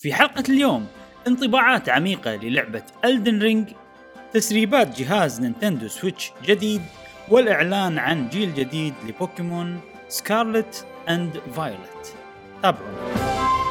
في حلقة اليوم انطباعات عميقة للعبة Elden Ring، تسريبات جهاز نينتندو سويتش جديد، والإعلان عن جيل جديد لبوكيمون سكارلت أند فايولت. تابعونا.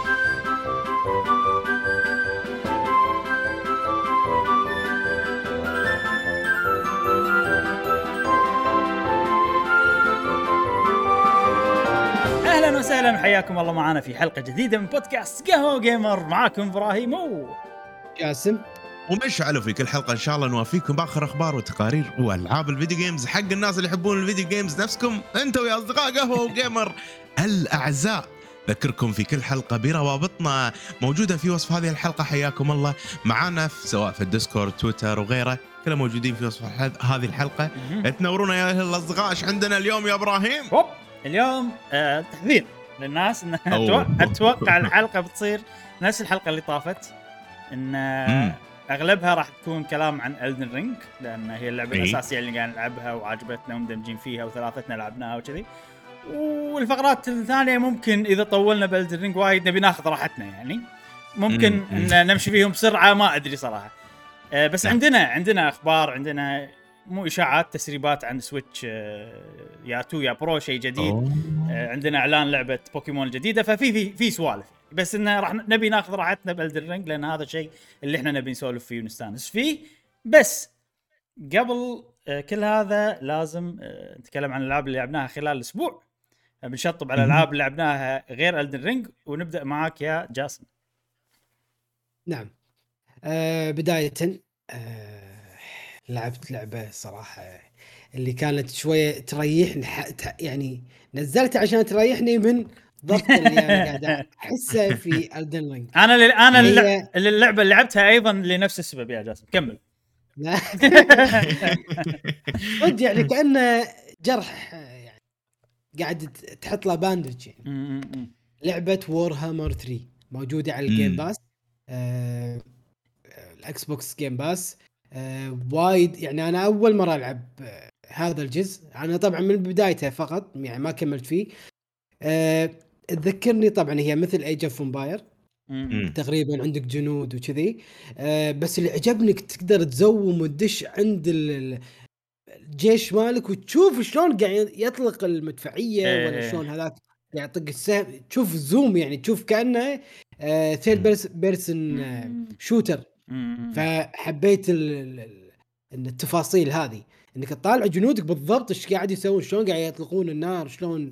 اهلا وسهلا، حياكم الله معنا في حلقه جديده من بودكاست قهوه جيمر. معاكم ابراهيم جاسم ومشعل. في كل حلقه ان شاء الله نوافيكم باخر اخبار وتقارير والعاب الفيديو جيمز حق الناس اللي يحبون الفيديو جيمز نفسكم انتم يا اصدقاء قهوه جيمر الاعزاء. ذكركم في كل حلقه بروابطنا موجوده في وصف هذه الحلقه. حياكم الله معنا سواء في الديسكورد تويتر وغيره، كلهم موجودين في وصف هذه الحلقه. تنورونا يا الاصدقاء. ايش عندنا اليوم يا ابراهيم؟ اليوم تحذير للناس ان اتوقع الحلقه بتصير نفس الحلقه اللي طافت، ان اغلبها راح تكون كلام عن Elden Ring، لان هي اللعبه الاساسيه اللي قاعد نلعبها وعجبتنا ومندمجين فيها وثلاثتنا لعبناها وكذي. والفقرات الثانيه ممكن اذا طولنا بElden Ring وايد نبي ناخذ راحتنا، يعني ممكن ان نمشي فيهم بسرعه، ما ادري صراحه. بس عندنا اخبار، عندنا مو اشاعات، تسريبات عن سويتش يا 2 يا برو، شيء جديد. عندنا اعلان لعبه بوكيمون جديده، ففي سوالف، بس انه راح نبي ناخذ راحتنا بElden Ring، لان هذا الشيء اللي احنا نبي نسولف فيه ونستانس فيه. بس قبل كل هذا لازم نتكلم عن الالعاب اللي لعبناها خلال الاسبوع. بنشطب على الالعاب اللي لعبناها غير Elden Ring، ونبدا معاك يا جاسم. نعم. بدايه لعبت لعبة صراحة اللي كانت شوية تريحني، يعني نزلتها عشان تريحني من ضغط اللي أنا قاعد أحسه في Elden Ring. أنا اللعبة اللي لعبتها أيضا لنفس السبب يا جاسم. كمل. يعني كأنه جرح، يعني قاعد تحط له باندج. يعني لعبة Warhammer 3 موجودة على الجيم باس، الأكس بوكس جيم باس. وايد يعني انا اول مره العب هذا الجزء. انا طبعا من بدايته فقط، يعني ما كملت فيه. تذكرني طبعا هي مثل ايج اوف امباير تقريبا، عندك جنود وكذي. بس اللي عجبني تقدر تزوم وتدش عند الجيش مالك وتشوف شلون قاعد يطلق المدفعيه، ولا شلون هذاك يعطيك السهم، تشوف زوم، يعني تشوف كانه ثيرد بيرسون شوتر. فحبيت التفاصيل هذه، انك تطالع جنودك بالضبط ايش قاعد يسوون، شلون قاعد يطلقون النار، شلون.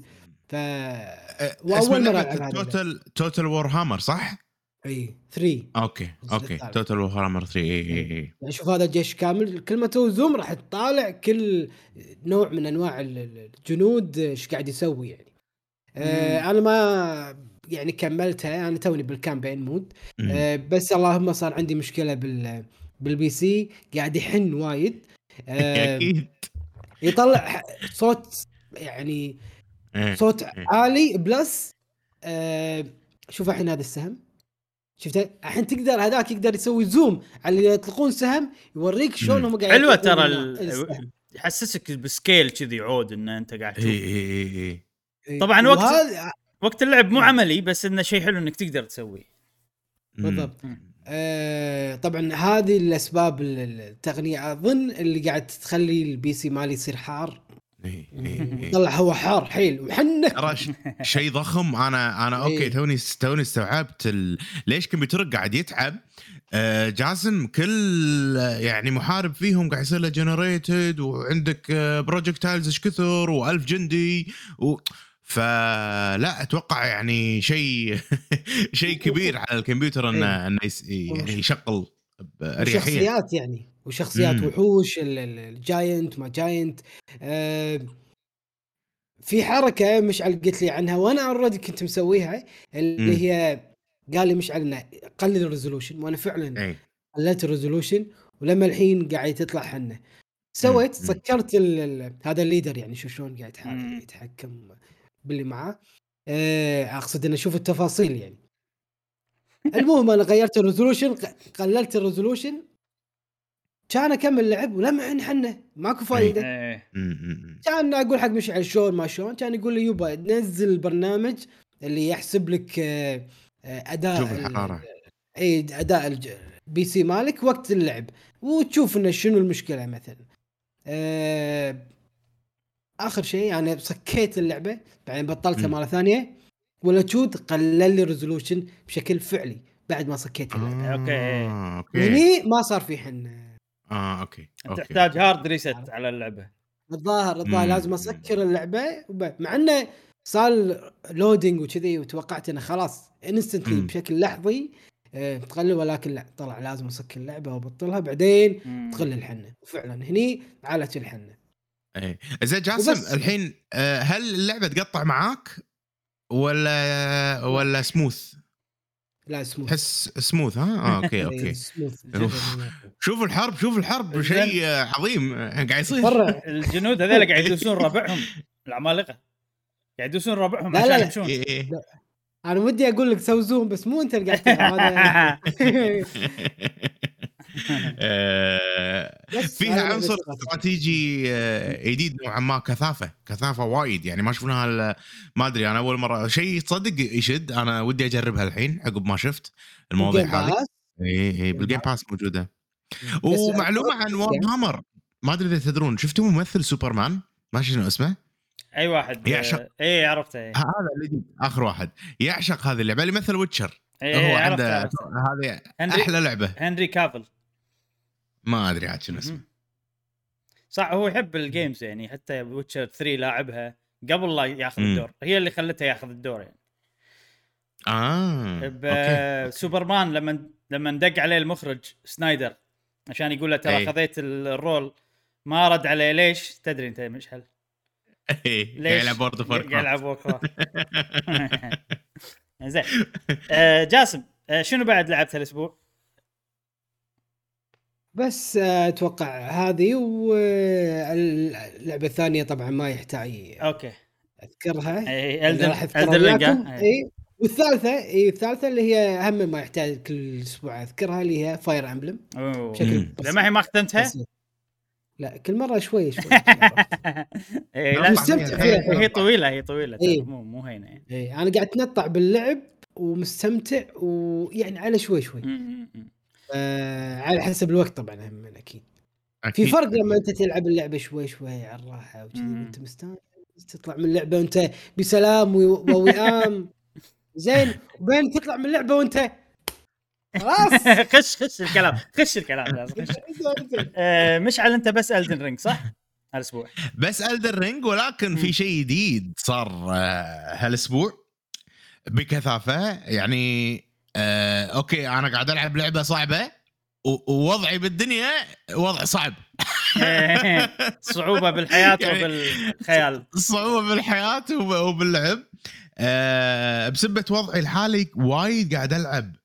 واول مره توتال وور هامر صح؟ اي 3. اوكي توتال وور هامر 3. يعني شوف هذا الجيش كامل، كل ما تو زوم راح تطالع كل نوع من انواع الجنود ايش قاعد يسوي. يعني انا ما يعني كملتها، انا توني بالكامبين مود. بس اللهم صار عندي مشكله بالبي سي، قاعد يحن وايد. اكيد يطلع صوت، يعني صوت عالي بلس. شوف الحين هذا السهم، شفته الحين تقدر هذاك يقدر يسوي زوم على اللي يطلقون سهم، يوريك شلون هم قاعد حلوه ترى، يحسسك بسكيل كذي عود ان انت قاعد تشوف. طبعا وقت اللعب مو عملي، بس انه شيء حلو انك تقدر تسويه. بالضبط. طبعا هذه الاسباب التقنيه اظن اللي قاعد تخلي البي سي مالي يصير حار. طلع هو حار حيل وحنك شيء ضخم. انا اوكي توني استوعبت ليش كمبيوترك قاعد يتعب. جاسم كل يعني محارب فيهم قاعد يصير له جنريتد، وعندك بروجكتايلز ايش كثر، و1000 جندي فلا اتوقع يعني شيء كبير على الكمبيوتر انه يعني يشغل باريحيه. شخصيات يعني، وشخصيات وحوش الجاينت ما جاينت. في حركه مشعل قلت لي عنها وانا اوريدي كنت مسويها، اللي هي قال لي مشعل انه قلل الريزولوشن، وانا فعلا قللت الريزولوشن. ولما الحين قاعد تطلع حنه سويت سكرت هذا الليدر، يعني شو شلون قاعد يتحكم باللي معاه. اقصد ان اشوف التفاصيل يعني. المهم انا غيرت الريزولوشن، قللت الريزولوشن، كان اكمل لعب ولما حنه ماكو فايده. كان اقول حق مشعل شلون ما شلون، كان يقول لي يوبا نزل البرنامج اللي يحسب لك اداء شوف الحراره اي اداء البي سي مالك وقت اللعب، وتشوف انه شنو المشكله مثلا. اخر شيء انا سكيت اللعبه بعدين بطلتها مره ثانيه، ولا تشود قلل لي ريزولوشن بشكل فعلي بعد ما سكيت اللعبه. اوكي يعني ما صار في حن. اوكي تحتاج هارد ريست على اللعبه. الظاهر لازم اسكر اللعبه مع انه صار لودينج وكذي، وتوقعت انه خلاص انستنتلي بشكل لحظي تقلل، ولكن لا، طلع لازم اسكر اللعبه وابطلها بعدين تقل الحنه، وفعلا هني عالت الحنه. ايه زين جاسم الحين هل اللعبه تقطع معاك ولا سموث؟ لا سموث، تحس سموث ها؟ اوكي سموث. شوف الحرب شيء عظيم قاعد يصير. الجنود هذول قاعد يدوسون ربعهم العمالقه، قاعد يدوسون ربعهم عشان يمشون. انا ودي اقول لك سوي زوم بس مو انت اللي قاعد هذا. فيها عنصر استراتيجي جديد نوعا ما، كثافه وايد يعني ما شفناها. ما ادري انا اول مره شيء تصدق يشد، انا ودي اجربها الحين عقب ما شفت المواضيع هذه. اي بالجيم باس موجوده. ومعلومه عن وور هامر، ما ادري اذا تدرون، شفتوا ممثل سوبرمان ما شنو اسمه؟ اي واحد يعشق. اي عرفته. هذا اللي اخر واحد يعشق هذه اللعبه اللي مثل ويتشر. هو عنده هذه احلى لعبه. هنري كافل، ما ادري عاد شنو اسمه. صح هو يحب الجيمز يعني، حتى ويتشر 3 لاعبها قبل لا ياخذ الدور، هي اللي خلته ياخذ الدور يعني. أوكي. سوبرمان لما دق عليه المخرج سنايدر عشان يقول له ترى خذيت الرول، ما رد عليه. ليش تدري انت مش هل؟ ليش يلعب وورد اوف ووركرافت؟ يلعب ووركرافت. زين جاسم شنو بعد لعبت هالاسبوع؟ بس اتوقع هذه، واللعبه الثانيه طبعا ما يحتاج اوكي اذكرها. راح اذكرها. اي والثالثه اللي هي اهم ما يحتاج كل اسبوع اذكرها، اللي هي فاير امبلم. بشكل لما هي ما ختمتها لا كل مره شوي لا مستمتع فيها. هي طويله مو هينه يعني. انا قاعد اتنطع باللعب ومستمتع، ويعني على شوي على حسب الوقت طبعا هم اكيد. في فرق لما انت تلعب اللعبه شوي على الراحه وكذي وانت مستانس، تطلع من اللعبه وانت بسلام ووئام زين، وبين تطلع من اللعبه وانت خلاص. خش الكلام لازم مشعل انت بس ألدن رينج صح هالاسبوع؟ بس ألدن رينج، ولكن في شيء جديد صار هالاسبوع بكثافه يعني. اوكي انا قاعد العب لعبه صعبه ووضعي بالدنيا وضع صعب. صعوبه بالحياه يعني وبالخيال، صعوبه بالحياه وباللعب بسبه وضعي الحالي. وايد قاعد العب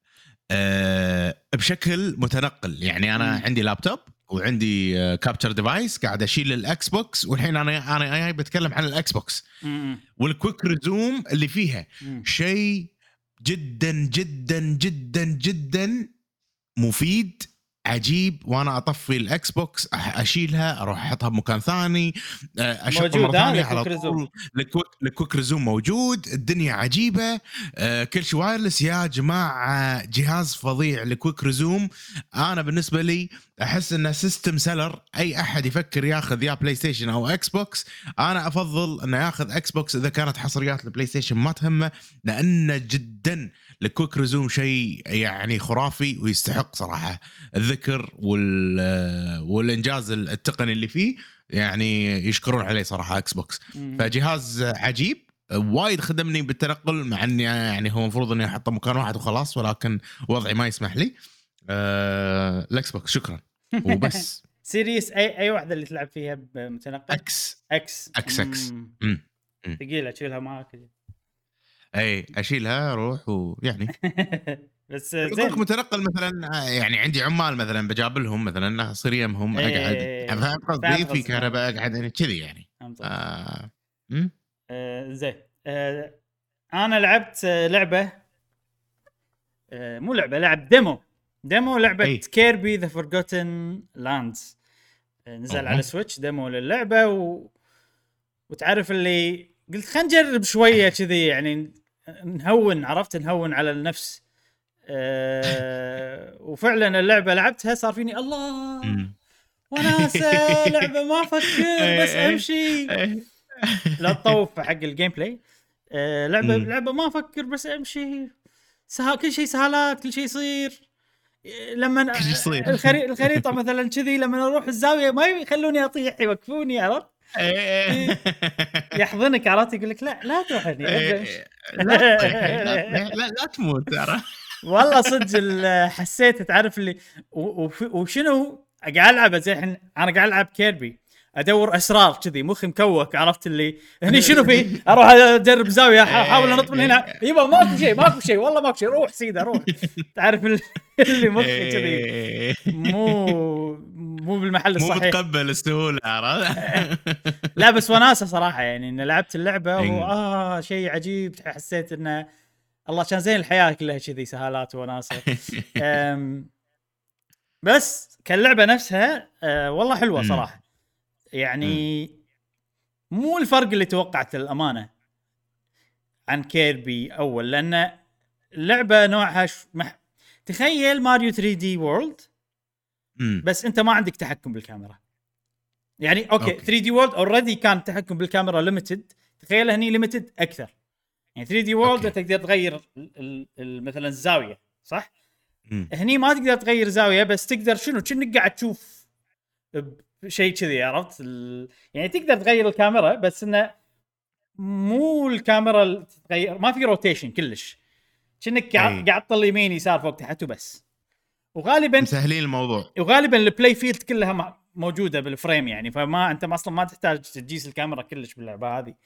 بشكل متنقل يعني. انا عندي لابتوب وعندي كابتشر ديفايس قاعد اشيل الاكس بوكس، والحين انا بتكلم عن الاكس بوكس والكويك ريزوم اللي فيها. شيء جدا جدا جدا جدا مفيد عجيب. وانا اطفي الاكس بوكس اشيلها اروح احطها بمكان ثاني اشغل مره ثانيه على طول. الكويك ريزوم موجود. الدنيا عجيبه. كل شيء وايرلس يا جماعه. جهاز فظيع الكويك ريزوم. انا بالنسبه لي احس انه سيستم سيلر. اي احد يفكر ياخذ يا بلاي ستيشن او اكس بوكس، انا افضل انه ياخذ اكس بوكس اذا كانت حصريات البلاي ستيشن ما تهمه، لانه جدا الكويك ريزوم شيء يعني خرافي ويستحق صراحه الذكر والانجاز التقني اللي فيه يعني يشكرون عليه صراحه اكس بوكس. فجهاز عجيب وايد خدمني بالتنقل، مع اني يعني هو المفروض اني احطه مكان واحد وخلاص، ولكن وضعي ما يسمح لي. الاكس بوكس شكرا وبس. سيريس اي واحده اللي تلعب فيها بمتنقل؟ اكس ثقيله اشيلها معك. اي اشيلها اروح ويعني بس زين متنقل مثلا يعني عندي عمال مثلا بجابلهم مثلا اصير يمهم اقعد قصدي في كهرباء اقعد يعني كذي يعني. زين انا لعبت لعبه مو لعبه، لعب ديمو لعبه كيربي ذا فورغوتن لاندز. نزل على سويتش ديمو للعبه وتعرف اللي قلت خلينا نجرب شويه كذي يعني نهون على النفس. وفعلا اللعبه لعبتها صار فيني الله وناسه لعبه ما افكر بس امشي. لا تطوف حق الجيم بلاي. لعبه ما افكر بس امشي، كل شيء سهالات، كل شيء يصير. لما الخريطه مثلا كذي لما اروح الزاويه ما يخلوني اطيح، يوقفوني، عرفت؟ يحضنك، عرفت؟ يقول لك لا تروح هني، لا تموت ترى. والله صدق حسيت، تعرف اللي وشنو قاعد العب زي الحين. انا قاعد العب كيربي، ادور اسرار كذي، مخي مكوك، عرفت اللي هني شنو فيه، اروح اجرب زاويه، احاول انط من هنا، يبا ماكو شيء والله ماكو شيء، روح سيده روح. تعرف اللي مخي كذي مو بالمحل الصحيح، مو متقبل السهوله، عرفت؟ لا بس وناسه صراحه يعني، ان لعبت اللعبه شيء عجيب. حسيت انه الله كان زين، الحياه كلها كذي سهالات وناسه. بس كاللعبه نفسها والله حلوه صراحه يعني. مو الفرق اللي توقعته الامانه عن كيربي اول، لان اللعبه نوعها تخيل ماريو 3 دي وورلد، بس انت ما عندك تحكم بالكاميرا يعني. اوكي 3 دي وورلد اوريدي كان التحكم بالكاميرا ليميتد، تخيل هني ليميتد اكثر يعني. 3 دي وورلد تقدر تغير مثلا الزاويه، صح؟ هني ما تقدر تغير زاويه، بس تقدر شنو كأنك قاعد تشوف شيء كذي، عرفت؟ يعني تقدر تغير الكاميرا، بس انه مو الكاميرا تتغير، ما في روتيشن كلش، كأنك قاعد تطل يمين يسار فوق تحت وبس. وغالبا مسهلين الموضوع، وغالبا البلاي فيلد كلها موجوده بالفريم يعني، فما انت اصلا ما تحتاج تجيس الكاميرا كلش باللعبه هذه.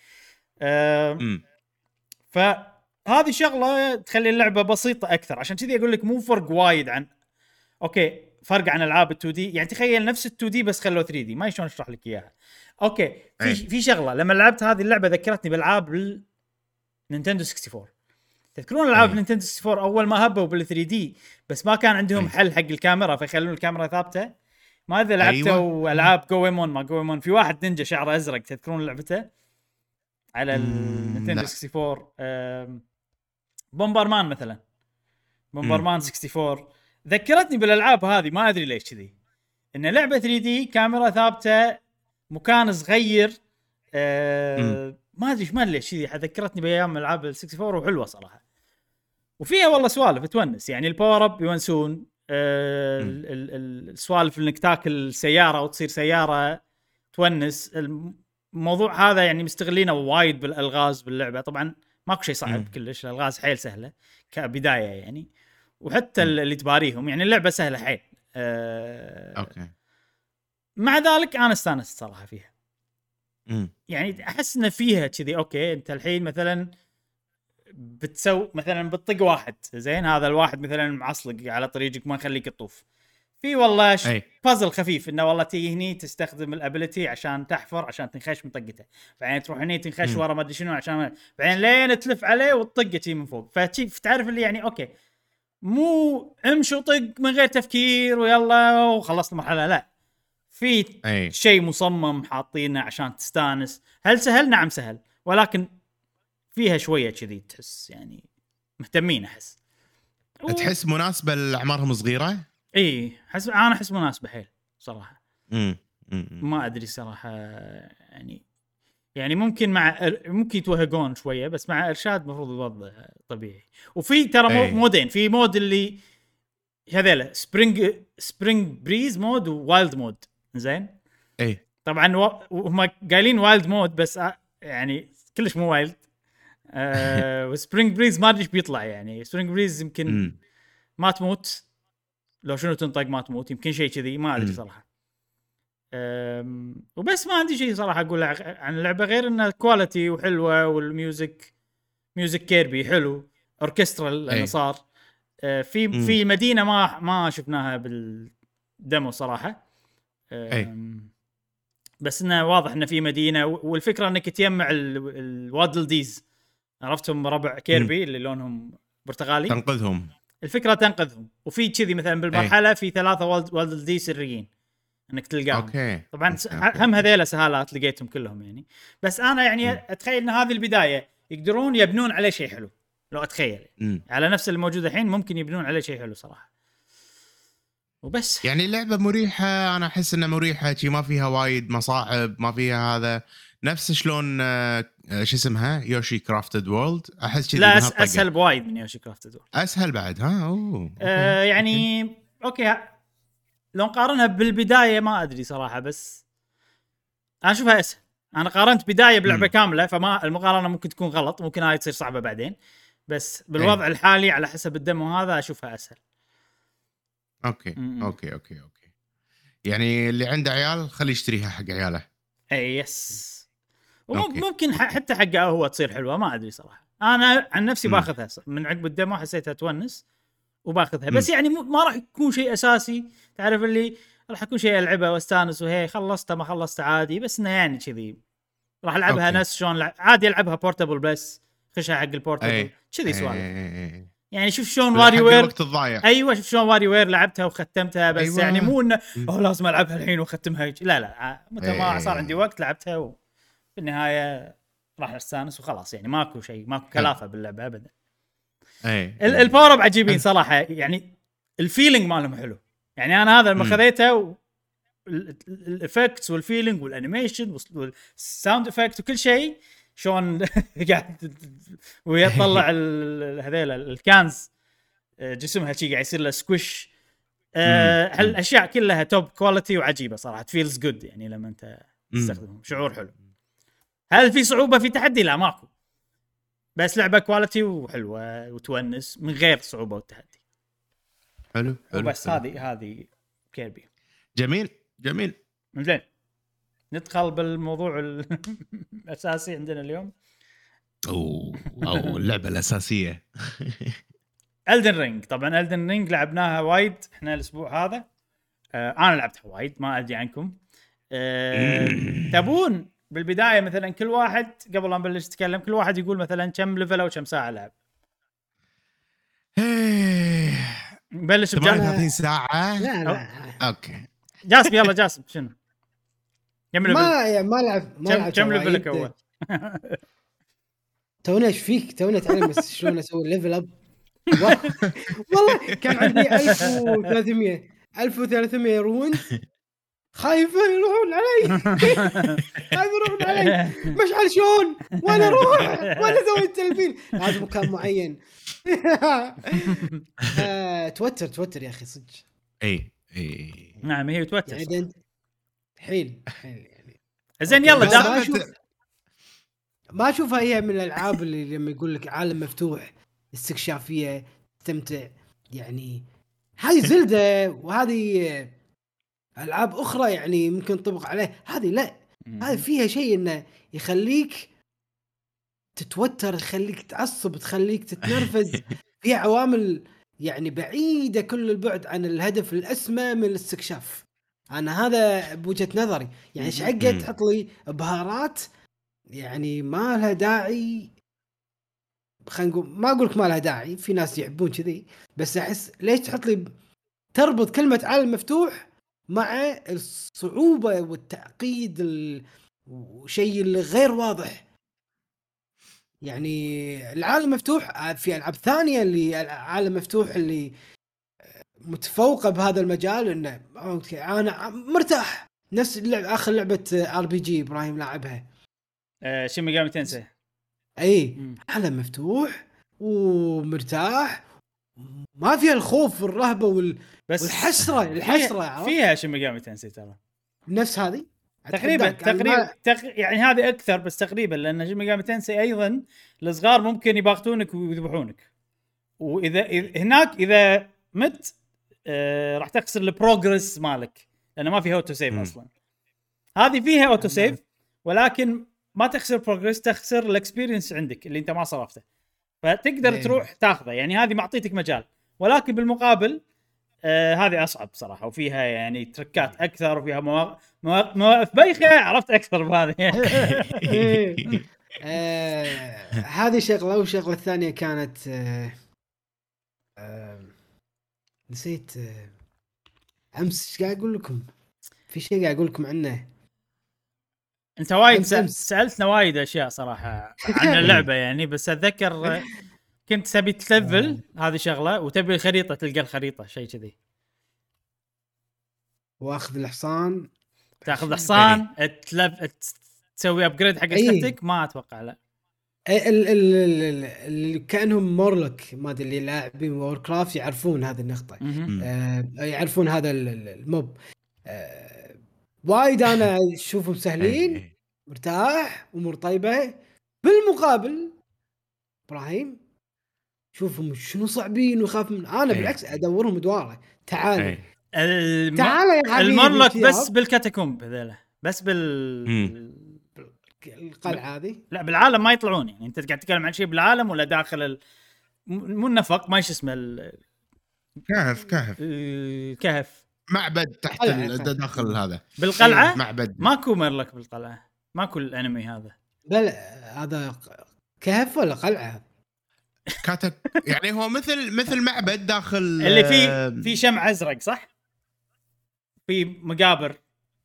فهذه شغله تخلي اللعبه بسيطه اكثر، عشان كذي اقول لك مو فرق وايد عن فرق عن العاب ال2 دي يعني. تخيل نفس ال2 دي بس خلوه 3 دي، ما شلون اشرح لك اياها. اوكي في شغله لما لعبت هذه اللعبه ذكرتني بالعاب نينتندو 64. تذكرون العاب نينتندو 64 اول ما هبوا بال3 دي، بس ما كان عندهم حل حق الكاميرا فيخلون الكاميرا ثابته. ما اذا لعبتوا العاب جويمون، ما جويمون في واحد نينجا شعره ازرق، تذكرون لعبته على النينتندو 64؟ بومبرمان مثلا، بومبرمان 64 ذكرتني بالالعاب هذه. ما ادري ليش كذي، ان لعبه 3 دي كاميرا ثابته، مكان صغير، ما ادري ليش كذي ذكرتني بايام العاب ال 64 وحلوه صراحه. وفيها والله سوالف تونس يعني، الباور اب يونسون، السوالف انك تاكل سياره وتصير سياره تونس. الموضوع هذا يعني مستغلينه وايد بالالغاز باللعبه. طبعا ماكو شيء صعب كلش، الالغاز حيل سهله كبدايه يعني، وحتى اللي تباريهم يعني اللعبه سهله حيل. اوكي. مع ذلك انا استانست صراحه فيها. يعني احس ان فيها كذي اوكي، انت الحين مثلا بتسوي مثلا بتطق واحد زين، هذا الواحد مثلا معصلق على طريقك ما يخليك تطوف في، والله بازل خفيف انه والله تيجي هني تستخدم الابيليتي عشان تحفر عشان تنخش من طقته، بعدين تروح هني تنخش ورا ما ادري شنو عشان بعدين لين تلف عليه وتطقه شي من فوق. فتعرف اللي يعني اوكي مو امشي وطق من غير تفكير ويلا وخلصت المرحله، لا في شيء مصمم حاطينه عشان تستانس. هل سهل؟ نعم سهل، ولكن فيها شويه كذي تحس يعني مهتمين. تحس مناسبه لاعمارهم صغيره. انا احس مناسبه حيل صراحه. ما ادري صراحه يعني ممكن ممكن يتوهقون شويه، بس مع ارشاد المفروض الوضع طبيعي. وفي ترى مودين، في مود اللي هذيلا سبرينج بريز مود ووايلد مود زين. طبعا هم قايلين وايلد مود بس يعني كلش مو وايلد. وسبرينج بريز ما ادري ايش بيطلع يعني. سبرينج بريز يمكن ما تموت، لو شنو تنطق ما تموت، يمكن شيء كذي ما ادري صراحه. وبس ما عندي شيء صراحه اقول عن اللعبه غير انها كواليتي وحلوه، والميوزك ميوزك كيربي حلو، اوركسترال لانه صار في مدينه ما شفناها بالديمو صراحه. بس انه واضح انه في مدينه، والفكره انك تجمع الوادل ديز، عرفتهم ربع كيربي اللي لونهم برتقالي، تنقذهم. الفكره تنقذهم، وفي كذي مثلا بالمرحله في 3 وادل ديز سريين انك تلقاهم. طبعا هم هذيلا سهالات لقيتهم كلهم يعني. بس انا يعني اتخيل ان هذه البدايه يقدرون يبنون عليه شيء حلو. لو اتخيل على نفس الموجود الحين ممكن يبنون عليه شيء حلو صراحه. وبس. يعني اللعبه مريحه، انا احس انها مريحه شي، ما فيها وايد مصاعب، ما فيها هذا نفس شلون شو اسمها يوشي كرافتد وورلد. احس كذي لا اسهل بوايد من يوشي كرافتد وورلد. اسهل بعد ها. اوه يعني اوكي لو نقارنها بالبدايه ما ادري صراحه، بس انا اشوفها اسهل. انا قارنت بدايه بلعبه كامله، فما المقارنه ممكن تكون غلط، ممكن هاي تصير صعبه بعدين، بس بالوضع الحالي على حسب الدمو هذا اشوفها اسهل. اوكي يعني اللي عنده عيال خليه يشتريها حق عياله. اي يس. وممكن حتى حقه هو تصير حلوه، ما ادري صراحه. انا عن نفسي باخذها من عقب الدمو، حسيتها تونس وباخذها. بس يعني ما راح يكون شيء اساسي، تعرف اللي راح يكون شيء العبه واستانس وهي خلصتها ما خلصت عادي، بس انه يعني كذي راح العبها نفس شلون عادي العبها بورتابل، بس خشها حق البورتابل كذي سوالف. يعني شوف شلون واري وير ايوه شوف شلون واري وير لعبتها وختمتها، بس أيوة. يعني مو انه لازم العبها الحين واختمها لا متى ما صار عندي وقت لعبتها وفي النهايه راح استانس وخلاص. يعني ماكو شيء، ماكو كلافه باللعبه ابدا. الباور اب عجيبين صراحه، يعني الفيلينج مالهم حلو. يعني انا هذا لما خذيته الافكتس والفيلينج والانيميشن والساوند افكت وكل شيء شلون قاعد ويطلع هذيل الكانز جسمها شيء قاعد يصير له سكويش. هالاشياء كلها توب كواليتي وعجيبه صراحه، فيلز جود يعني لما انت تستخدمهم، شعور حلو. هل في صعوبه في تحدي؟ لا ماكو، بس لعبه كواليتي وحلوه وتونس من غير صعوبه والتحدي. حلو بس هذه كيربي. جميل زين ندخل بالموضوع الاساسي عندنا اليوم. او اللعبه الاساسيه Elden Ring. طبعا Elden Ring لعبناها وايد احنا الاسبوع هذا. انا لعبتها وايد، ما ادري عنكم. تبون بالبدايه مثلا كل واحد قبل لا نبلش نتكلم كل واحد يقول مثلا كم ليفل او كم ساعه لعب؟ نبلش ب 30 ساعه. لا اوكي جاسم يلا جاسم شنو ما لعب كم ليفلك اول؟ تونا ايش فيك؟ تونا اتعلم بس شلون اسوي ليفل اب. والله كان عندي 1300 رون، خايفه يروحون علي. مشعل شلون وانا اروح وانا اسوي التلفين لازم مكان معين. توتر يا اخي صدق. اي نعم هي توتر يعني حيل يعني. زين يلا ما اشوفها هي من الالعاب اللي لما يقول لك عالم مفتوح استكشافيه تستمتع. يعني هاي زلدة وهذه العاب اخرى يعني ممكن تطبق عليه، هذه لا. هذه فيها شيء انه يخليك تتوتر، يخليك تعصب، تخليك تتنرفز. فيها عوامل يعني بعيده كل البعد عن الهدف الاسمى من الاستكشاف. انا هذا بوجهة نظري. يعني ايش حقه تحط لي بهارات يعني ما لها داعي. خلينا نقول ما اقول لك ما لها داعي، في ناس يحبون كذي، بس احس ليش تحط لي تربط كلمه عالم مفتوح مع الصعوبه والتعقيد وشيء اللي غير واضح. يعني العالم مفتوح في العاب ثانيه اللي عالم مفتوح اللي متفوقه بهذا المجال، انه انا مرتاح. نفس اخر لعبه RPG ابراهيم لاعبها شين ميجامي تنسي. اي عالم مفتوح ومرتاح، ما فيها الخوف والرهبه والحسره فيها شين ميجامي تنسي ترى نفس هذه تقريبا يعني هذه اكثر بس تقريبا، لان شين ميجامي تنسي ايضا الصغار ممكن يباغتونك ويذبحونك، واذا هناك اذا مت راح تخسر البروجرس مالك لانه ما فيها اوتو سيف اصلا. هذه فيها اوتو سيف ولكن ما تخسر بروجرس، تخسر الاكسبيرينس عندك اللي انت ما صرفته، فتقدر تروح تاخذه. يعني هذه معطيتك مجال، ولكن بالمقابل هذه اصعب صراحه، وفيها يعني تركات اكثر، وفيها مواقف بايخه عرفت اكثر بهذه. هذه شغله. والشغله الثانيه كانت نسيت امس قاعد اقول لكم في شيء قاعد اقول لكم عنه. انت وايد سالتنا وايد اشياء صراحه عن اللعبه يعني، بس اتذكر كنت تبي تلفل هذه شغله، وتبي الخريطه تلقى الخريطه شيء كذي. واخذ الحصان تاخذ الحصان تسوي ابجريد حق اسلحتك. ما اتوقع لا كانهم مورلوك ما ادري اللي لاعبين وور كرافت يعرفون هذه النقطه. يعرفون هذا الموب. وايد انا اشوفهم سهلين مرتاح امور طيبه. بالمقابل ابراهيم شوفهم شنو صعبين وخاف من انا بالعكس ادورهم ادواره. تعال تعال يا حبيبي المورلوك بس بالكاتاكومب هذول بس القلعه هذه لا بالعالم ما يطلعون. يعني انت قاعد تتكلم عن شيء بالعالم ولا داخل مو النفق ما ايش اسمه الكهف معبد تحت داخل هذا بالقلعه معبد. ماكو مورلوك بالقلعه ماكو الانمي هذا. بل هذا كهف ولا قلعه يعني هو مثل معبد داخل اللي في شمع ازرق صح في مقابر.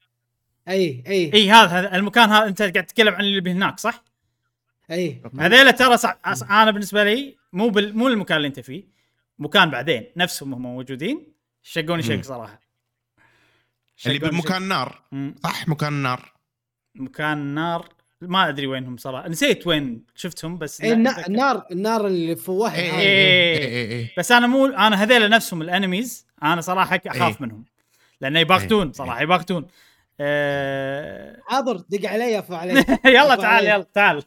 اي هذا المكان هذا انت قاعد تتكلم عن اللي هناك صح. اي هذيلا ترى انا بالنسبه لي مو المكان اللي انت فيه. مكان بعدين نفسهم هم موجودين شقوني شق صراحه. اللي بمكان نار صح. مكان نار ما ادري وينهم صراحه نسيت وين شفتهم بس النار اللي فوهها. بس انا هذيلا نفسهم الانميز انا صراحه اخاف منهم لانه يباغتون صراحه يباغتون. حاضر دق علي افا علي يلا تعال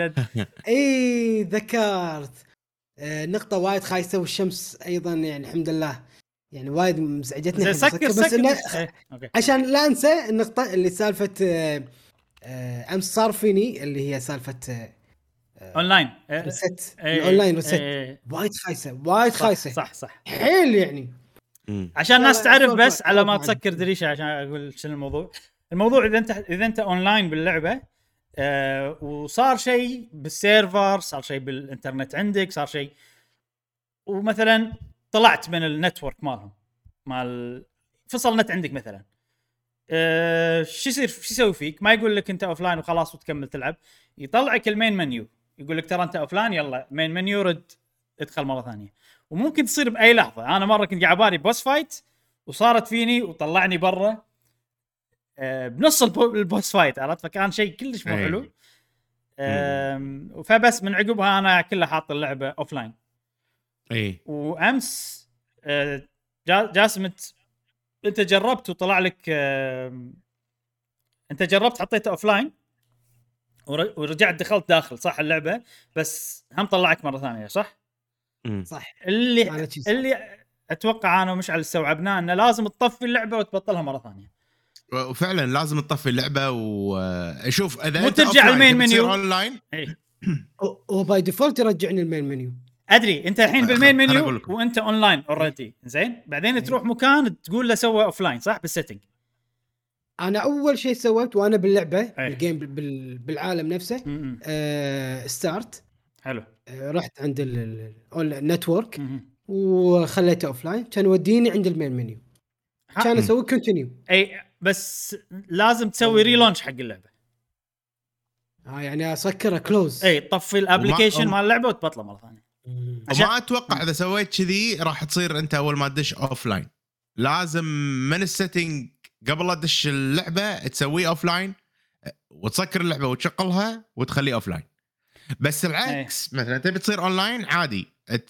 ذكرت نقطه وايد خايسه والشمس ايضا يعني الحمد لله يعني وايد مزعجتني. سكر عشان لا انسى النقطه اللي سالفه امس صار فيني اللي هي سالفه اونلاين ريست الاونلاين ريست وايد خايسه صح حيل يعني. عشان الناس تعرف بس على ما تسكر دريشه عشان اقول شنو الموضوع اذا انت اونلاين باللعبه وصار شيء بالسيرفر صار شيء بالانترنت عندك صار شيء ومثلا طلعت من النتورك مالهم مال فصل نت عندك مثلا شو يصير شو يسوي فيك؟ ما يقول لك انت اوفلاين وخلاص وتكمل تلعب. يطلعك المين منيو يقول لك ترى انت اوفلاين يلا مين منيو رد ادخل مره ثانيه. وممكن تصير باي لحظه. انا مره كنت قاعد بالي بوس فايت وصارت فيني وطلعني برا بنص البوس فايت عرفت. فكان شيء كلش مو حلو. فبس من عقبها انا كلها حاط اللعبه اوفلاين. وامس جاسم انت جربت وطلع لك انت جربت حطيته اوفلاين ورجعت دخلت داخل صح اللعبه بس هم طلعك مره ثانيه صح. صح اللي اتوقع انا ومشعل استوعبناه انه لازم تطفي اللعبه وتبطلها مره ثانيه. وفعلا لازم تطفي اللعبه وشوف اذا انت ترجع المين منيو اونلاين وباي ديفولت يرجعني المين منيو. ادري انت الحين بالمين منيو وانت اونلاين اوريدي زين بعدين تروح مكان تقول له سوى اوفلاين صح بالسيتنج. انا اول شيء سويت وانا باللعبه الجيم بالعالم نفسه ستارت حلو رحت عند النتورك وخليته اوفلاين كان يوديني عند المين منيو كان اسوي كونتينيو. اي بس لازم تسوي ريلونش حق اللعبه. يعني اسكره كلوز. اي طفي الابلكيشن مال اللعبه وتبطله مره ثانيه. وما اتوقع اذا سويت كذي راح تصير انت اول ما تدش اوفلاين لازم من السيتنج قبل لا تدش اللعبه تسويه اوفلاين وتسكر اللعبه وتشغلها وتخليه اوفلاين. بس العكس مثلا تبي تصير اونلاين عادي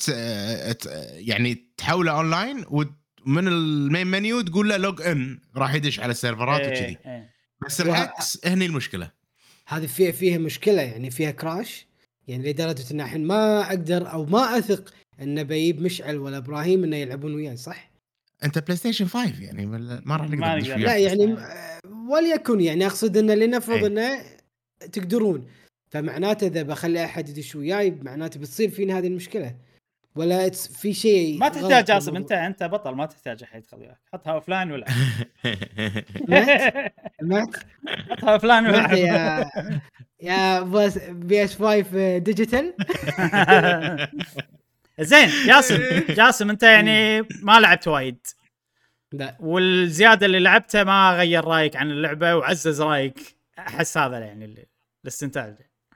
يعني تحوله اونلاين ومن المين منيو تقول له لوج ان راح يدش على السيرفرات وكذي. بس العكس هني المشكله هذه فيها مشكله يعني فيها كراش يعني لدرجه ان الحين ما اقدر او ما اثق ان بيجيب مشعل ولا ابراهيم انه يلعبون وياي صح. انت بلاي ستيشن 5 يعني ما راح نقدر ندش لا يعني وليكن يعني اقصد انه لنفرض انه تقدرون فمعناته اذا بخلي احد يدش وياي معناته بتصير فينا هذه المشكله ولا في شيء ما تحتاج جاسم انت بطل ما تحتاج احد يدخل وياك حطها اوفلاين ولا مات حطها اوفلاين ولا يا بس بي اس 5 ديجيتال. زين جاسم انت يعني ما لعبت وايد لا والزياده اللي لعبتها ما غير رايك عن اللعبه وعزز رايك. احس هذا يعني الاستنتاج.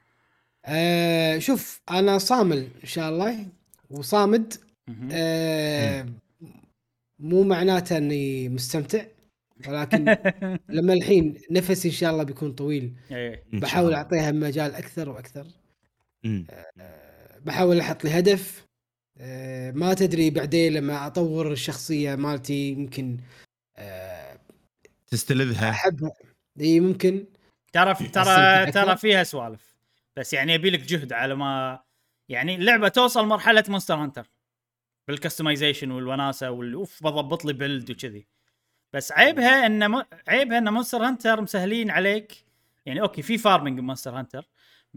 شوف انا صامل ان شاء الله وصامد مو معناته اني مستمتع ولكن لما الحين نفسي ان شاء الله بيكون طويل بحاول اعطيها مجال اكثر واكثر. بحاول احط لي هدف، ما تدري بعدين لما اطور الشخصيه مالتي يمكن تستلذها، احبها. اي ممكن ترى فيها سوالف، بس يعني يبي لك جهد على ما يعني اللعبه توصل مرحله مونستر هانتر بالكستمايزيشن والوناسه والاوف بضبط لي بيلد وكذي. بس عيبها ان مونستر هانتر مسهلين عليك. يعني اوكي في فارمنج مونستر هانتر،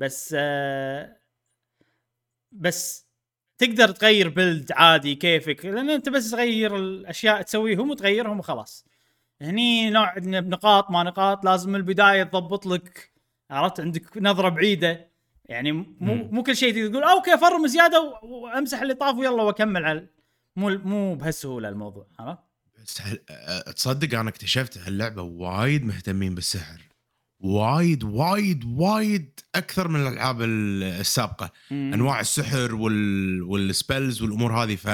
بس تقدر تغير بيلد عادي كيفك، لان انت بس تغير الاشياء تسويهم وتغيرهم وخلاص. هني نوع نقاط ما نقاط لازم من البدايه تضبط لك، عرفت؟ عندك نظره بعيده، يعني مو كل شيء تقول اوكي فرم زياده وامسح اللي طاف ويلا واكمل على مو بهالسهوله الموضوع، عرفت؟ بس تصدق انا اكتشفت هاللعبه وايد مهتمين بالسحر، وايد اكثر من الالعاب السابقه. انواع السحر والسبيلز والامور هذه. ف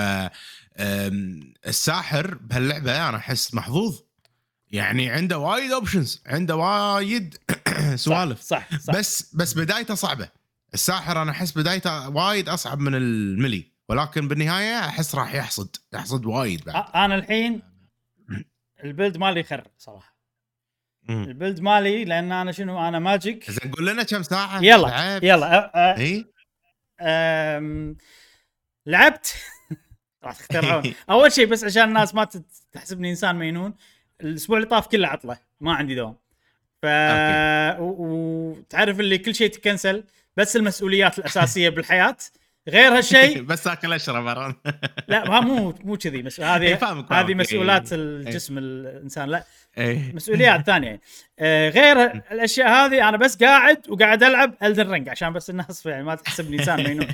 الساحر بهاللعبه انا احس محظوظ، يعني عنده وايد اوبشنز، عنده وايد سوالف. صح. بس بدايته صعبه. الساحر انا احس بدايته وايد اصعب من الملي، ولكن بالنهايه احس راح يحصد وايد بعد. انا الحين البيلد مالي يخرب صراحه. البيلد مالي لان انا شنو، انا ماجيك. زين قول لنا كم ساعه يلا اي لعبت راح تخترعون. اول شيء بس عشان الناس ما تحسبني انسان مينون، الاسبوع اللي طاف كله عطله، ما عندي دوام. وتعرف اللي كل شيء تكنسل، بس المسؤوليات الاساسيه بالحياه غير هالشيء. بس اكل اشرب لا مو كذي، بس هذه مسؤولات الجسم الانسان. لا مسؤوليات ثانيه غير الاشياء هذه. انا بس قاعد العب Elden Ring عشان بس الناس يعني ما تحسبني انسان مينون.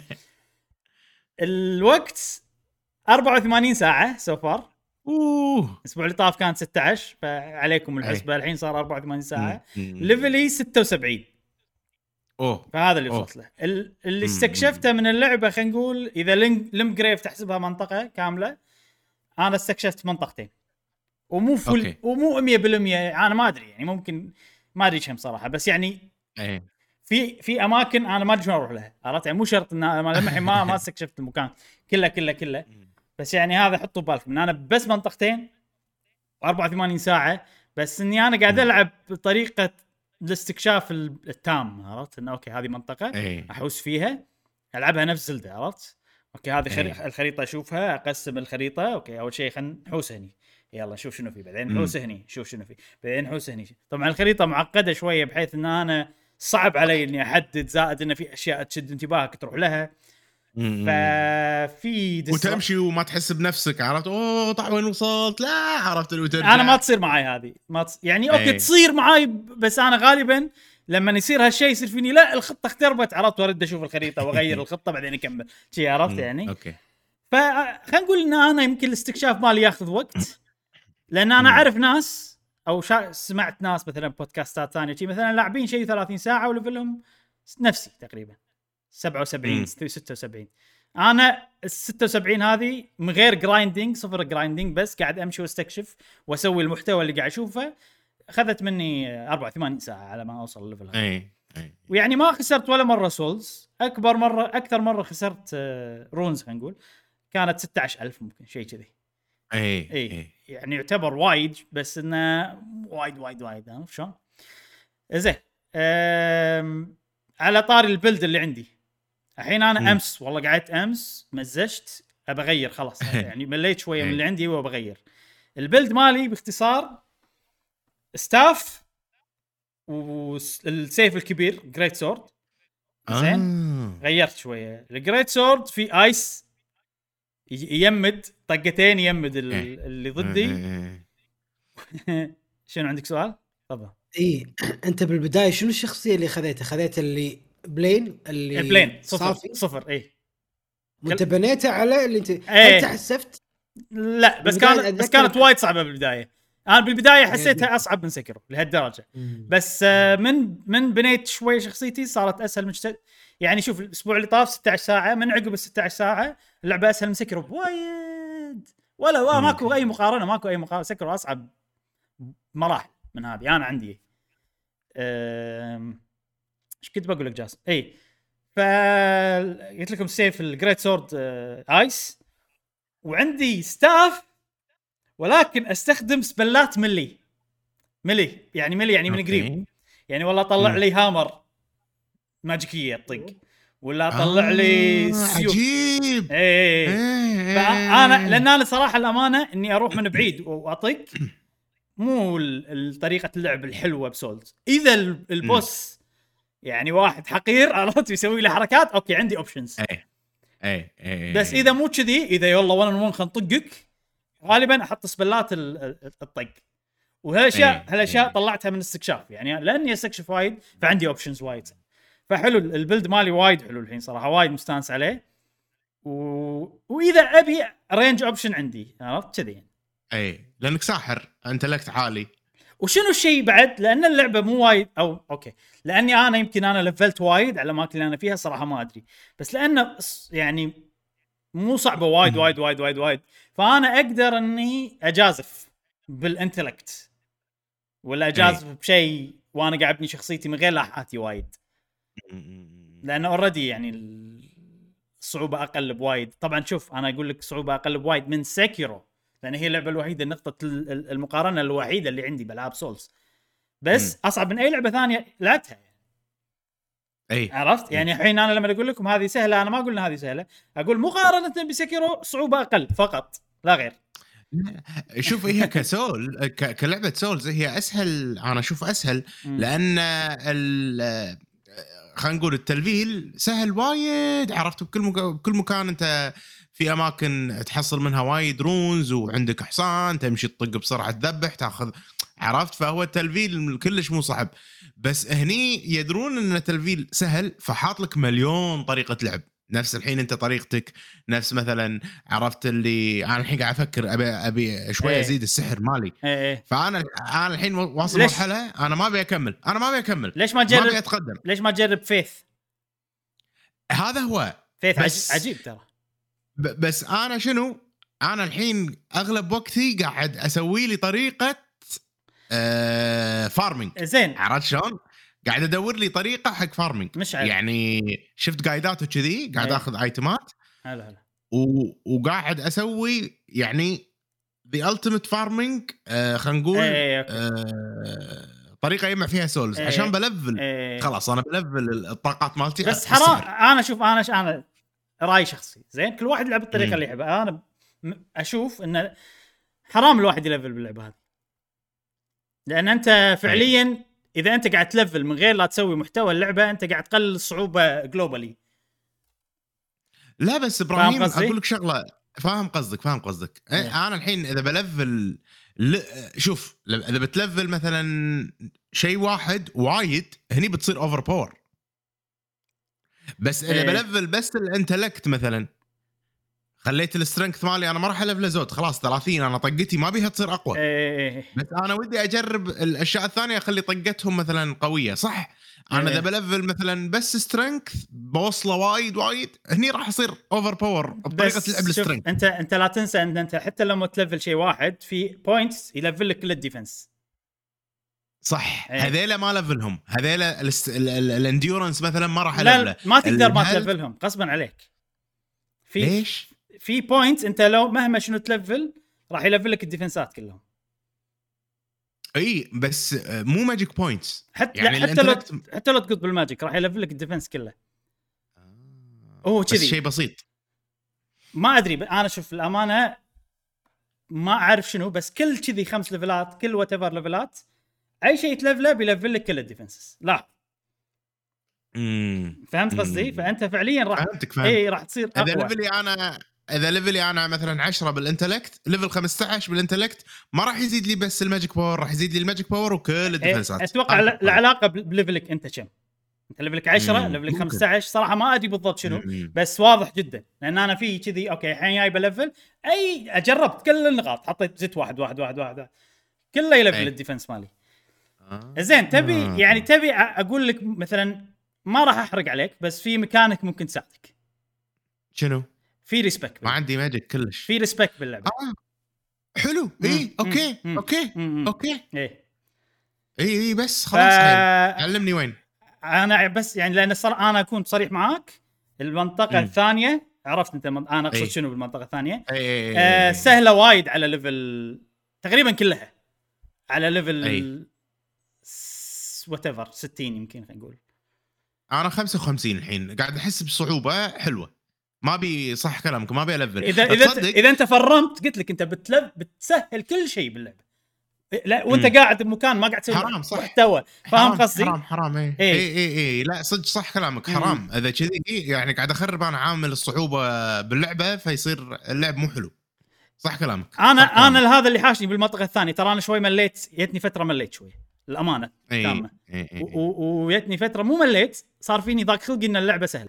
الوقت 84 ساعه سو فار. الاسبوع اللي طاف كان 16، فعليكم الحسبه. الحين صار 84 ساعه. ليفلي 76. فهذا اللي وصلت له. اللي استكشفته من اللعبه، خلينا نقول اذا لم جريف تحسبها منطقه كامله، انا استكشفت منطقتين ومو فل ومو 100%. انا ما ادري يعني، ممكن ما ادري كم صراحه، بس يعني في اماكن انا ما ادري شلون اروح لها، عرفت؟ يعني مو شرط ان انا الحين ما استكشفت المكان كله. بس يعني هذا حطوا بالكم ان انا بس منطقتين 84 ساعه، بس اني انا قاعد العب بطريقه الاستكشاف التام، عرفت؟ انه اوكي هذه منطقه احوس فيها، العبها نفس زلدة، عرفت؟ اوكي هذه الخريطه اشوفها، اقسم الخريطه. اوكي اول شيء خلينا نحوس هني، يلا نشوف شنو في، بعدين نحوس هني شوف شنو في، بعدين نحوس هني. طبعا الخريطه معقده شويه بحيث ان انا صعب علي اني احدد، زائد انه في اشياء تشد انتباهك تروح لها. ففي وتمشي وما تحس بنفسك، عرفت؟ طح وين وصلت، لا عرفت لو ترجع. انا ما تصير معي هذه، يعني اوكي تصير معي، بس انا غالبا لما يصير هالشيء يصير فيني لا الخطه اختربت، عرفت؟ وارد اشوف الخريطه واغير الخطه بعدين اكمل شيء، عرفت يعني؟ اوكي. فخلينا نقول ان انا يمكن الاستكشاف مالي ياخذ وقت، لان انا اعرف ناس او سمعت ناس مثلا بودكاستات ثانيه شيء مثلا لاعبين شيء 30 ساعه وليفلهم نفسي تقريبا 77 76. انا ال 76 هذه من غير جرايندينج، صفر جرايندينج، بس قاعد امشي واستكشف واسوي المحتوى اللي قاعد اشوفه. اخذت مني 84 ساعه على ما اوصل الليفل هذا. ويعني ما خسرت ولا مره سولز. اكثر مره خسرت رونز خلينا نقول كانت 16000 ممكن شيء كذي. يعني يعتبر وايد، بس انه وايد عارف شلون؟ زين على طاري البيلد اللي عندي الحين، انا امس والله قعدت امس مزجت ابى اغير خلاص يعني مليت شويه من اللي عندي وبغير البيلد مالي. باختصار ستاف والسيف الكبير جريت سورد. زين غيرت شويه الجريت سورد في ايس يمد طقتين، يمد اللي ضدي. شنو عندك سؤال؟ تفضل. انت بالبدايه شنو الشخصيه اللي خذيت اللي بلين صفر انت بنيتها على اللي انت هل تحسفت؟ لا بس كانت وايد صعبه بالبدايه. انا بالبدايه حسيتها اصعب من سكرو لهالدرجه، بس من بنيت شوي شخصيتي صارت اسهل من يعني شوف الاسبوع اللي طاف 16 ساعه، من عقب ال 16 ساعه اللعبه اسهل من سكرو بوايد. ولا ماكو اي مقارنه، سكرو اصعب مراحل من هذه انا عندي. ايش كنت بقول لك جاسم؟ اي قلت لكم سيف الجريت سورد ايس، وعندي ستاف ولكن استخدم سبلات ملي يعني من قريب. يعني والله طلع لي هامر ماجيكيه طق، ولا طلع لي سيوف. عجيب. فانا لان انا صراحه الامانه اني اروح من بعيد واطق مو طريقه اللعب الحلوه بسولز. اذا البوس يعني واحد حقير عرفت يسوي له حركات، اوكي عندي اوبشنز. بس اذا مو كذي، اذا يلا 1 on 1 خلينا نطقك، غالبا احط سبلات الطق. وهالاشياء طلعتها من استكشاف، يعني لاني استكشف وايد فعندي اوبشنز وايد. فحلو البيلد مالي وايد حلو الحين صراحه، وايد مستانس عليه. واذا ابي رينج اوبشن عندي عرفت كذي يعني. لانك ساحر انتلكت عالي. وشنو الشيء بعد؟ لان اللعبه مو وايد او اوكي، لاني انا يمكن انا لفلت وايد على الاماكن اللي انا فيها صراحه ما ادري، بس لانه يعني مو صعبه وايد وايد وايد وايد وايد، فانا اقدر اني اجازف بالانتلكت ولا اجازف بشيء وانا قاعد ابني شخصيتي من غير لاحاتي وايد، لانه اوريدي يعني الصعوبه اقل بوايد. طبعا شوف انا اقول لك صعوبه اقل بوايد من سيكيرو، لان هي اللعبه الوحيده نقطه المقارنه الوحيده اللي عندي بالعاب سولز، بس اصعب من اي لعبه ثانيه لعبتها. عرفت يعني الحين انا لما اقول لكم هذه سهله، انا ما اقول ان هذه سهله، اقول مقارنه بسيكيرو صعوبه اقل فقط لا غير. شوف هي كسول كلعبه سولز هي اسهل، انا اشوف اسهل لان خلينا نقول التلفيل سهل وايد. عرفت بكل مكان انت في اماكن تحصل منها وايد رونز، وعندك حصان تمشي تطق بسرعه تذبح تاخذ. عرفت فهو التلفيل كلش مو صعب، بس هني يدرون ان التلفيل سهل فحاط لك مليون طريقه لعب. نفس الحين انت طريقتك نفس مثلا عرفت اللي انا الحين قاعد افكر ابي شوي ازيد السحر مالي. فانا الحين واصل مرحله انا ما ابي اكمل. ليش ما تجرب؟ ما ابي اتقدم. ليش ما تجرب فيث؟ هذا هو فيث عجيب ترى. بس انا شنو، انا الحين اغلب وقتي قاعد اسوي لي طريقه فارمينج. زين عرفت شلون؟ قاعد ادور لي طريقه حق فارمينج، يعني شفت قايدات وكذي قاعد اخذ ايتمات. هلا وقاعد اسوي يعني the ultimate farming. خلينا نقول طريقه يجمع فيها سولز عشان بلفل. خلاص انا بلفل الطاقات مالتي. بس حرام انا شوف انا راي شخصي زين، كل واحد يلعب بالطريقه اللي يحبها. انا اشوف انه حرام الواحد يلفل باللعبه هذه، لان انت فعليا اذا انت قاعد تلفل من غير لا تسوي محتوى اللعبه انت قاعد تقلل الصعوبه جلوبالي. لا بس ابراهيم اقول لك شغله، فاهم قصدك. انا الحين اذا بلفل شوف اذا بتلفل مثلا شيء واحد وايد هني بتصير اوفر باور. بس اذا بلفل بس الانتلكت مثلا خليت السترينث مالي انا ما راح الفل زود خلاص 30 انا طقتي ما بيها تصير اقوى. بس انا ودي اجرب الاشياء الثانيه اخلي طقتهم مثلا قويه صح. انا اذا بلفل مثلا بس سترينث بوصله وايد هني راح يصير اوفر باور بطريقه لعب السترينث. انت لا تنسى ان انت حتى لما تلفل شيء واحد في بوينتس يلفل لك كل الديفنس صح. هذيلا ما لفلهم، هذيلا الانديورنس مثلا ما راح الفله. لا ما تقدر ما تلفلهم غصبا عليك. ليش؟ في بوينتس انت لو مهما شنو تلفل راح يلفل لك الديفنسات كلهم. اي بس مو ماجيك بوينتس يعني حتى لو تقط بالماجيك راح يلفل لك الديفنس كله. هو كذي شيء بسيط ما ادري. انا شوف الامانه ما اعرف شنو، بس كل كذي 5 ليفلات كل وات ايفر ليفلات اي شيء تلفله بيلفل لك كل الديفنسز. لا فهمت قصدي؟ فانت فعليا راح راح تصير اقوى. اذا ليفلي انا مثلا 10 بالانتلكت، ليفل 15 بالانتلكت ما راح يزيد لي بس الماجيك باور، راح يزيد لي الماجيك باور وكل الديفنسات. اتوقع العلاقه بليفلك انت كم. انت ليفلك 10 ليفلك 15 صراحه ما ادري بالضبط شنو بس واضح جدا لان انا في كذي اوكي الحين جاي بلفل اي جربت كل النقاط حطيت زيت واحد كله يلفل الديفنس مالي. زين تبي يعني تبي اقول لك مثلا ما راح احرق عليك بس في مكانك ممكن تساعدك. شنو؟ في ريسبكت ما عندي ماجيك كلش. في ريسبكت باللعبه. حلو اوكي اي بس خلاص علمني وين. انا بس يعني لان انا اكون صريح معاك، المنطقه الثانيه عرفت انت انا اقصد شنو بالمنطقه الثانيه. سهله وايد على ليفل تقريبا كلها على ليفل whatever 60 يمكن خلينا نقول. انا 55 الحين قاعد احس بصعوبه حلوه، ما بي صح كلامك ما بي الفل. اذا انت فرمت قلت لك انت بتسهل كل شيء باللعبه، لا وانت قاعد بمكان ما قاعد تسوي محتوى، فاهم قصدي؟ حرام اي لا صدق صح كلامك حرام. اذا كذي يعني قاعد اخرب انا عامل الصعوبه باللعبه فيصير اللعب مو حلو. صح كلامك. انا هذا اللي حاشني بالمنطقه الثانيه. ترى انا شوي مليت، جتني فتره مليت شوي الامانه تامه، وجتني فتره مو مليت، صار فيني ضاق خلقي ان اللعبه سهله.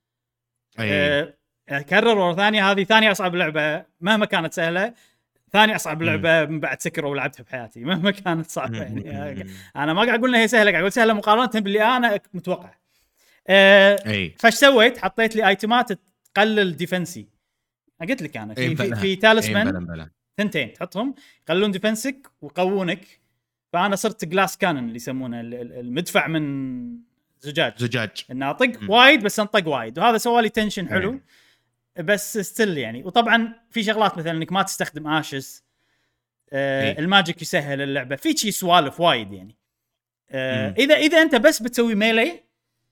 اكرر ورا ثانيه، هذه ثاني اصعب لعبه مهما كانت سهله، ثاني اصعب لعبه من بعد سكر ولعبتها بحياتي مهما كانت صعبه. يعني انا ما قاعد اقول انها هي سهله، قاعد اقول سهله مقارنه باللي انا متوقع. فايش سويت؟ حطيت لي ايتمات تقلل ديفنسي. قلت لك انا في تالسمان ثنتين تحطهم يقللون ديفنسك ويقوونك. فانا صرت جلاس كانن اللي يسمونه المدفع من زجاج انه اطق وايد بس انطق وايد، وهذا سوالي تنشن حلو. بس ستيل يعني. وطبعا في شغلات مثلا انك ما تستخدم اشز، الماجيك يسهل اللعبه في شيء سوالف وايد يعني. اذا انت بس بتسوي ميلي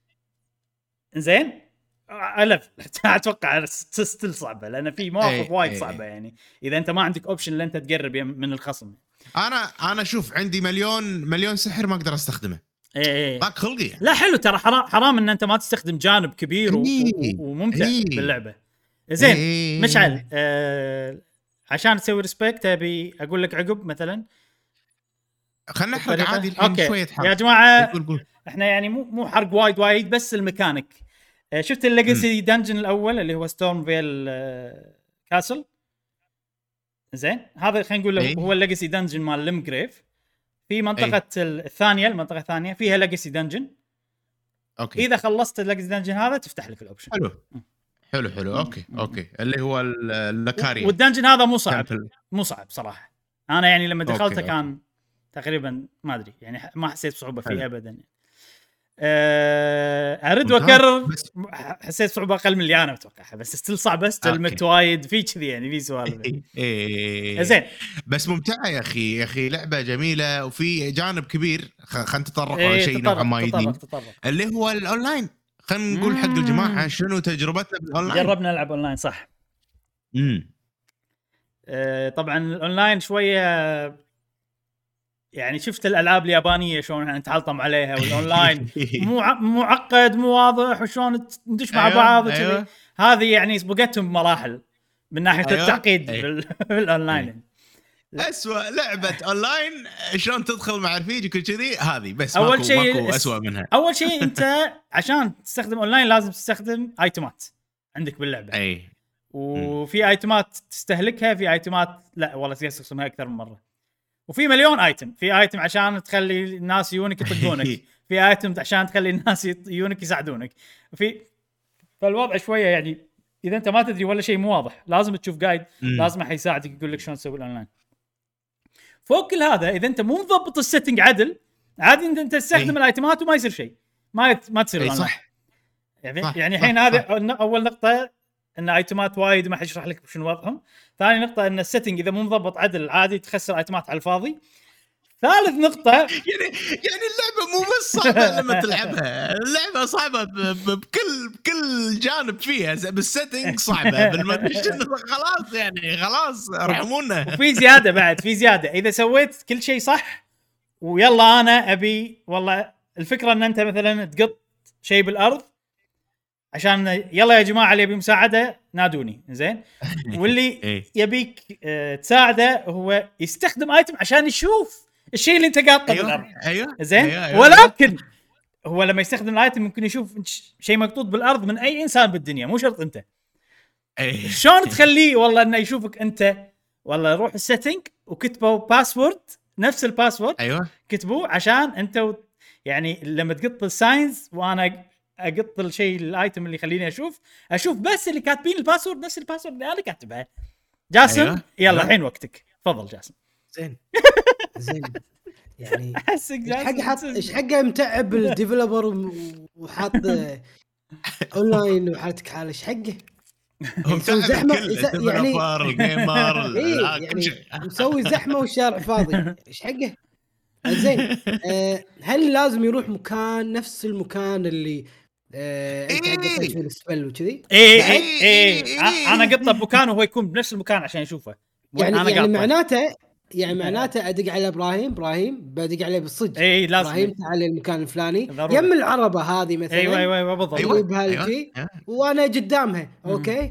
زين الف اتوقع ستيل صعبه، لان في مواقف وايد صعبه يعني اذا انت ما عندك اوبشن ان انت تقرب من الخصم. انا شوف عندي مليون سحر ما اقدر استخدمه. ضاق خلقي. لا حلو ترى، حرام ان انت ما تستخدم جانب كبير وممتع باللعبه. زين مشعل، عشان تسوي ريسبكت ابي اقول لك عقب مثلا خلنا نحرق عادي الحين شويه حرق يا جماعه. احنا يعني مو حرق وايد بس الميكانيك. شفت الليجاسي دنجن الاول اللي هو ستورم فيل كاسل؟ زين هذا خلينا نقول هو الليجاسي دنجن مال ليمجريف. في منطقه المنطقه الثانيه فيها ليجاسي دنجن. اوكي اذا خلصت الليجاسي دنجن هذا تفتح لك الاوبشن. حلو اوكي اللي هو اللكاريا. والدنجن هذا مو صعب صراحه. انا يعني لما دخلته كان تقريبا ما ادري يعني ما حسيت صعوبه فيه ابدا. ارد واكرر، حسيت صعوبه اقل من اللي انا متوقعها، بس ستيل صعب استلمت وايد في كذي يعني في سوالف. زين بس ممتعه يا اخي لعبه جميله وفي جانب كبير. خلينا نتطرق على شيء نوعا ما جديد اللي هو الاونلاين. خلينا نقول حق الجماعه شنو تجربتنا بالاونلاين. جربنا نلعب اونلاين صح. طبعا الاونلاين شويه يعني شفت الالعاب اليابانيه شلون نتعلطم عليها، والاونلاين معقد مو واضح وشلون ندش مع بعض كذي. هذه يعني سبقتهم بمراحل من ناحيه التعقيد بالاونلاين. أسوأ لعبه اونلاين شلون تدخل مع رفيجك كذي، هذه بس اول شيء ماكو أسوأ منها. اول شيء انت عشان تستخدم اونلاين لازم تستخدم ايتمات عندك باللعبه. وفي ايتمات تستهلكها، في ايتمات لا والله تستخدمها اكثر من مره. وفي مليون ايتم. في ايتم عشان تخلي الناس يونك يطقونك، في ايتم عشان تخلي الناس يونك يساعدونك. فالوضع شويه يعني اذا انت ما تدري ولا شيء مو واضح لازم تشوف جايد، لازم احد يساعدك يقول لك شلون تسوي الاونلاين. فوق كل هذا اذا انت مو مضبط السيتنج عدل عادي انت تستخدم الايتمات وما يصير شيء، ما تصير الاونلاين. يعني الحين هذا اول نقطه، ان ايتمات وايد وما حد يشرح لك شنو وضعهم. ثاني نقطه ان السيتنج اذا مو مضبط عدل عادي تخسر ايتمات على الفاضي. ثالث نقطه يعني اللعبه مو بس صعبه لما تلعبها، اللعبه صعبه بكل جانب فيها، بالسيتنج صعبه خلاص يعني خلاص ارحمونا. وفي زياده بعد، في زياده اذا سويت كل شيء صح ويلا انا ابي والله الفكره ان انت مثلا تقط شيء بالارض عشان يلا يا جماعه اللي يبي مساعده نادوني زين، واللي يبيك تساعده هو يستخدم ايتم عشان يشوف الشيء اللي انت قاطه بالارض. زين ولكن هو لما يستخدم الايتم ممكن يشوف شيء مقطوط بالارض من اي انسان بالدنيا، مو شرط انت. شلون تخليه والله انه يشوفك انت؟ والله روح السيتنج وكتبوا باسورد نفس الباسورد. كتبوه عشان انت يعني لما تقط الساينز وانا اقط الشيء الايتم اللي يخليني اشوف بس اللي كاتبين الباسورد نفس الباسورد اللي انا كاتبها. جاسم يلا الحين وقتك تفضل جاسم. زين يعني احسك جاسم ايش حقه متعب الديفلوبر وحاط اونلاين وحالتك حاله ايش حقه هم زحمه يعني الجيمر يعني مسوي زحمه والشارع فاضي ايش حقه. زين هل لازم يروح مكان نفس المكان اللي انت دخلت فيه السبل وكذي؟ انا قطه بمكان وهو يكون بنفس المكان عشان يشوفه. يعني معناته ادق على ابراهيم بدق عليه بالصدق. لازم ابراهيم تعال المكان الفلاني يم العربه هذه مثلا. ايوه بالضبط. ايوه وانا قدامها اوكي.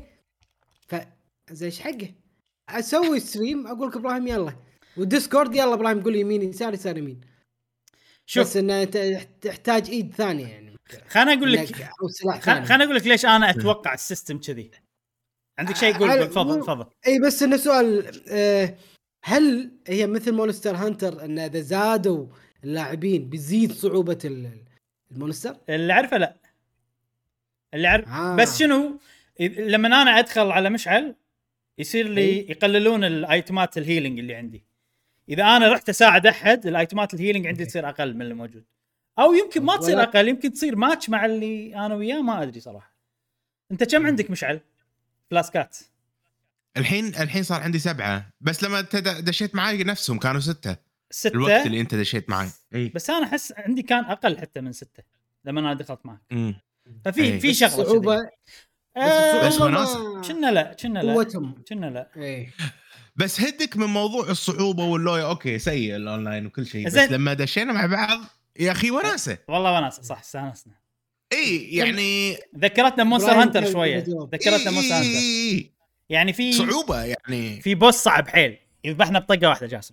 فزي ايش حقه اسوي ستريم اقول لك ابراهيم يلا والديسكورد يلا ابراهيم قول يمين يسار يسار يمين. شوف بس انه تحتاج ايد ثانيه يعني. خليني اقول لك ليش انا اتوقع السيستم كذي. عندك شيء قول تفضل. اي بس انه سؤال هل هي مثل مونستر هانتر ان اذا زادوا اللاعبين بيزيد صعوبه المونستر؟ اللي عارفه لا اللي عارف بس شنو لما انا ادخل على مشعل يصير لي يقللون الايتمات الهيلينج اللي عندي. اذا انا رحت اساعد احد الايتمات الهيلينج عندي تصير اقل من اللي موجود او يمكن ما تصير اقل. يمكن تصير ماتش مع اللي انا وياه ما ادري صراحه. انت كم عندك مشعل فلاسكات؟ الحين صار عندي 7 بس لما دشيت معاي نفسهم كانوا 6 الوقت اللي انت دشيت معاي. بس انا احس عندي كان اقل حتى من 6 لما انا دخلت معك. ففي شغله صعوبه بس وناسه كنا لا بس هدك من موضوع الصعوبه واللويا اوكي سيء الاونلاين وكل شيء بس لما دشينا مع بعض يا اخي وناسه والله وناسه صح استانسنا. يعني ذكرتنا مونستر هانتر شويه ذكرتنا مونستر هانتر يعني في صعوبه يعني في بوس صعب حيل يذبحنا بطقه واحده جاسم.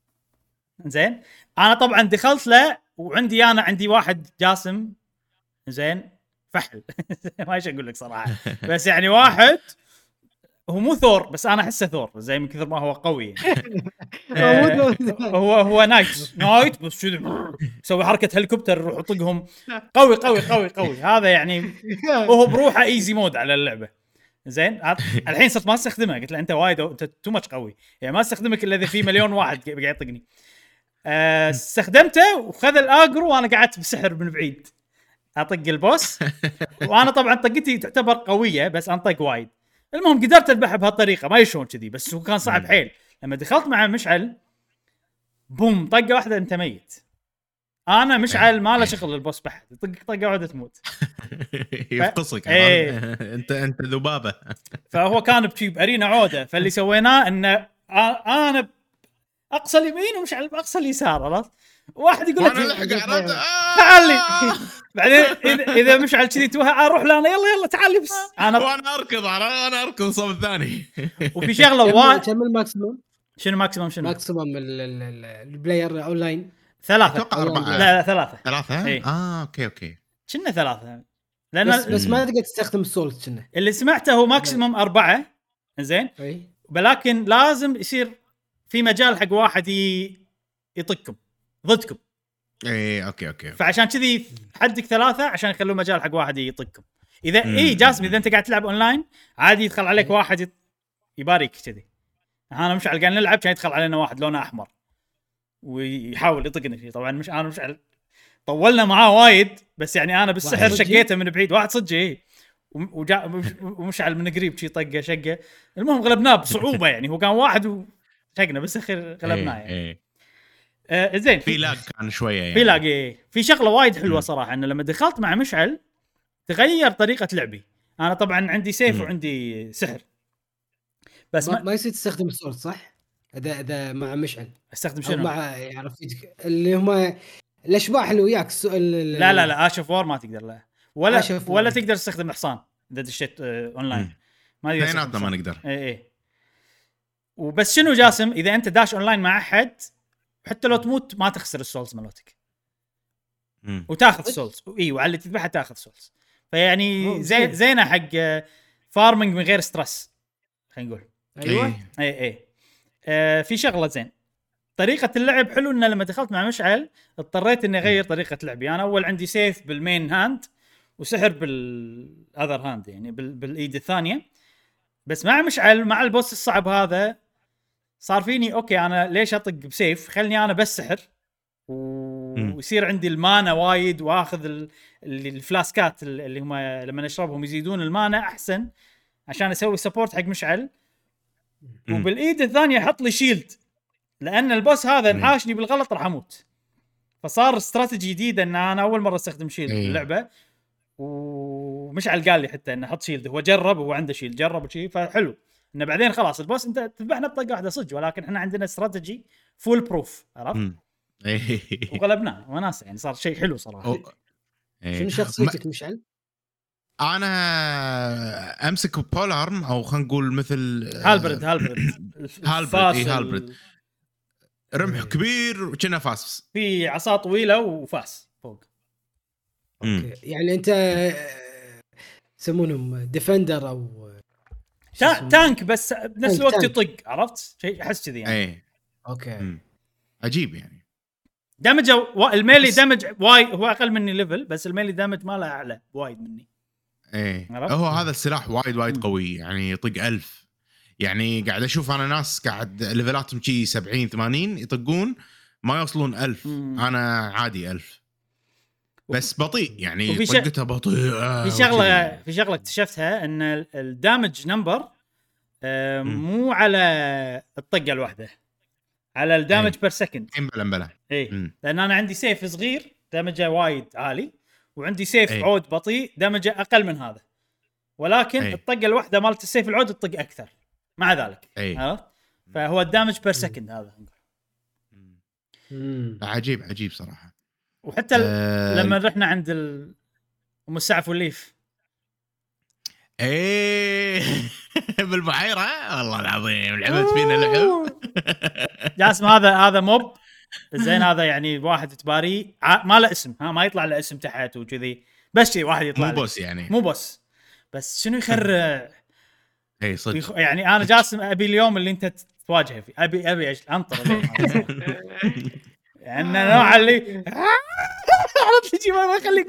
زين انا طبعا دخلت له وعندي عندي واحد جاسم زين فحل ما ايش اقول لك صراحه بس يعني واحد هو مو ثور بس انا احسه ثور زي من كثر ما هو قوي هو نايت بس شو يسوي حركه هليكوبتر يروح يطقهم قوي هذا يعني وهو بروحه ايزي مود على اللعبه. زين الحين صرت ما استخدمها قلت له انت وايد انت تو ماتش قوي يعني ما استخدمك الا اذا في مليون واحد قاعد يطقني. استخدمته وخذ الاجرو وانا قعدت بسحر من بعيد اطق البوس وانا طبعا طقتي تعتبر قويه بس انطق وايد. المهم قدرت اذبحه بهالطريقه ما يشون كذي بس هو كان صعب حيل. لما دخلت مع مشعل بوم طقه واحده انت ميت. انا مشعل ما له شغل البوس بحد يطقك طقه واحده تموت يفقصك انت ذبابه. فهو كان بارينا عوده فاللي سويناه انه انا اقصى اليمين ومشعل باقصى اليسار خلاص. واحد يقول لك تعال لي بعدين اذا مشعل كذي توها اروح له انا يلا تعال لي بس وانا اركض صوب الثاني. وفي شغله واحد كم الماكسيموم؟ شنو ماكسيموم البلاير اونلاين 3 اتوقع 4 لا 3 ايه. اوكي كنا 3 لان بس ما تقدر تستخدم السولت كنا اللي سمعته هو ماكسيموم 4 زين ولكن لازم يصير في مجال حق واحد يطقكم ضدكم. اوكي فعشان كذي حدك 3 عشان يخلوا مجال حق واحد يطقكم. اذا جاسم اذا انت قاعد تلعب اونلاين عادي يدخل عليك واحد يبارك كذي. انا مش قاعد نلعب كان يدخل علينا واحد لونه احمر ويحاول يطقني. طبعا انا مش طولنا معاه وايد بس يعني انا بالسحر شقيته من بعيد واحد صدق ومشعل من قريب شي طقه شقه. المهم غلبناه بصعوبه يعني هو كان واحد وشقنا بس اخر غلبناه يعني. زين في لاج كان شويه يعني في لاج في شغله وايد حلوه صراحه انه لما دخلت مع مشعل تغير طريقه لعبي. انا طبعا عندي سيف وعندي سحر بس ما يصير تستخدم السورد صح؟ اذا مع مشعل استخدم شنو؟ مع يعرف اللي هم الاشباح اللي وياك لا اشوف وور ما تقدر لا ولا تقدر تستخدم الحصان اذا دشيت اونلاين ما تقدر ما نقدر اي وبس شنو جاسم اذا انت داش اونلاين مع احد حتى لو تموت ما تخسر السولز مالتك وتاخذ سولز وعلى اللي تذبحه تاخذ سولز. فيعني زينه حق فارمنج من غير ستريس خلينا نقول. ايوه اي في شغله زين طريقه اللعب حلو ان لما دخلت مع مشعل اضطريت اني اغير طريقه لعبي. انا اول عندي سيف بالمين هاند وسحر بالاذر هاند يعني بالايد الثانيه. بس مع مشعل مع البوس الصعب هذا صار فيني اوكي انا ليش اطق بسيف، خلني انا بس سحر ويصير عندي المانا وايد واخذ الفلاسكات اللي هم لما نشربهم يزيدون المانا احسن عشان اسوي سبورت حق مشعل. وبالايد الثانيه احط لي شيلد لان البوس هذا انحاشني بالغلط راح اموت. فصار استراتيجي جديده ان انا اول مره استخدم شيلد باللعبه، ومشعل قال لي حتى انه حط شيلد، هو جرب وهو عنده شيلد جرب وشي، فحلو انه بعدين خلاص البوس انت تذبحنا بطقه واحده صدق، ولكن احنا عندنا استراتيجي فول بروف عرفت. وغلبناه وناس يعني صار شيء حلو صراحه. شنو شخصيتك مشعل؟ انا امسك بول ارم او خلينا نقول مثل هالبرد رمح كبير وكنا فاس في عصا طويله وفاس فوق. اوكي يعني انت يسمونهم ديفندر او تانك بس بنفس الوقت يطق عرفت شيء احس كذي يعني. اوكي عجيب يعني. دامج الميلي دامج وايد هو اقل مني ليفل، بس الميلي دامج ماله اعلى وايد مني. هو هذا السلاح وايد قوي يعني يطق 1000. يعني قاعد اشوف انا ناس قاعد ليفلاتهم شي 70 80 يطقون ما يوصلون 1000. انا عادي 1000 بس بطيء يعني طقتها بطيئه. في شغله اكتشفتها ان الدامج نمبر مو على الطقه الواحده، على الدامج بير سكند. بلا لان انا عندي سيف صغير دامجه وايد عالي، وعندي سيف عود بطيء دامجه اقل من هذا، ولكن الطقه الواحده مالت السيف العود تطق اكثر مع ذلك. فهو الدامج بير سكند هذا. عجيب صراحه. وحتى لما رحنا عند ام السعف والليف بالبحيره والله العظيم لعبت فينا لعب. جاسم هذا موب زين، هذا يعني واحد تباري ما له اسم، ما يطلع له اسم تحت وكذي، بس شيء واحد يطلع مو بوس يعني مو بوس بس شنو يخرع. صدق يعني انا جاسم ابي اليوم اللي انت تواجهه فيه، ابي انطر اليوم يعني نوع اللي عرفت تجي ما يخليك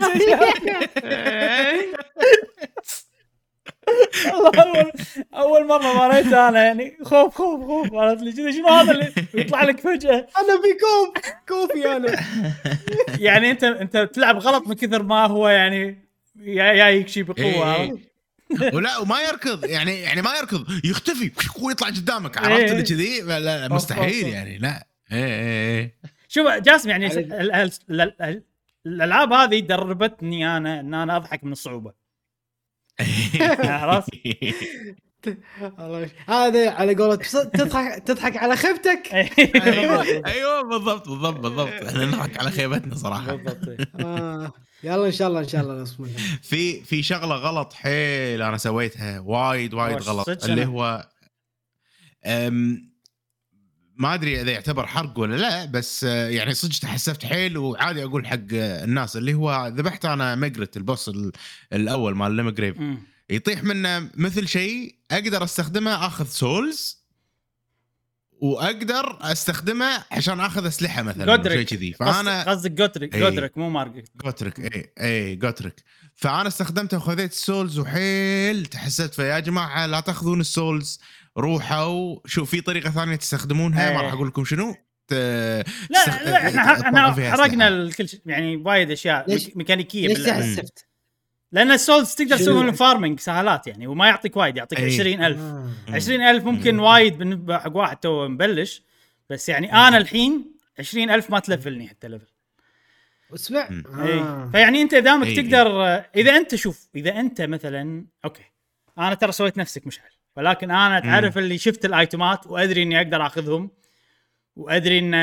اول مره مريت انا يعني خوف عرفت لي كذا شنو هذا اللي يطلع لك فجاه. انا في كوفي انا يعني انت تلعب غلط من كثر ما هو يعني جايك شيء بقوه. ولا وما يركض يعني ما يركض يختفي ويطلع قدامك عرفت اللي كذي. لا مستحيل يعني لا. شوف جاسم يعني الالعاب هذه دربتني انا ان انا اضحك من الصعوبه. عرفت هذا على قولة تضحك على خيبتك. ايوه بالضبط احنا نضحك على خيبتنا صراحه. بالضبط. يلا ان شاء الله نصمم. في شغله غلط حيل انا سويتها وايد غلط اللي هو ما ادري اذا يعتبر حرق ولا لا، بس يعني صدق تحسفت حيل وعادي اقول حق الناس اللي هو ذبحت انا ميجرت البوس الاول مال ليمجريف يطيح منه مثل شيء اقدر استخدمه اخذ سولز واقدر استخدمه عشان اخذ اسلحه مثلا شيء كذي. فانا قصدك جودريك مو مارجت جوتريك فانا استخدمته وخذيت السولز وحيل تحسفت. فيا جماعه لا تاخذون السولز، روحوا شوف في طريقه ثانيه تستخدمونها. ما راح اقول لكم شنو. لا احنا حرقنا الكل يعني وايد اشياء ميكانيكيه باللعبه، لان السولز تقدر تسوي فارمينج سهلات يعني، وما يعطيك وايد، يعطيك 20,000 20,000 ممكن وايد بالنسبه حق واحد تو مبلش، بس يعني انا الحين 20,000 ما تلفلني حتى ليفل. اسمع فيعني انت دامك تقدر اذا انت شوف اذا انت مثلا اوكي انا ترى سويت نفسك مشعل، ولكن انا تعرف اللي شفت الايتمات وادري اني اقدر اخذهم وادري ان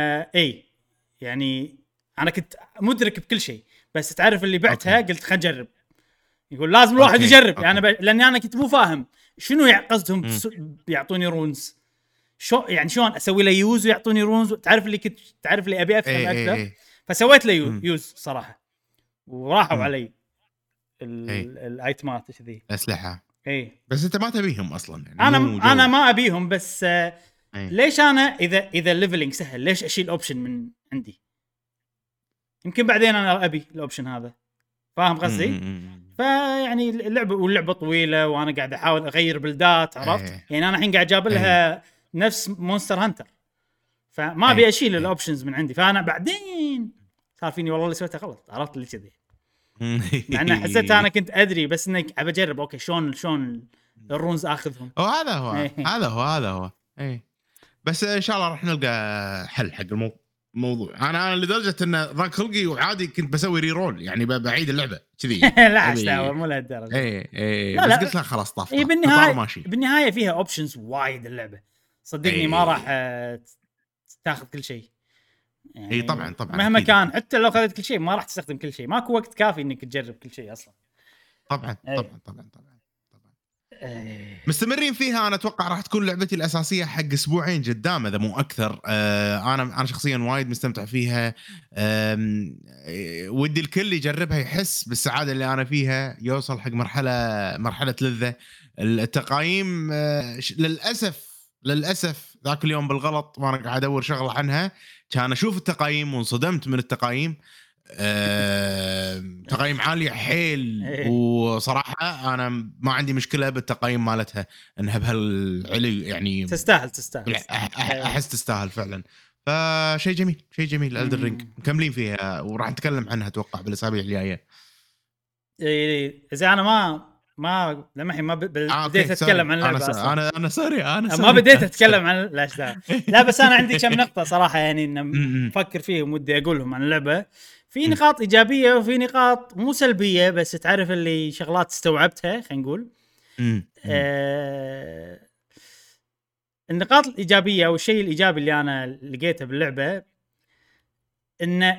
يعني انا كنت مدرك بكل شيء، بس تعرف اللي بعتها قلت خلينا نجرب. يقول لازم الواحد يجرب يعني لاني انا كنت مو فاهم شنو قصدهم بيعطوني رونز، شو يعني شلون اسوي له يوز ويعطوني رونز. تعرف اللي كنت تعرف اللي ابي افهم اكثر. فسويت له يوز صراحه وراحوا علي الايتمات كذي اسلحه. بس انت ما تبيهم اصلا يعني. انا ما ابيهم، بس ليش انا اذا الليفلينج سهل ليش اشيل اوبشن من عندي؟ يمكن بعدين انا ابي الاوبشن هذا، فاهم قصدي؟ فيعني اللعبه طويله وانا قاعد احاول اغير بلدات، عرفت؟ يعني انا الحين قاعد جاب لها نفس مونستر هانتر، فما ابي اشيل الاوبشنز من عندي. فانا بعدين صار فيني والله اللي سويته غلط، عرفت اللي كذي. مع ان حسيت انا كنت ادري بس انك ابى اجرب اوكي شلون الرونز اخذهم. هذا هو بس ان شاء الله راح نلقى حل حق الموضوع. انا لدرجه ان ضاق خلقي وعادي كنت بسوي ريرول يعني بعيد اللعبه كذي. لا استوى مو لهالدرجه. بس قلت لا خلاص طاف. بالنهايه فيها اوبشنز وايد اللعبه صدقني. ما راح تاخذ كل شيء يعني. طبعا مهما كان حتى لو اخذت كل شيء ما راح تستخدم كل شيء. ماكو وقت كافي انك تجرب كل شيء اصلا. طبعا. مستمرين فيها. انا اتوقع راح تكون لعبتي الاساسيه حق اسبوعين قدام اذا مو اكثر. انا شخصيا وايد مستمتع فيها. ودي الكل يجربها يحس بالسعاده اللي انا فيها، يوصل حق مرحله لذه. التقايم للاسف ذاك اليوم بالغلط وانا قاعد ادور شغله عنها كان اشوف التقايم وانصدمت من التقايم. تقييم عالية حيل. وصراحة أنا ما عندي مشكلة بالتقييم مالتها إنها بهالعلي يعني تستاهل أحس تستاهل فعلا. فشيء جميل Elden Ring مكملين فيها وراح نتكلم عنها أتوقع بالأسابيع الجاية. إذا أنا ما لما الحين ما بديت أتكلم عن اللعبة أصلاً. أنا سوري ما بديت أتكلم عن الأشياء. لا بس أنا عندي كم نقطة صراحة يعني إن أفكر فيهم ودي أقولهم عن اللعبة. في نقاط إيجابية وفي نقاط مو سلبية بس تعرف اللي شغلات استوعبتها خلينا نقول. النقاط الإيجابية والشيء الإيجابي اللي أنا لقيته باللعبة إن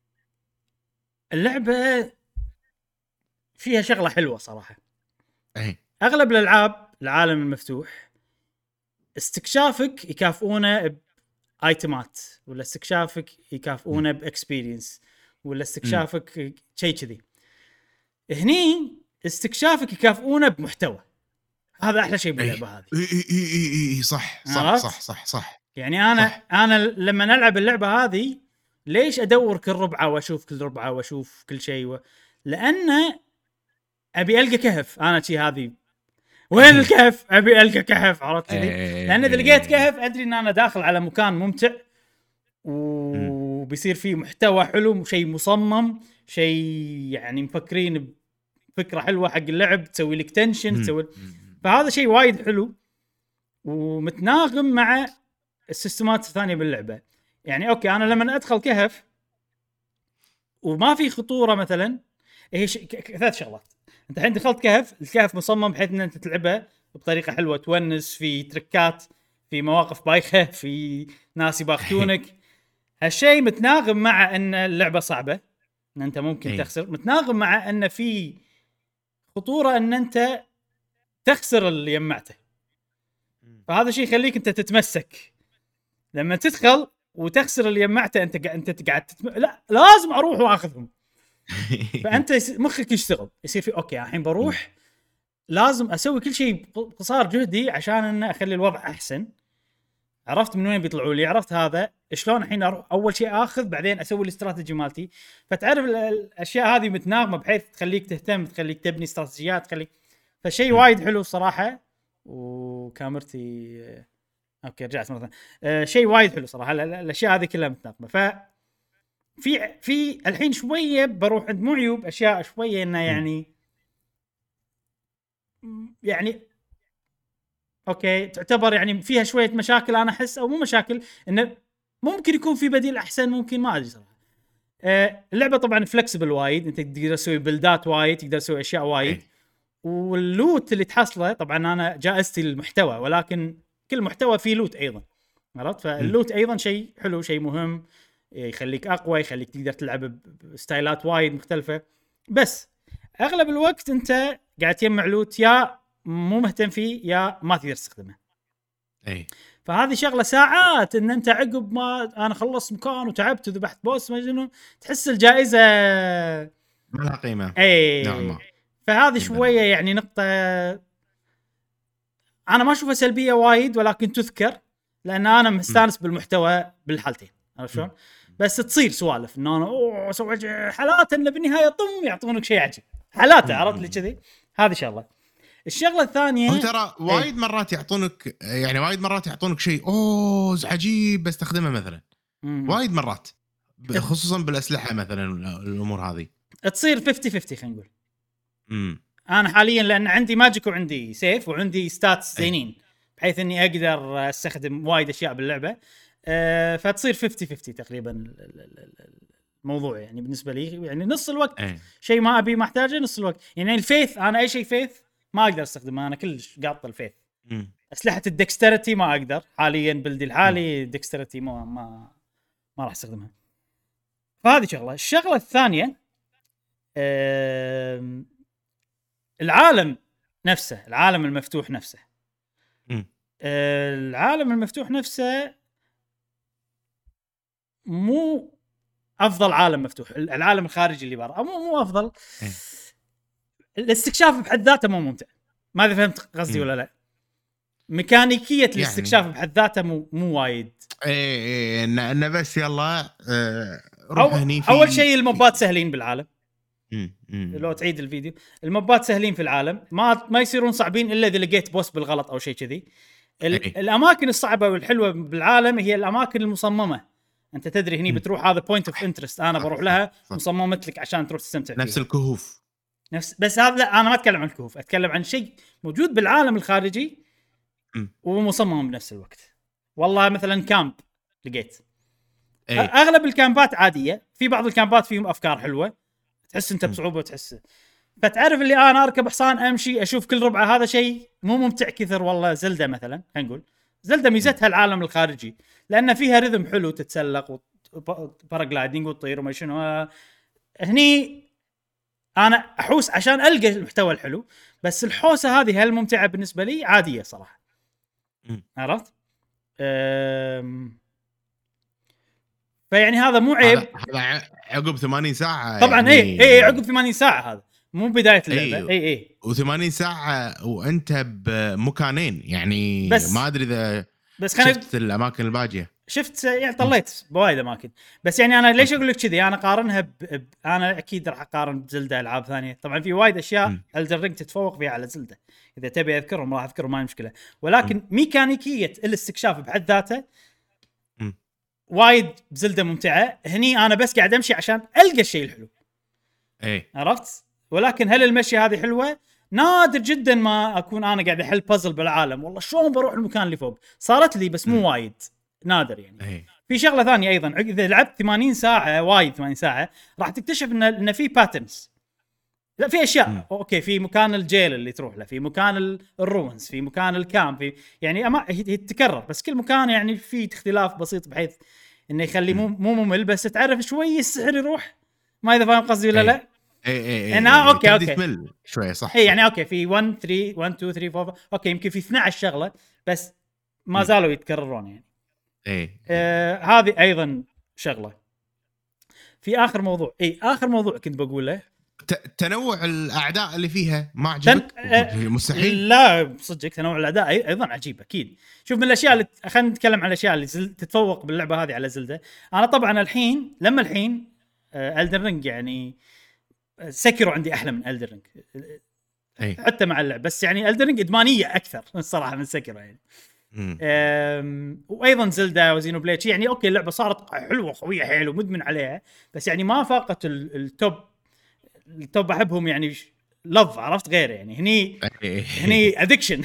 اللعبة فيها شغلة حلوة صراحة. أغلب الألعاب العالم المفتوح استكشافك يكافئونه بآيتمات ولا استكشافك يكافئونه بإكسبيرينس ولا استكشافك شيء كذي. هني استكشافك يكافئونه بمحتوى. هذا أحلى شيء باللعبة هذه. صح. يعني أنا لما نلعب اللعبة هذه ليش أدور كل ربعة وأشوف كل ربعة وأشوف كل شيء لأن أبي ألقى كهف. أنا شيء هذه وين الكهف؟ أبي ألقى كهف. عرفت لي؟ لأن إذا لقيت كهف أدري إن أنا داخل على مكان ممتع وبيصير فيه محتوى حلو، شيء مصمم، شيء يعني مفكرين بفكرة حلوة حق اللعب، تسوي لك تنشن تسوي. فهذا شيء وايد حلو ومتناغم مع السيستمات الثانية باللعبة. يعني أوكي أنا لما أدخل كهف وما في خطورة مثلا هي ثلاث شغلات. أنت الحين دخلت كهف، الكهف مصمم بحيث أن أنت تلعبه بطريقة حلوة تونس، في تركات، في مواقف بايخة، في ناس يباختونك. هالشيء متناغم مع أن اللعبة صعبة أن أنت ممكن تخسر، متناغم مع أن في خطورة أن أنت تخسر اللي يجمعته. فهذا شيء يخليك أنت تتمسك لما تدخل وتخسر اللي جمعته. أنت قاعد لا لازم أروح وأخذهم. فأنت مخك يشتغل يصير في أوكي الحين بروح لازم أسوي كل شيء قصار جهدي عشان أن أخلي الوضع أحسن. عرفت من وين بيطلعوا لي، عرفت هذا شلون الحين أروح أول شيء أخذ بعدين أسوي الاستراتيجي مالتي. فتعرف الأشياء هذه متناغمة بحيث تخليك تهتم، تخليك تبني استراتيجيات، تخليك. فشيء وايد حلو صراحة. وكاميرتي اوكي رجعت مره ثانيه. شيء وايد حلو صراحه. الاشياء هذه كلها متناغمه. في الحين شويه بروح عند مو عيوب اشياء شويه انه يعني اوكي تعتبر يعني فيها شويه مشاكل انا احس، او مو مشاكل، انه ممكن يكون في بديل احسن، ممكن ما ادري صراحه. اللعبه طبعا فلكسبل وايد، انت تقدر تسوي بلدات وايد، تقدر تسوي اشياء وايد. واللوت اللي تحصله طبعا انا جائزتي المحتوى، ولكن كل محتوى فيه لوت ايضا. عرفت؟ فاللوت ايضا شيء حلو، شيء مهم، يخليك اقوى، يخليك تقدر تلعب بستايلات وايد مختلفه. بس اغلب الوقت انت قاعد تجمع لوت يا مو مهتم فيه يا ما تقدر تستخدمه. فهذه شغله ساعات ان انت عقب ما انا خلصت مكان وتعبت وذبحت بوس ما جنون تحس الجائزه ما لها قيمه. نعم. فهذه شويه يعني نقطه انا ما اشوفها سلبيه وايد، ولكن تذكر لان انا مستانس بالمحتوى بالحالتين. عرفت شلون؟ بس تصير سوالف ان انا اسوي حالات ان بالنهايه طم يعطونك شيء عجيب حالاته. عرفت لي كذي؟ هذه شغله. الشغله الثانيه ترى وايد مرات يعطونك يعني وايد مرات يعطونك شيء عجيب بستخدمه مثلا وايد مرات خصوصا بالاسلحه مثلا الامور هذه تصير 50-50 خلينا نقول. انا حاليا لان عندي ماجيك وعندي سيف وعندي ستاتس زينين بحيث اني اقدر استخدم وايد اشياء باللعبه، فتصير 50-50 تقريبا الموضوع يعني بالنسبه لي. يعني نص الوقت شيء ما ابي ما احتاجه، نص الوقت يعني الفيث انا اي شيء فيث ما اقدر استخدمه، انا كلش قاط الفيث. اسلحه الدكستريتي ما اقدر حاليا بلدي الحالي دكستريتي ما راح استخدمها. فهذه شغله. الشغله الثانيه العالم نفسه، العالم المفتوح نفسه. العالم المفتوح نفسه مو افضل عالم مفتوح، العالم الخارجي اللي برا مو افضل. الاستكشاف بحد ذاته مو ممتع. ما ادري فهمت قصدي ولا لا. ميكانيكيه الاستكشاف يعني بحد ذاته مو وايد. انا بس يلا روح هني. اول شيء الموبات سهلين بالعالم. لو تعيد الفيديو، الموبات سهلين في العالم، ما يصيرون صعبين الا اذا لقيت بوس بالغلط او شيء كذي. الاماكن الصعبه والحلوه بالعالم هي الاماكن المصممه. انت تدري هني بتروح هذا بوينت اوف انترست انا بروح لها مصممت لك عشان تروح تستمتع فيها. نفس الكهوف بس هذا لا، انا ما اتكلم عن الكهوف، اتكلم عن شيء موجود بالعالم الخارجي ومصمم بنفس الوقت. والله مثلا كامب لقيت اغلب الكامبات عاديه، في بعض الكامبات فيهم افكار حلوه تحس انت بصعوبه تحسه، فتعرف اللي انا اركب حصان امشي اشوف كل ربعه، هذا شيء مو ممتع كثر. والله زلدة مثلا خلينا نقول زلدة ميزتها العالم الخارجي لان فيها رذم حلو تتسلق وباراجلايدنج وتطير وما شنو. هني انا احوس عشان القى المحتوى الحلو، بس الحوسه هذه هل ممتعه بالنسبه لي؟ عاديه صراحه. عرفت؟ فيعني هذا مو عيب. هذا عقب 80 ساعه طبعا يعني اي عقب 80 ساعه، هذا مو بدايه اللعبه. اي و80 ساعه وانت بمكانين يعني بس ما ادري اذا بس شفت الاماكن الباقيه. شفت يعني طليت بوايد اماكن، بس يعني انا ليش اقول لك كذي؟ انا قارنها انا اكيد راح اقارن بزلدة العاب ثانيه. طبعا في وايد اشياء Elden Ring تتفوق فيها على زلدة، اذا تبي اذكرهم راح اذكرهم ما مشكله، ولكن ميكانيكيه الاستكشاف بحد ذاته وايد بزلدة ممتعه. هني انا بس قاعد امشي عشان القى الشيء الحلو. عرفت؟ ولكن هل المشي هذه حلوه؟ نادر جدا ما اكون انا قاعد احل بازل بالعالم والله شلون بروح المكان اللي فوق. صارت لي بس مو وايد، نادر يعني. في شغله ثانيه ايضا، اذا لعبت 80 ساعه وايد 80 ساعه راح تكتشف ان في باترنز. لا في اشياء اوكي، في مكان الجيل اللي تروح له، في مكان الرونز، في مكان الكامب، في يعني هي تتكرر، بس كل مكان يعني في اختلاف بسيط بحيث انه يخلي مو ممل، بس تعرف شوي السحر يروح. ما اذا فاهم قصدي ولا لا. انا اوكي تمل شويه صح. يعني اوكي في 1 2 3 4 اوكي يمكن في 12 شغله بس ما زالوا يتكررون يعني. هذه ايضا شغله. في اخر موضوع اخر موضوع كنت بقوله، تنوع الاعداء اللي فيها ما عجبك؟ مستحيل. لا صدق تنوع الاعداء ايضا عجيب اكيد. شوف من الاشياء اللي خلينا نتكلم عن الاشياء اللي تتفوق باللعبه هذه على زلدة. انا طبعا الحين Elden Ring يعني سكروا عندي احلى من Elden Ring حتى مع اللعب، بس يعني Elden Ring ادمانيه اكثر الصراحه من سكروا يعني. وايضا زلدة وزينو بليد يعني اوكي اللعبه صارت حلوه قويه حيل ومدمن عليها، بس يعني ما فاقت التوب احبهم يعني لف. عرفت غير يعني هني ادكشن.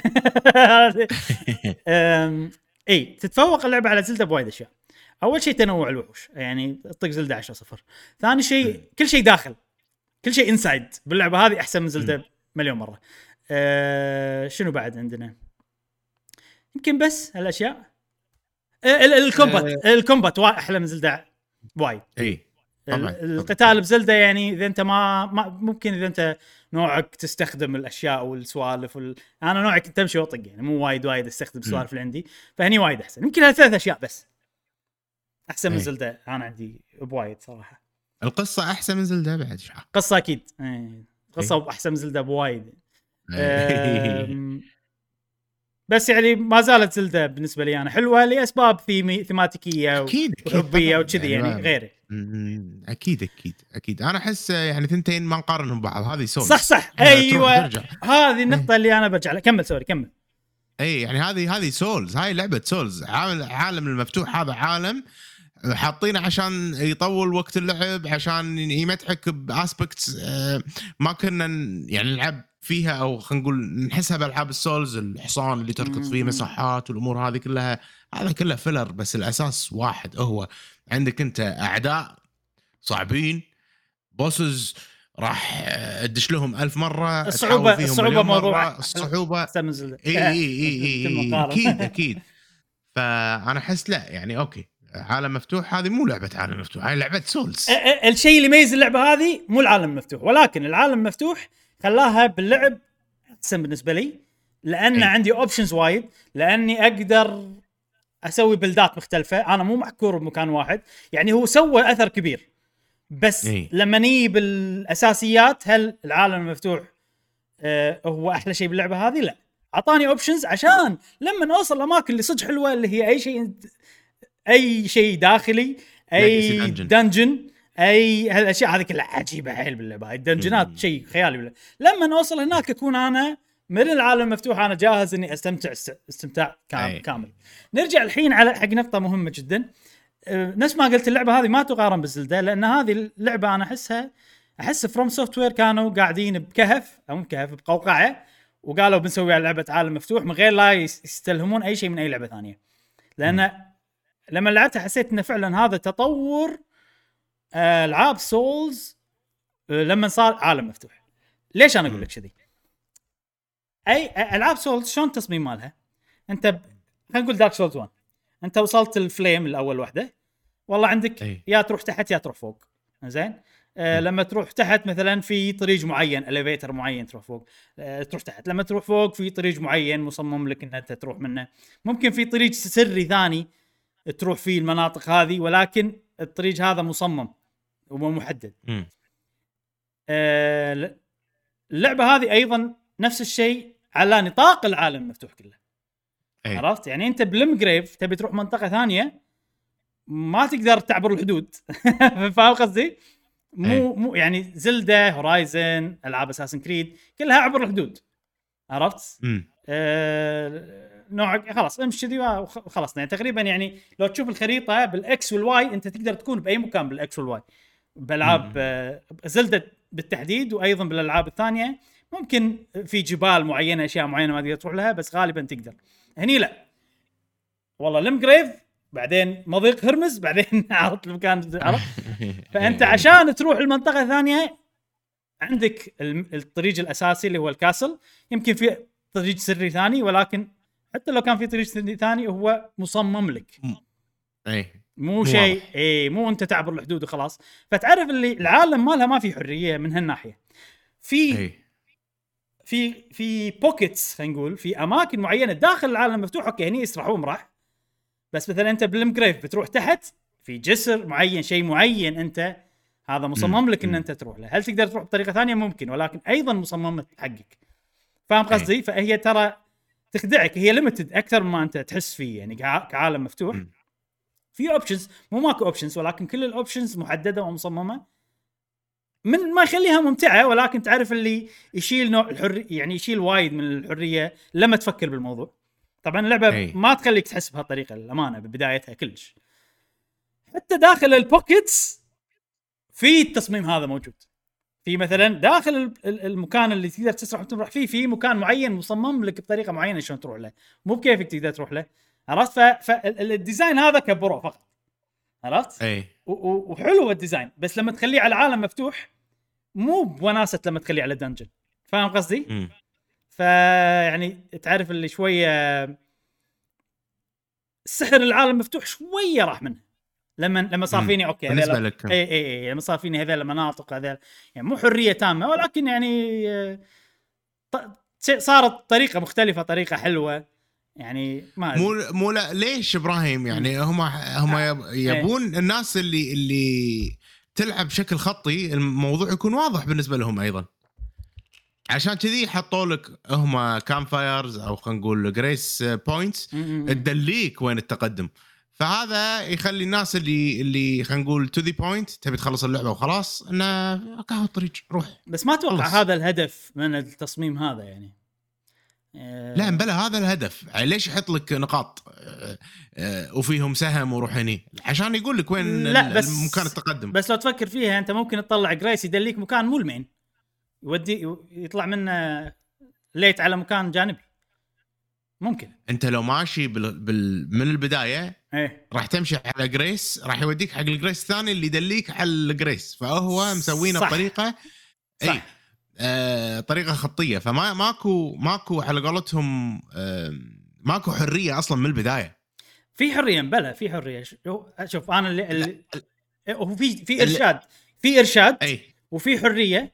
تتفوق اللعبه على زلدة بوايد اشياء. اول شيء تنوع الوحوش، يعني طق زلدة 10/0. ثاني شيء كل شيء داخل، كل شيء انسايد باللعبه هذه احسن من زلدة مليون مره. شنو بعد عندنا؟ يمكن بس هالاشياء. الكومبات احلى من زلدة وايد. القتال بزلدة يعني اذا انت ما ممكن اذا انت نوعك تستخدم الاشياء والسوالف انا نوعي كنت امشي واطق يعني مو وايد استخدم السوالف اللي عندي، فهني وايد احسن. يمكن هالثلاث اشياء بس احسن من زلدة انا عندي بوايد صراحه. القصه احسن من زلدة بعد شحال؟ قصه اكيد قصه احسن من زلدة بوايد. بس يعني ما زالت زلدة بالنسبه لي انا حلوه لاسباب ثيماتيكيه وحبيه وكذي يعني غيري. اكيد انا احس يعني ثنتين ما نقارنهم ببعض. هذه سولز صح ايوه هذه النقطه اللي انا برجع لها. كمل اي يعني هذه سولز، هاي لعبه سولز. عالم المفتوح هذا عالم حاطينه عشان يطول وقت اللعب، عشان يمتعك باسبكتس ما كنا يعني نلعب فيها، او خلينا نقول نحسها بالعاب السولز، الحصان اللي تركض فيه مساحات والامور هذه كلها، هذا كله فيلر. بس الاساس واحد، هو عندك انت اعداء صعبين، بوسز راح ادش لهم 1000 مره، الصعوبه موضوع الصعوبه اكيد. فانا احس لا يعني اوكي، عالم مفتوح هذه مو لعبه عالم مفتوح، هاي لعبه سولز. الشيء اللي يميز اللعبه هذه مو العالم المفتوح، ولكن العالم المفتوح خلاها باللعب احسن بالنسبه لي، لان عندي اوبشنز وايد، لاني اقدر اسوي بلدات مختلفه، انا مو محكور بمكان واحد. يعني هو سوى اثر كبير، بس لما نيجي بالاساسيات، هل العالم المفتوح هو احلى شيء باللعبه هذه؟ لا، اعطاني اوبشنز عشان لما اوصل الاماكن اللي صدق حلوه، اللي هي اي شيء داخلي، اي دنجن، اي هالاشياء هذه كلها عجيبه حيل باللعبه. هاي الدنجنات شيء خيالي بالله. لما اوصل هناك اكون انا من العالم المفتوح، انا جاهز اني استمتاع كامل. نرجع الحين على حق نقطه مهمه جدا. نفس ما قلت، اللعبه هذه ما تقارن بزلدة، لان هذه اللعبه انا احس فروم سوفت وير كانوا قاعدين بكهف، او مو بكهف، بقوقعه، وقالوا بنسوي لعبه عالم مفتوح من غير لا يستلهمون اي شيء من اي لعبه ثانيه. لان لما لعبتها حسيت ان فعلا هذا تطور العاب سولز لما صار عالم مفتوح. ليش انا اقول لك كذي؟ اي العاب سولز شلون التصميم مالها؟ انت خلينا نقول دارك سولز 1، انت وصلت الفليم الاول وحده، والله عندك يا تروح تحت يا تروح فوق. زين، لما تروح تحت مثلا في طريق معين، اليفيتر معين تروح فوق، تروح تحت. لما تروح فوق في طريق معين مصمم لك ان انت تروح منه. ممكن في طريق سري ثاني تروح فيه المناطق هذه، ولكن الطريق هذا مصمم ومحدد. اللعبه هذه ايضا نفس الشيء على نطاق العالم المفتوح كله. عرفت؟ يعني انت بالمجريف تبي تروح منطقه ثانيه، ما تقدر تعبر الحدود. فاهم قصدي؟ مو يعني زلدة، هورايزن، العاب اساسن كريد كلها عبر الحدود. عرفت؟ نوع خلاص امشي ذي وخلصنا. يعني تقريبا يعني لو تشوف الخريطه بالاكس والواي، انت تقدر تكون باي مكان بالاكس والواي بالالعاب زلدة بالتحديد، وايضا بالالعاب الثانيه ممكن في جبال معينه، اشياء معينه ما تقدر تروح لها، بس غالبا تقدر. هني لا، والله لمجريف، بعدين مضيق هرمز، بعدين عرفت المكان. عرفت؟ فانت عشان تروح المنطقه الثانيه عندك الطريق الاساسي اللي هو الكاسل، يمكن في طريق سري ثاني، ولكن حتى لو كان في طريق سري ثاني هو مصمم لك. مو شيء مو انت تعبر الحدود وخلاص. فتعرف اللي العالم مالها ما في حريه من هالناحيه. في بوكيتس، خلينا نقول في اماكن معينه داخل العالم المفتوح، اوكي هني يسرحون راح، بس مثلا انت بالمجريف بتروح تحت في جسر معين، شيء معين انت هذا مصمم لك ان انت تروح له. هل تقدر تروح بطريقه ثانيه؟ ممكن، ولكن ايضا مصمم حقك. فاهم قصدي؟ فهي ترى تخدعك، هي ليميتد اكثر مما انت تحس فيه. يعني كعالم مفتوح في اوبشنز، مو ماكو اوبشنز، ولكن كل الاوبشنز محدده ومصممه من ما يخليها ممتعه، ولكن تعرف اللي يشيل نوع الحريه، يعني يشيل وايد من الحريه لما تفكر بالموضوع. طبعا اللعبه ما تخليك تحس بهالطريقه الامانه ببدايتها كلش. حتى داخل البوكيتس في التصميم هذا موجود. في مثلا داخل المكان اللي تقدر تسرح وتروح فيه، في مكان معين مصمم لك بطريقه معينه شلون تروح له، مو بكيفك تقدر تروح له. عرفت؟ فالديزاين هذا كبره فقط. عرفت؟ وحلو الديزاين، بس لما تخليه على عالم مفتوح مو بوناسه لما تخليه على دنجن. فاهم قصدي؟ فيعني تعرف اللي شويه سحر العالم المفتوح شويه راح منه لما صار فيني اوكي بالنسبه لك. اي لما صار فيني هذول المناطق، هذول يعني مو حريه تامه، ولكن يعني صارت طريقه مختلفه، طريقه حلوه. يعني ما مو لا ليش ابراهيم؟ يعني هم يبون الناس اللي تلعب بشكل خطي الموضوع يكون واضح بالنسبه لهم ايضا، عشان كذي حطوا لك هم كام فايرز، او خلينا نقول جريس بوينتس تدليك وين التقدم. فهذا يخلي الناس اللي خلينا نقول تو ذا بوينت تبي تخلص اللعبه وخلاص انه قهوه الطريق روح. بس ما اتوقع هذا الهدف من التصميم هذا يعني. لا بلا هذا الهدف. ليش يحط لك نقاط وفيهم سهم وروح هني عشان يقول لك وين مكان التقدم. بس لو تفكر فيها انت ممكن تطلع جريس يدليك مكان مو المين يودي يطلع منه ليت على مكان جانبي. ممكن انت لو ماشي من البدايه راح تمشي على جريس راح يوديك حق الجريس الثاني اللي يدليك على الجريس. فهو مسوينا بطريقه طريقه خطيه. فما ماكو على قولتهم ماكو حريه اصلا من البدايه. في حريه بلا في حريه. شوف انا اللي هو في ارشاد في ارشاد وفي حريه.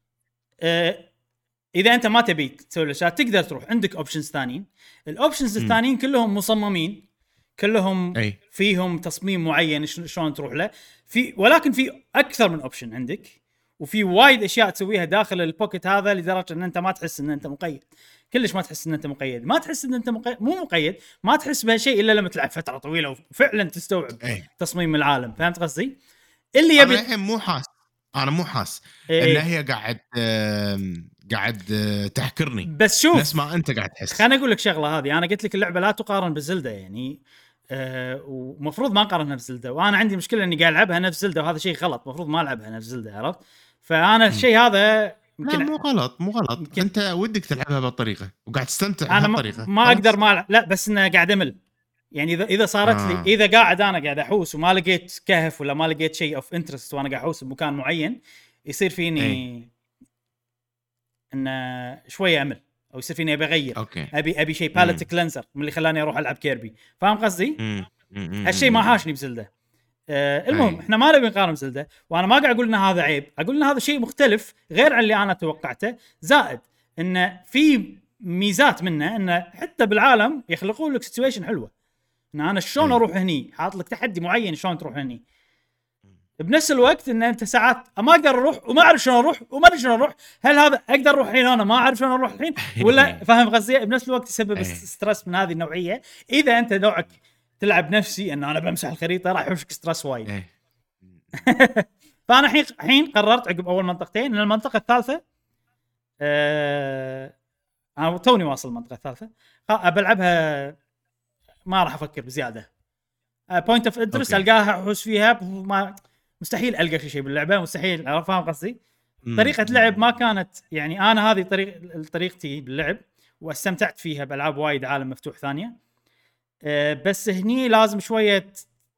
اذا انت ما تبي تسوي الاشياء تقدر تروح عندك اوبشنز ثانيين. الاوبشنز الثانيين كلهم مصممين كلهم فيهم تصميم معين شلون تروح له ولكن في اكثر من اوبشن عندك وفي وايد اشياء تسويها داخل البوكيت هذا لدرجه ان انت ما تحس ان انت مقيد. كلش ما تحس ان انت مقيد. ما تحس ان انت مو مقيد. ما تحس بهالشيء الا لما تلعب فتره طويله وفعلا تستوعب تصميم العالم. فهمت قصدي؟ اللي يبي انا مو حاس ان هي قاعد تحكرني. بس شوف نفس ما انت قاعد تحس. خليني اقول لك شغله. هذه انا قلت لك اللعبه لا تقارن بزلدة يعني ومفروض ما اقارنها بزلدة. وانا عندي مشكله اني قاعد العبها نفس زلدة وهذا شيء غلط. مفروض ما العبها نفس زلدة. عرفت؟ فانا الشيء هذا يمكن مو غلط انت ودك تلعبها بهالطريقه وقاعد تستمتع بهالطريقه. ما اقدر لا بس انه قاعد امل يعني. اذا صارت لي اذا انا قاعد احوس وما لقيت كهف ولا ما لقيت شيء اوف انترست وانا قاعد احوس بمكان معين يصير فيني ان شويه امل او يصير فيني ابي اغير. ابي شيء باليت كلينزر من اللي خلاني اروح العب كيربي. فاهم قصدي؟ هالشيء ما حاشني بزلدة. المهم احنا ما نبي نقارن بزلدة وانا ما قاعد اقول ان هذا عيب. اقول ان هذا شيء مختلف غير عن اللي انا توقعته. زائد ان في ميزات منه ان حتى بالعالم يخلقون لك سيتويشن حلوه ان انا شلون اروح هني. حاط لك تحدي معين شلون تروح هني. بنفس الوقت ان انت ساعات ما اقدر اروح وما اعرف شلون اروح وما ادري شلون اروح. هل هذا اقدر اروح الحين انا ما اعرف شلون اروح الحين ولا فاهم قصدي؟ بنفس الوقت يسبب ستريس من هذه النوعيه. اذا انت نوعك تلعب نفسي ان انا بمسح الخريطه راح يوشك ستريس وايد. فانا الحين قررت عقب اول منطقتين ان المنطقه الثالثه انا توني واصل المنطقه الثالثه بلعبها ما راح افكر بزياده. بوينت اوف انترست القاها احوس فيها ما مستحيل القى شيء باللعبه مستحيل. فاهم قصدي؟ طريقه لعب ما كانت يعني انا هذه طريقتي باللعب واستمتعت فيها بالعاب وايد عالم مفتوح ثانيه. بس هني لازم شويه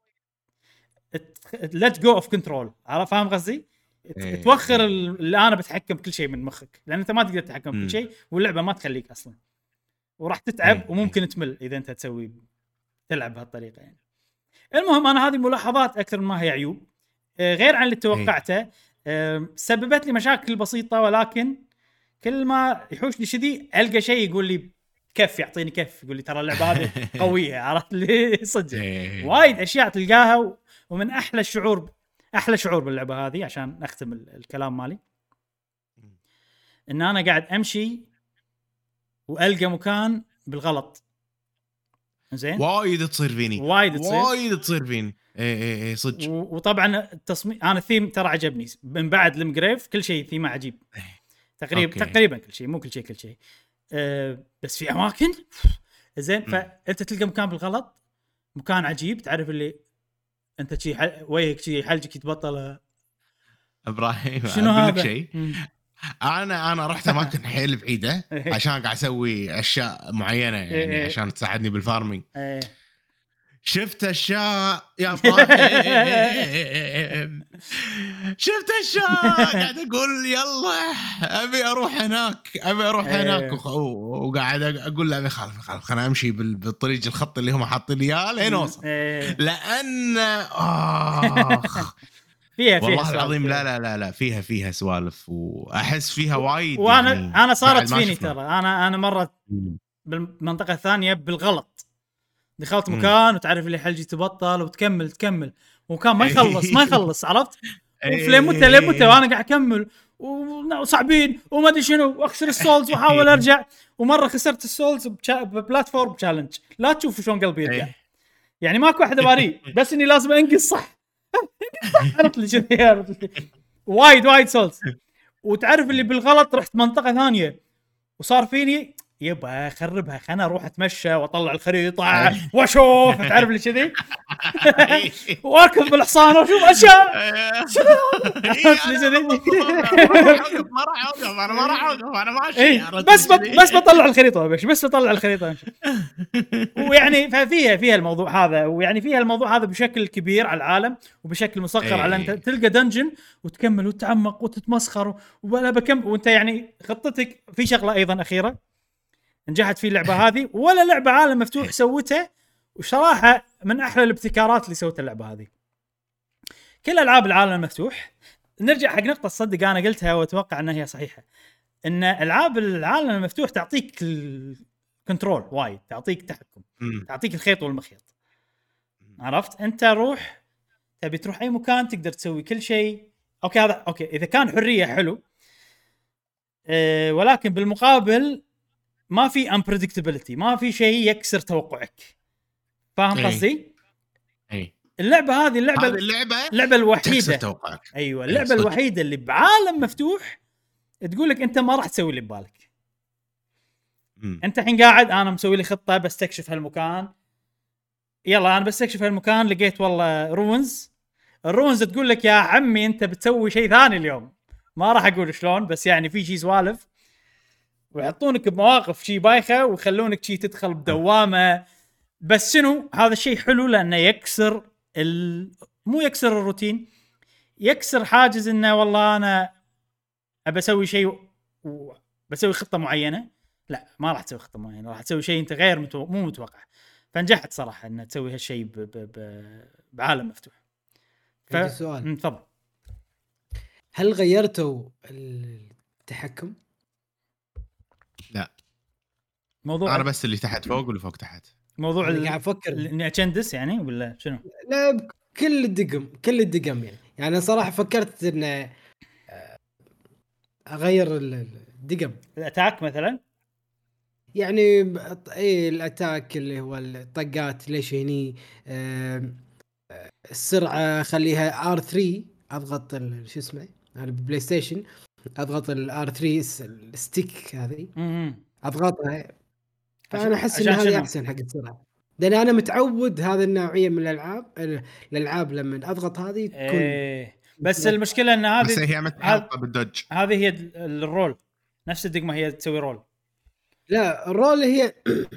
let go of control. عارف فاهم قصدي؟ توخر اللي انا بتحكم كل شيء من مخك لان انت ما تقدر تتحكم كل شيء واللعبه ما تخليك اصلا وراح تتعب وممكن تمل اذا انت تلعب بهالطريقه يعني. المهم انا هذه ملاحظات اكثر ما هي عيوب غير عن اللي توقعته. سببت لي مشاكل بسيطه ولكن كل ما يحوشني شذي القى شيء يقول لي كف يعطيني كف يقول لي ترى اللعبه هذه قويه. عرفت لي صدق وايد اشياء تلقاها ومن احلى شعور باللعبه هذه عشان نختم الكلام مالي ان انا قاعد امشي والقى مكان بالغلط. زين وايد تصير فيني وايد تصير فيني صدق. وطبعا التصميم انا الثيم ترى عجبني من بعد المجريف كل شيء ثيمه عجيب تقريبا كل شيء مو كل شيء بس في اماكن زين. فانت تلقى مكان بالغلط مكان عجيب تعرف اللي انت شيء وجهك شيء حلجك يتبطل. ابراهيم شنو هذا شيء انا رحت اماكن حيل بعيده عشان قاعد اسوي اشياء معينه يعني عشان تساعدني بالفارمينج. شفت اشياء يا ابراهيم شفت اشياء قاعد اقول يلا ابي اروح هناك وقاعد اقول لا خلنا امشي بالطريق الخط اللي هم حاطين لي اياه لين اوصل لان فيها والله العظيم لا فيها سوالف واحس فيها وايد وانا يعني انا صارت فيني ترى انا مره بالمنطقه الثانيه بالغلط دخلت مكان وتعرف اللي حلجي تبطل وتكمل وكان ما يخلص عرفت وفي متى وانا قاعد اكمل وصعبين وما ادري شنو واخسر السولز واحاول ارجع ومره خسرت السولز ببلاتفورم تشالنج. لا تشوف شلون قلبي يرجع يعني ماكو واحده باري بس اني لازم انقص صح. عرفت لي كذي وايد سولز. وتعرف اللي بالغلط رحت منطقه ثانيه وصار فيني يبا اخربها، خلنا اروح اتمشى واطلع الخريطه واشوف، تعرف لي كذي. واركب بالحصان واشوف اشياء. ما راح اوقف انا ماشي. بس بطلع الخريطه يا باشا، بس بطلع الخريطه. ويعني فيها الموضوع هذا، ويعني فيها الموضوع هذا بشكل كبير على العالم وبشكل مسخر على انت تلقى دنجن وتكمل وتتعمق وتتمسخر ولا بكم، وانت يعني خطتك في شغله ايضا اخيره نجحت في اللعبه هذه ولا لعبه عالم مفتوح سوتها، وصراحه من احلى الابتكارات اللي سوتها اللعبه هذه. كل العاب العالم المفتوح، نرجع حق نقطه صدق انا قلتها واتوقع انها هي صحيحه، ان العاب العالم المفتوح تعطيك الكنترول وايد، تعطيك تحكم، تعطيك الخيط والمخيط. عرفت انت روح تبي تروح اي مكان تقدر تسوي كل شيء. اوكي هذا اوكي اذا كان حريه حلو، ولكن بالمقابل ما في unpredictability، ما في شيء يكسر توقعك. فاهم قصدي؟ اللعبه هذه اللعبه الوحيده ايوه اللعبه الوحيده اللي بعالم مفتوح تقول لك انت ما راح تسوي اللي ببالك. انت الحين قاعد انا مسوي لي خطه بستكشف هالمكان، يلا انا بستكشف هالمكان لقيت والله رونز. الرونز تقول لك يا عمي انت بتسوي شيء ثاني اليوم، ما راح اقول شلون، بس يعني في شيء سوالف ويحطونك بمواقف شيء بايخه ويخلونك شيء تدخل بدوامه. بس شنو هذا الشيء حلو لانه يكسر مو يكسر الروتين، يكسر حاجز انه والله انا ابى اسوي شيء وبسوي خطه معينه. لا ما راح تسوي خطه معينه، راح تسوي شيء انت غير مو متوقع. فنجحت صراحه ان تسوي هالشيء بعالم مفتوح. سؤال تفضل. هل غيرتوا التحكم؟ لا موضوع انا بس اللي تحت فوق واللي فوق تحت. موضوع اللي قاعد افكر اني اتشندس يعني ولا شنو؟ لا كل الدقم يعني انا صراحه فكرت ان اغير الدقم. الاتاك مثلا يعني اي الاتاك اللي هو الطقات ليش هني السرعه خليها R3 اضغط شو اسمه على البلاي ستيشن اضغط الR3 الستيك هذه اضغطها. فانا احس ان هذا احسن حق السرعه، لان انا متعود هذا النوعيه من الالعاب لما اضغط هذه تكون بس المشكله ان هذه بس هي متحطه بالدوج، هذه هي الرول نفس الدقمه هي تسوي رول. لا الرول هي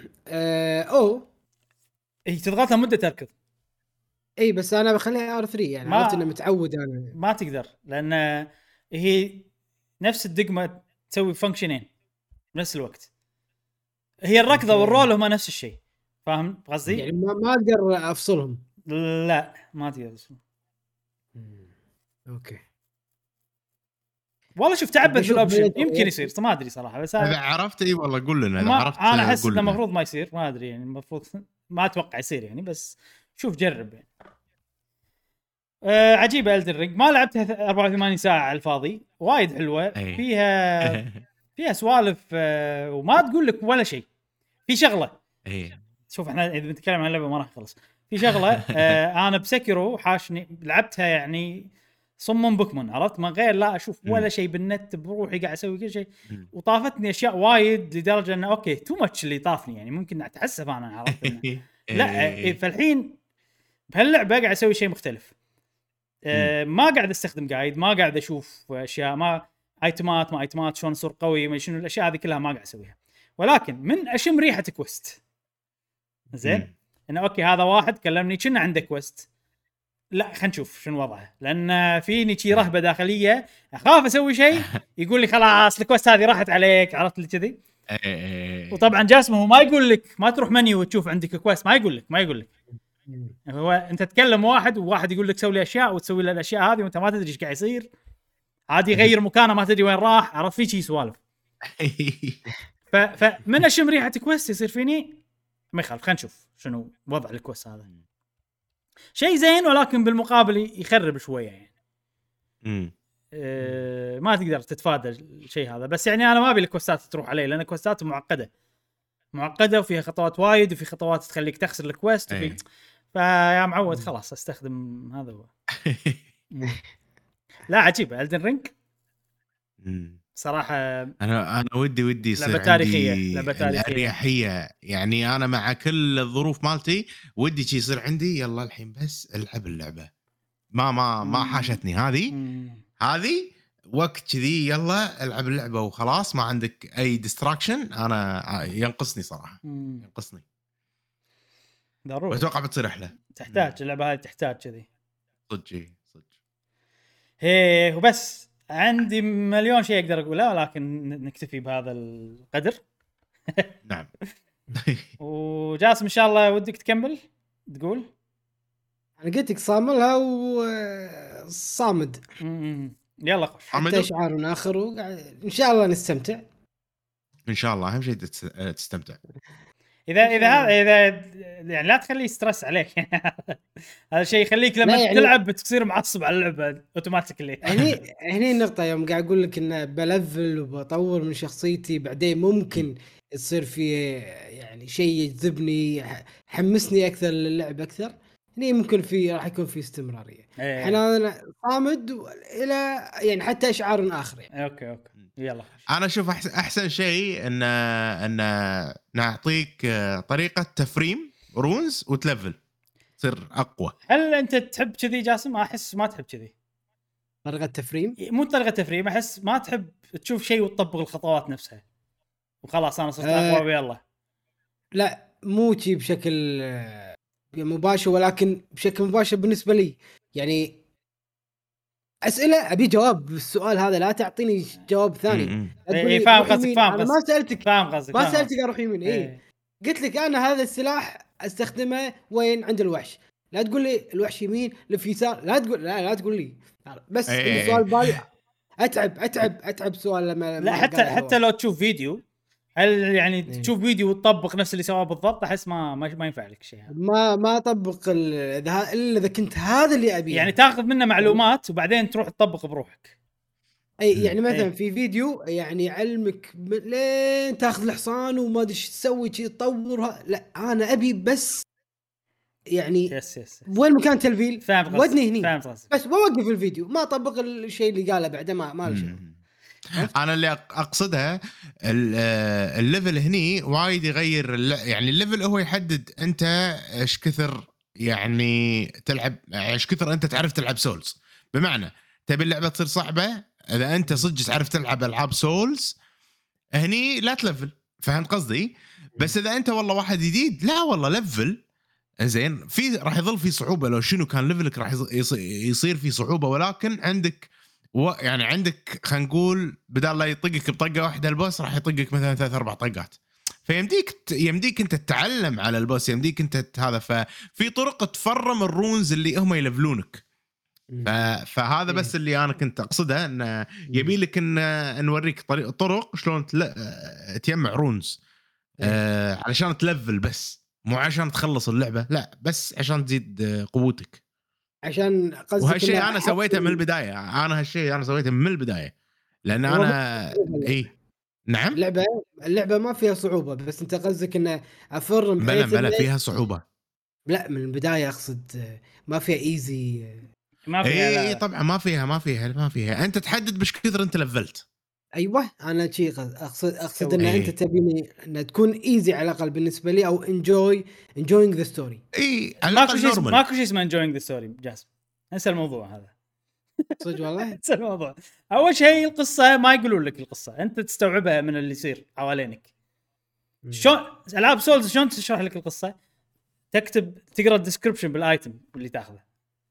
هي تضغطها مده تركض. اي بس انا بخليها R3 يعني عرفت انه متعود انا ما تقدر لان هي نفس الدقمه تسوي فانكشنين بنفس الوقت. هي الركضه والرول هما نفس الشيء، فاهم قصدي؟ يعني ما اقدر افصلهم. لا ما تقدر تفصلهم. اوكي والله شوف تعبت بالاوبشن يمكن يصير ما ادري صراحه. بس اذا عرفت اي والله قول لنا اذا عرفت. انا احس انه المفروض ما يصير، ما ادري يعني المفروض ما اتوقع يصير يعني، بس شوف جرب يعني. عجيبه إلدن رينج ما لعبتها 84 ساعه على الفاضي، وايد حلوه. فيها سوالف وما تقول لك ولا شيء. في شغله شوف احنا اذا بنتكلم عن اللعبه ما راح نخلص. في شغله انا بسكرو حاشني لعبتها يعني صمم بوكمون، عرفت؟ ما غير لا اشوف ولا شيء بالنت، بروحي قاعد اسوي كل شيء وطافتني اشياء وايد لدرجه انه اوكي تو ماتش اللي طافني يعني ممكن اتحسف انا، عرفت؟ لا فالحين بهاللعبه قاعد اسوي شيء مختلف. ما قاعد استخدم قايد، ما قاعد اشوف اشياء، ما ايتمات شلون اصير قوي، ما شنو الاشياء هذه كلها ما قاعد اسويها، ولكن من اشم ريحه كويست زين انه اوكي هذا واحد كلمني كنا عنده كويست، لا خلينا نشوف شنو وضعه، لان فيني شي رهبه داخليه اخاف اسوي شيء يقول لي خلاص الكويست هذه راحت عليك، عرفت لي كذي. وطبعا جاسم هو ما يقول لك ما تروح منيو وتشوف عندك كويست، ما يقول لك هو انت تتكلم وواحد يقول لك سوي لي اشياء وتسوي له الاشياء هذه وانت ما تدري ايش قاعد يصير، عادي يغير مكانه ما تدري وين راح، عرفت في شيء سوالف. فمن اشم ريحه كويست يصير فيني ما يخالف خلينا نشوف شنو وضع الكويست هذا. شيء زين ولكن بالمقابل يخرب شويه يعني. ما تقدر تتفادى الشيء هذا، بس يعني انا ما ابي الكوستات تروح علي لان الكوستات معقده وفيها خطوات وايد وفي خطوات تخليك تخسر الكويست فيا معود خلاص استخدم هذا هو. لا عجيب ألدن رينج صراحة. انا ودي يصير لعبة تاريخية، لعبة تاريخية الاريحيه. يعني انا مع كل الظروف مالتي ودي شي يصير عندي يلا الحين بس العب اللعبه. ما حاشتني هذه وقت كذي يلا العب اللعبه وخلاص، ما عندك اي ديستراكشن. انا ينقصني صراحه ينقصني ضروري. واتوقع بتصير احلى. تحتاج اللعبه هذه تحتاج كذي صدق. هي وبس. عندي مليون شيء اقدر اقوله ولكن نكتفي بهذا القدر. نعم. وجاسم ان شاء الله ودك تكمل تقول؟ انا قلت لك صاملها وصامد. يلا خش حتى اشعار اخر وان شاء الله نستمتع. ان شاء الله اهم شيء تستمتع. اذا يعني لا تخليه ستريس عليك. هذا الشيء يخليك لما يعني تلعب بتصير معصب على اللعبه اوتوماتيكلي. هني النقطه يوم قاعد اقول لك انه بلفل وبطور من شخصيتي بعدين ممكن يصير في يعني شيء يجذبني حمسني اكثر للعب اكثر. هني ممكن راح يكون في استمراريه. انا صامد الى يعني حتى اشعار اخر يعني. اوكي يلا. انا اشوف احسن شيء ان نعطيك طريقه تفريم رونز وتلفل تصير اقوى. هل انت تحب كذي جاسم؟ احس ما تحب كذي طريقه تفريم. مو طريقه تفريم، احس ما تحب تشوف شيء وتطبق الخطوات نفسها وخلاص انا صرت اقوى ويلا. لا مو شيء بشكل مباشر ولكن بشكل مباشر بالنسبه لي يعني اسئله ابي جواب بالسؤال هذا، لا تعطيني جواب ثاني. فاهم قصدك. انا ما سالتك ما سالتك اروح يمين. قلت لك انا هذا السلاح استخدمه وين عند الوحش، لا تقول لي الوحش يمين اليسار، لا تقول لي بس السؤال بالي اتعب سؤال لما لا حتى لو تشوف فيديو، هل يعني تشوف فيديو وتطبق نفس اللي سواه بالضبط؟ احس ما ينفع لك شيء. ما اطبق الا اذا كنت هذا اللي ابيه، يعني تاخذ منه معلومات وبعدين تروح تطبق بروحك. اي يعني مثلا في فيديو يعني يعلمك لين تاخذ الحصان وما ادري ايش تسوي شيء تطورها. لا انا ابي بس يعني يس. وين مكان تلفيل ودني هني بس بوقف الفيديو ما اطبق الشيء اللي قاله بعده ما له شيء. انا اللي اقصدها الليفل هني وايد يغير يعني الليفل هو يحدد انت ايش كثر يعني تلعب، ايش كثر انت تعرف تلعب سولز. بمعنى تبي اللعبه تصير صعبه، اذا انت صدق تعرف تلعب العاب سولز هني لا تلفل. فهمت قصدي؟ بس اذا انت والله واحد جديد لا والله لفل زين. في راح يظل في صعوبه لو شنو كان ليفلك راح يصير في صعوبه، ولكن عندك يعني عندك خلينا نقول بدال لا يطقك بطقه واحده البوس راح يطقك مثلا 3-4 طقات. يمديك انت تتعلم على البوس، يمديك انت هذا. ففي طرق تفرم الرونز اللي هم يلفلونك. فهذا بس اللي انا كنت اقصده، ان يبي لك ان نوريك طرق شلون تجمع رونز علشان تلفل، بس مو عشان تخلص اللعبه، لا بس عشان تزيد قوتك. عشان قصدك وهالشيء انا سويته من البدايه. انا هالشيء انا سويته من البدايه لان انا نعم اللعبه ما فيها صعوبه، بس انت قصدك انه افرم بلا فيها صعوبه. لا من البدايه اقصد ما فيها ايزي. ما فيها اي طبعا ما فيها انت تحدد بش كثر انت لفلت. ايوه انا شيء اقصد ان انت تبيني ان تكون ايزي على الاقل بالنسبه لي، او enjoying the story. اي ماكو شيء اسمه enjoying the story جاسم، انسى الموضوع هذا. صدق والله انسى الموضوع. اول شيء القصه ما يقولون لك القصه، انت تستوعبها من اللي يصير حوالينك. شلون العاب سولز شلون تشرح لك القصه؟ تقرا الديسكربشن بالايتم اللي تاخذه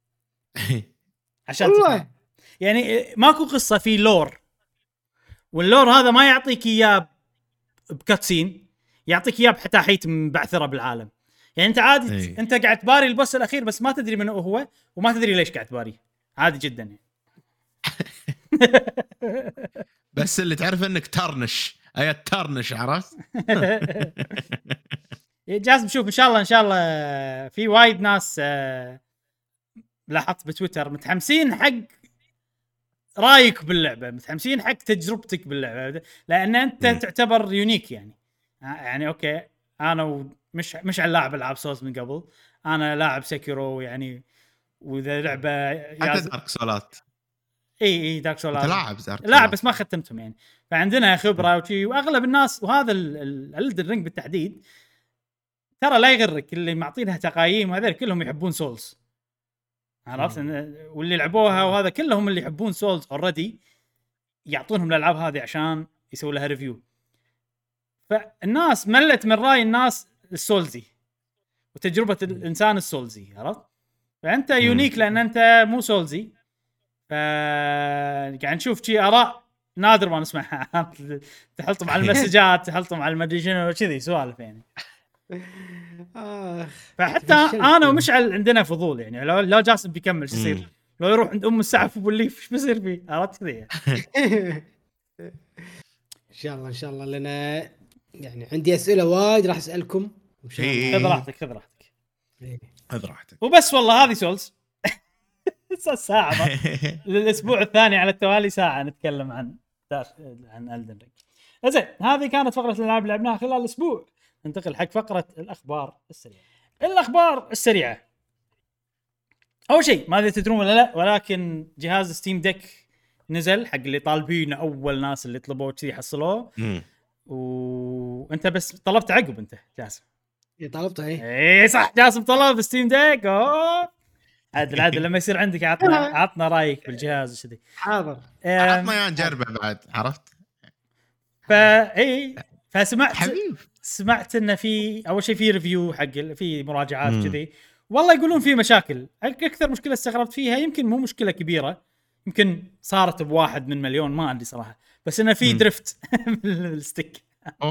عشان تفهم. يعني ماكو قصه في لور، واللور هذا ما يعطيك اياه بكاتسين، يعطيك اياه بحتاحيت مبعثره بالعالم. يعني انت عادي انت قاعد تباري البوس الاخير بس ما تدري منو هو وما تدري ليش قاعد تباريه، عادي جدا يعني. بس اللي تعرف انك ترنش عرفت. جاسم شوف ان شاء الله في وايد ناس لاحظت بتويتر متحمسين حق رايك باللعبه، متحمسين حق تجربتك باللعبه، لان انت تعتبر يونيك يعني اوكي انا مش على لاعب العاب سولز من قبل، انا لاعب سكيرو يعني، واذا لعبه حتى دارك سولات اي دارك سولات لاعب بس ما ختمتهم يعني، فعندنا خبره وشي. واغلب الناس، وهذا الالدن رينج بالتحديد ترى لا يغرك، اللي معطينها تقايم وهذول كلهم يحبون سولز، عرفت؟ واللي لعبوها وهذا كلهم اللي يحبون سولز اوريدي يعطونهم الالعاب هذه عشان يسوي لها ريفيو. فالناس ملت من راي الناس السولزي وتجربه الانسان السولزي، عرفت؟ فانت يونيك لان انت مو سولزي، قاعد نشوف شي اراء نادر ما نسمعها. تحطهم على المسجات، تحطهم على المدري شنو كذي سوالف يعني. فحتى انا ومشعل عندنا فضول يعني، لو جاسم بيكمل شو يصير؟ لو يروح عند ام السعف والليف ايش بيصير فيه؟ عرفت كذي. ان شاء الله لنا يعني عندي اسئله وايد راح اسالكم ان شاء الله. خذ راحتك. إيه. وبس والله هذه سولز. ساعه للاسبوع الثاني على التوالي، ساعه نتكلم عن ألدن رينج. زين، هذه كانت فقره الالعاب اللي لعبناها خلال الاسبوع. ننتقل حق فقره الاخبار السريعه. اول شيء ما ادري تدرون ولا لا، ولكن جهاز ستيم ديك نزل حق اللي طالبين، اول ناس اللي طلبوه كذي حصلوه. وانت بس طلبت عقب انت جاسم. طلبته اي صح، جاسم طلب ستيم ديك. عادل لما يصير عندك عطنا رايك بالجهاز كذي. حاضر، عطنا يا نجربه بعد، عرفت؟ سمعت انه في اول شيء في ريفيو حق، في مراجعات كذي، والله يقولون في مشاكل. اكثر مشكله استغربت فيها، يمكن مو مشكله كبيره، يمكن صارت بواحد من مليون، ما عندي صراحه، بس انه في درفت بالستيك.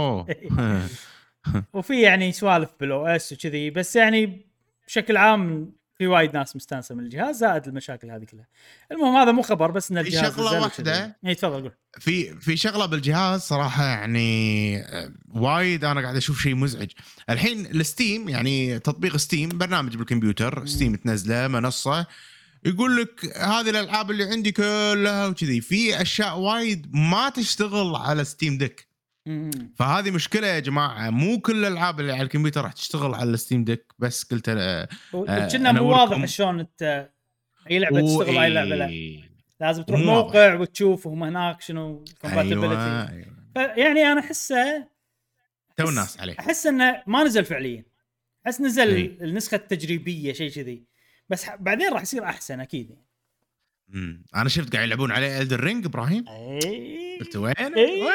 وفي يعني سوالف بالاو اس وكذي، بس يعني بشكل عام في وايد ناس مستانسه من الجهاز، زائد المشاكل هذه كلها. المهم هذا مو خبر، بس ان الجهاز في شغله واحده. تفضل قول. في شغله بالجهاز صراحه يعني وايد انا قاعد اشوف شيء مزعج الحين. الستيم يعني تطبيق ستيم برنامج بالكمبيوتر، ستيم تنزله منصه، يقول لك هذه الالعاب اللي عندي كلها وكذي. في اشياء وايد ما تشتغل على ستيم ديك، فهذه مشكله يا جماعه. مو كل الالعاب اللي على الكمبيوتر راح تشتغل على الستيم ديك، بس قلت كنا مو واضح شلون انت اي لعبه تشتغل اي لعبه لا، لازم تروح موقع وتشوف هم هناك شنو كومباتيبلتي. يعني انا احسه تو الناس عليه، احس انه ما نزل فعليا، احس نزل النسخه التجريبيه شيء كذي، بس بعدين راح يصير احسن اكيد. انا شفت قاعد يلعبون عليه إلدر رينج ابراهيم، قلت وين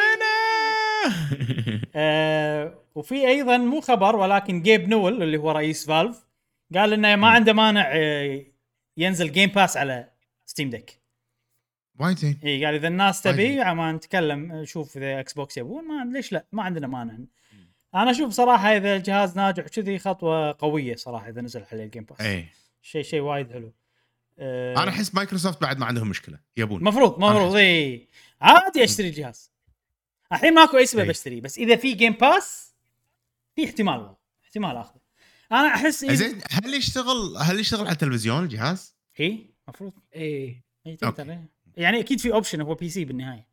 وفي ايضا مو خبر، ولكن جيب نول اللي هو رئيس فالف قال انه ما عنده مانع ينزل جيم باس على ستيم ديك. وايد زين. قال اذا الناس تبي ما نتكلم، شوف اذا اكس بوكس يبون، ما ليش لا، ما عندنا مانع. انا اشوف صراحه اذا الجهاز ناجح كذي خطوه قويه صراحه، اذا نزل عليه الجيم باس شيء وايد حلو. انا احس مايكروسوفت بعد ما عندهم مشكله يبون، مفروض عادي اشتري الجهاز الحين، ماكو اي سبب اشتري، بس اذا في جيم باس في احتمال اخذه. انا احس زين. هل يشتغل على التلفزيون الجهاز؟ مفروض يعني اكيد في اوبشن، هو بي سي بالنهايه.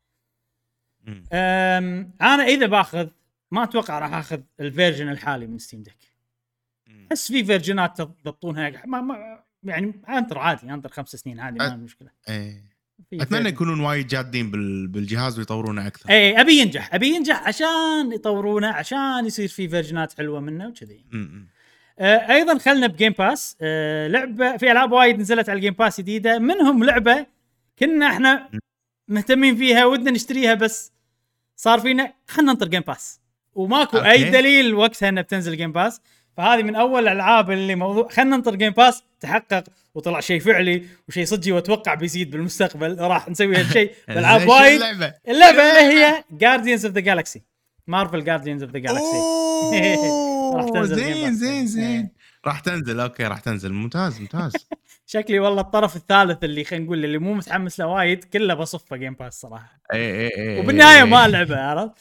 انا اذا باخذ ما اتوقع راح اخذ الفيرجن الحالي من ستيم ديك. بس في فيرجنات تضبطونها يعني انطر 5 سنين عادي، ما مشكله. اتمنى يكونون وايد جادين بالجهاز ويطورونه اكثر. ابي ينجح عشان يطورونه، عشان يصير في فيرجنات حلوه منه وكذي. ايضا خلنا بجيم باس. لعبه، في العاب وايد نزلت على الجيم باس جديده، منهم لعبه كنا احنا مهتمين فيها ودنا نشتريها، بس صار فينا خلنا ننطر جيم باس، وماكو اي دليل وقتها انها بتنزل جيم باس. فهذه من اول الالعاب اللي موضوع خلنا ننطر جيم باس تحقق وطلع شيء فعلي وشيء صدقي، واتوقع بيزيد بالمستقبل، راح نسوي هالشيء بالعاب وايد. اللعبه هي Guardians of the Galaxy، مارفل Guardians of the Galaxy. راح تنزل زين راح تنزل. اوكي راح تنزل. ممتاز شكلي والله الطرف الثالث اللي خلينا نقول اللي مو متحمس له وايد كله بصفه جيم باس صراحه. وبالنهايه ما لعبه، عرفت؟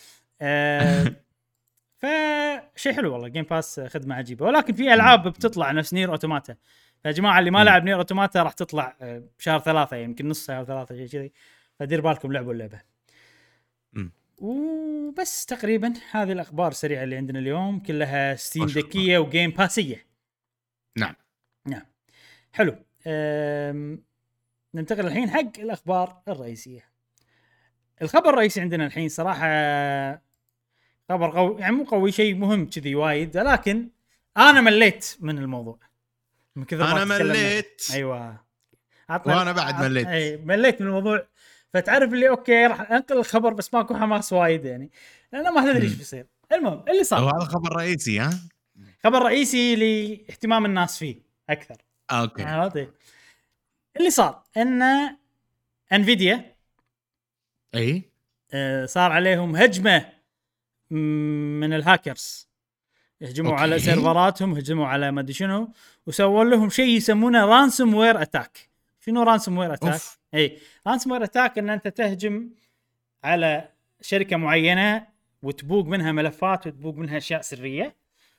فشيء حلو والله جيم باس، خدمه عجيبه. ولكن في العاب بتطلع نفس نير اوتوماتا يا جماعه، اللي ما لعب نير اوتوماتا راح تطلع بشهر 3 يمكن نص شهر 3 شيء كذي، فدير بالكم لعبوا اللعبه. وبس تقريبا هذه الاخبار السريعه اللي عندنا اليوم، كلها ستيم ديكيه وجيم باسيه. نعم حلو. ننتقل الحين حق الأخبار الرئيسية. الخبر الرئيسي عندنا الحين صراحة خبر قوي، يعني مو قوي، شيء مهم كذي وايد، لكن أنا مليت من الموضوع من كثر ما أنا مليت. أيوة وأنا بعد مليت. مليت من الموضوع. فتعرف اللي أوكي راح أنقل الخبر بس ماكو حماس وايد يعني، لأنه ما تدري إيش بيصير. المهم اللي صار، وهذا خبر رئيسي. ها خبر رئيسي لاهتمام الناس فيه أكثر. اوكي. اللي صار ان انفيديا صار عليهم هجمه من الهاكرز، هجموا على سيرفراتهم، هجموا على ما ادري شنو، وسووا لهم شيء يسمونه رانسوم وير اتاك. شنو رانسوم وير اتاك؟ رانسوم وير اتاك ان انت تهجم على شركه معينه وتبوق منها ملفات وتبوق منها اشياء سريه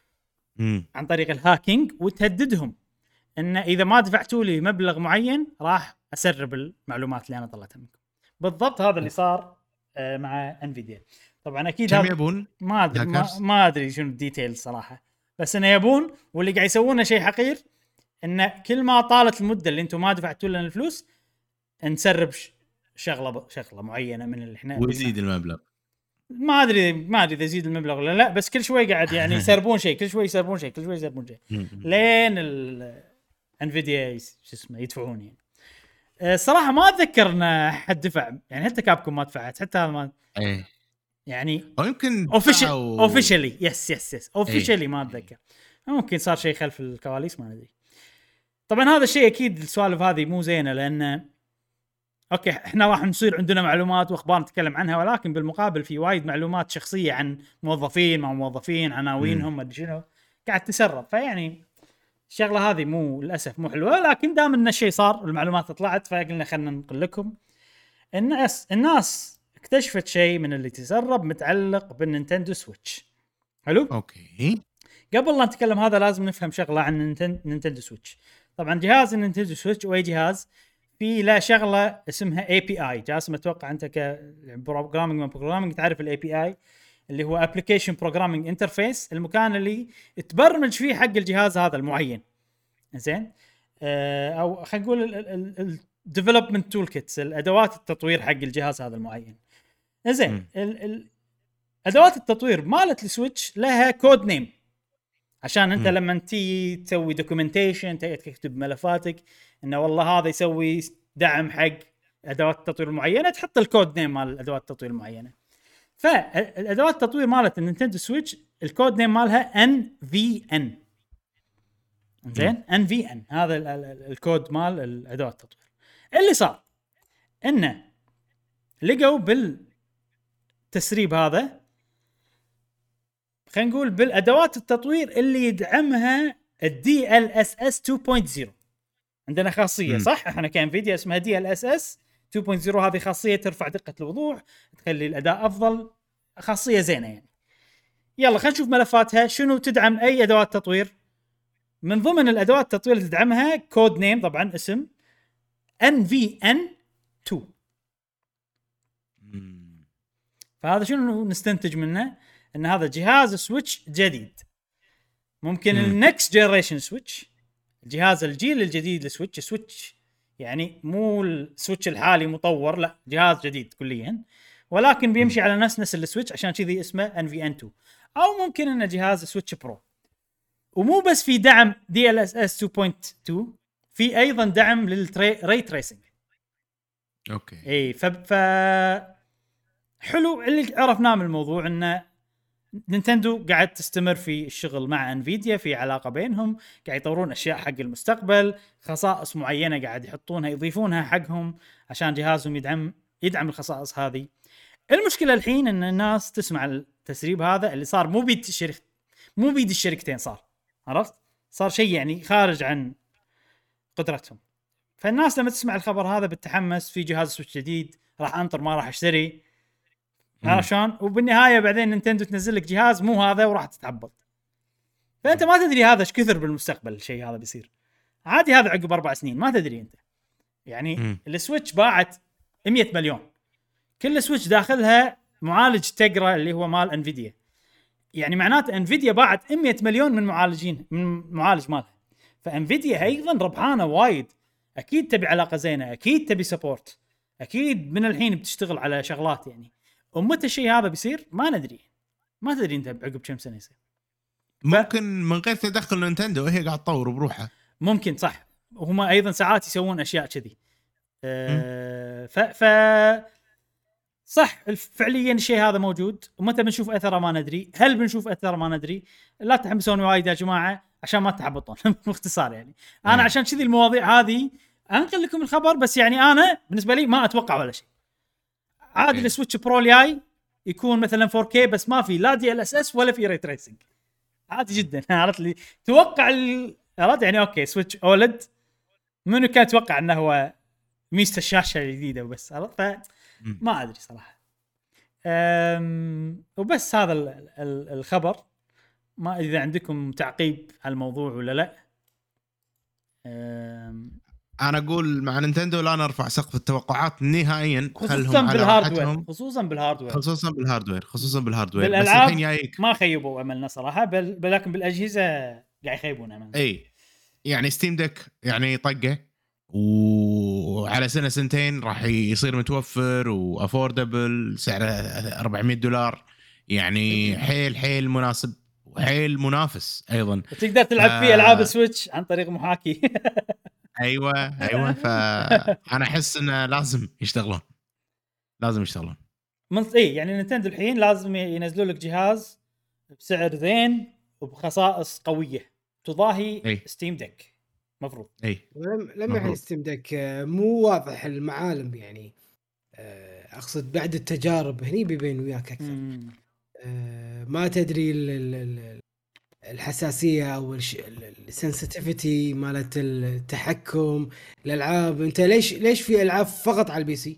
عن طريق الهاكينج، وتهددهم ان اذا ما دفعتوا لي مبلغ معين راح اسرب المعلومات اللي انا طلعتها منكم. بالضبط هذا اللي صار مع انفيديا. طبعا اكيد كم يبون؟ ما ادري شنو الديتيل صراحه، بس انه يبون، واللي قاعد يسوونه شيء حقير، ان كل ما طالت المده اللي انتم ما دفعتوا لنا الفلوس نسرب شغله معينه من اللي احنا ويزيد المبلغ. ما ادري اذا يزيد المبلغ ولا لا، بس كل شوي قاعد يعني يسربون شيء، كل شوي يسربون شيء لين انفيديا شو اسمه يدفعون يعني. الصراحه ما اتذكر ان حد دفع، يعني حتى كابكم ما دفعت، حتى ما يعني او يمكن اوفيشلي يس اوفيشلي ما اتذكر، ممكن صار شيء خلف الكواليس ما ندري. طبعا هذا الشيء اكيد السوالف هذه مو زينه، لان اوكي احنا راح نصير عندنا معلومات واخبار نتكلم عنها، ولكن بالمقابل في وايد معلومات شخصيه عن موظفين ما موظفين، عناوينهم ما ادري شنو قاعد تسرب. فيعني الشغله هذه مو للاسف مو حلوه، لكن دام ان الشيء صار والمعلومات طلعت فقلنا خلينا نقول لكم. الناس اكتشفت شيء من اللي تسرب متعلق بالنينتندو سويتش. حلو اوكي. قبل لا نتكلم هذا لازم نفهم شغله عن نينتندو سويتش. طبعا جهاز النينتندو سويتش واي جهاز في لا شغله اسمها اي بي اي. جاسم اتوقع انت كبروجرامينج تعرف الاي بي اي اللي هو ابلكيشن بروجرامينج انترفيس، المكان اللي تبرمج فيه حق الجهاز هذا المعين. زين او خلينا نقول الديفلوبمنت تول كيتس، الادوات التطوير حق الجهاز هذا المعين. زين ادوات التطوير مالت السويتش لها كود نيم، عشان انت لما تي تسوي دوكيومنتيشن تكتب ملفاتك انه والله هذا يسوي دعم حق ادوات التطوير المعينه، تحط الكود نيم مال الادوات التطوير المعينه. فالادوات التطوير مالت النينتندو سويتش الكود نيم مالها NVN. زين NVN هذا الكود مال الادوات التطوير. اللي صار انه لقوا بالتسريب هذا، خلينا نقول بالادوات التطوير اللي يدعمها DLSS 2.0. عندنا خاصيه صح احنا كانفيديا اسمها DLSS 2.0. هذه خاصيه ترفع دقه الوضوح، تخلي الاداء افضل، خاصيه زينه يعني. يلا خلينا نشوف ملفاتها شنو تدعم. اي ادوات تطوير من ضمن الادوات التطوير اللي تدعمها كود نيم طبعا اسم NVN2. فهذا شنو نستنتج منه؟ ان هذا جهاز سويتش جديد، ممكن النكست جنريشن سويتش، الجهاز الجيل الجديد لسويتش. سويتش يعني مو السويتش الحالي مطور، لا جهاز جديد كليا، ولكن بيمشي على نفس السويتش، عشان كذي اسمه NVN2. او ممكن انه جهاز سويتش برو. ومو بس في دعم DLSS 2.2، في ايضا دعم للري تريسنج. اوكي اي حلو. اللي عرفناه من الموضوع ان نينتندو قاعد تستمر في الشغل مع انفيديا، في علاقه بينهم، قاعد يطورون اشياء حق المستقبل، خصائص معينه قاعد يحطونها يضيفونها حقهم عشان جهازهم يدعم الخصائص هذه. المشكله الحين ان الناس تسمع التسريب هذا اللي صار مو بيد الشركتين، عرفت صار شيء يعني خارج عن قدرتهم. فالناس لما تسمع الخبر هذا بتتحمس، في جهاز سويتش جديد راح انطر ما راح اشتري، عشان وبالنهايه بعدين نينتندو تنزل لك جهاز مو هذا وراح تتعبط. فانت ما تدري هذا ايش كثر بالمستقبل الشيء هذا بيصير عادي. هذا عقب 4 سنين ما تدري انت يعني. السويتش باعت 100 مليون، كل سويتش داخلها معالج تيجرا اللي هو مال انفيديا، يعني معناته انفيديا باعت 100 مليون من معالج مالها. فانفيديا ايضا ربحانه وايد، اكيد تبي علاقه زينه، اكيد تبي سبورت، اكيد من الحين بتشتغل على شغلات يعني. ومتى الشيء هذا بيصير ما ندري، ما تدري انت عقب كم سنه يصير. ممكن من غير تدخل نينتندو وهي قاعد تطور بروحها. ممكن صح، وهم ايضا ساعات يسوون اشياء كذي. ف صح فعليا الشيء هذا موجود. ومتى بنشوف اثره ما ندري، هل بنشوف اثره ما ندري. لا تحمسون وايد يا جماعه عشان ما تحبطون. باختصار يعني انا عشان كذي المواضيع هذه انقل لكم الخبر، بس يعني انا بالنسبه لي ما اتوقع ولا شيء. عادي السويتش برو الجاي يكون مثلا 4K بس ما في لا DLSS ولا في ري تريسنج، عادي جدا. عرفت لي توقع عرفت يعني اوكي سويتش اولد منو كان يتوقع انه هو ميزه الشاشه الجديده وبس. عرفت ما ادري صراحه. وبس هذا الخبر. ما اذا عندكم تعقيب على الموضوع ولا لا. انا اقول مع نينتندو لا نرفع سقف التوقعات نهائيا، خصوصا بالهاردوير، خصوصا بالهاردوير بس الحين جايك ما خيبوا املنا صراحه، لكن بالاجهزه قاعد يخيبون املنا. اي يعني ستيم ديك يعني طقه، وعلى سنتين راح يصير متوفر وافوردبل، سعره $400 يعني حيل مناسب وحيل منافس ايضا، وتقدر تلعب فيه العاب السويتش عن طريق محاكي. ايوه فانا احس انه لازم يشتغلون يعني نينتندو الحين لازم ينزلوا لك جهاز بسعر زين وبخصائص قويه تضاهي ستيم ديك مفروض. لما يحل ستيم ديك مو واضح المعالم يعني. اقصد بعد التجارب هني بيبين وياك اكثر. ما تدري الحساسيه او السنسيتيفيتي مالت التحكم الالعاب. انت ليش في العاب فقط على البي سي؟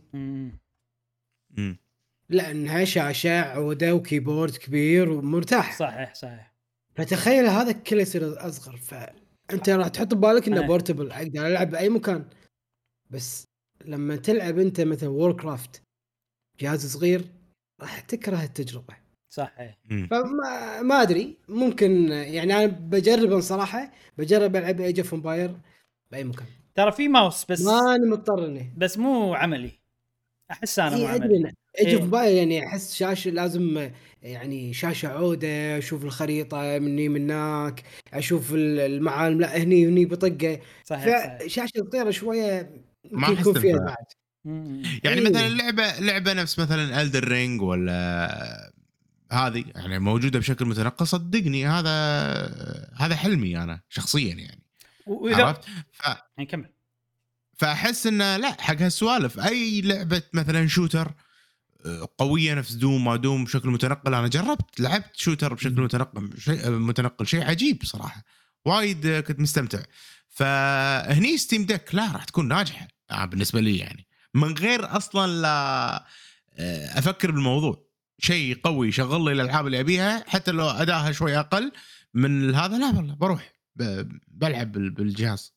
لانها شاشه عوده وكيبورد كبير ومرتاح. صحيح. فتخيل هذا كله يصير اصغر، فانت راح تحط ببالك انه بورتبل اقدر العب باي مكان. بس لما تلعب انت مثلا ووركرافت جهاز صغير راح تكره التجربه. صحيح. فما ادري، ممكن يعني انا بجرب صراحه، بجرب العب ايج اوف امباير باي مكان. ترى في ماوس بس ما انا مضطر اني بس مو عملي. احس انا مو عملي. ايج اوف امباير يعني احس شاشه لازم يعني شاشه عوده، اشوف الخريطه مني منك، اشوف المعالم لا هني بطقه. صحيح. شاشه صغيره شويه ما يكون فيها بعد. يعني مثلا لعبه نفس مثلا ألدر رينج ولا هذه يعني موجوده بشكل متنقل، صدقني هذا حلمي انا شخصيا يعني. عرفت نكمل. فاحس انه لا، حق هالسوالف اي لعبه مثلا شوتر قويه نفس دوم ما دوم بشكل متنقل. انا جربت لعبت شوتر بشكل متنقل شيء عجيب صراحه، وايد كنت مستمتع. فهني ستيم ديك لا راح تكون ناجحه بالنسبه لي يعني، من غير اصلا لا افكر بالموضوع. شيء قوي يشغل لي الالعاب اللي ابيها، حتى لو اداها شوي اقل من هذا لا والله بروح بلعب بالجهاز.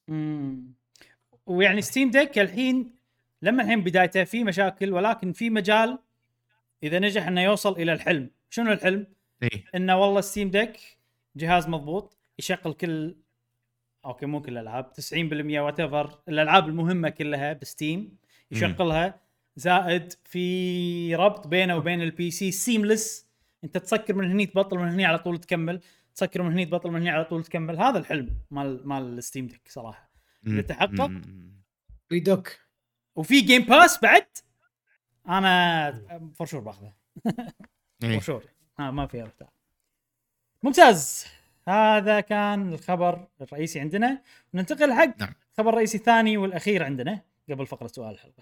ويعني ستيم ديك الحين لما الحين بدايته في مشاكل، ولكن في مجال اذا نجح انه يوصل الى الحلم. شنو الحلم؟ انه والله ستيم ديك جهاز مضبوط يشغل كل اوكي مو كل الالعاب 90% واتيفر الالعاب المهمه كلها بستيم يشغلها، زائد في ربط بينه وبين البي سي سيملس. انت تسكر من هني تبطل من هني على طول تكمل، تسكر من هني تبطل من هني على طول تكمل. هذا الحلم مال الستيم ديك صراحه اذا تحقق. في دوك وفي جيم باس بعد، انا فرشور باخذه. فرشور ما في ارتاح. ممتاز. هذا كان الخبر الرئيسي عندنا. ننتقل حق الخبر الرئيسي الثاني والاخير عندنا قبل فقره سؤال الحلقه.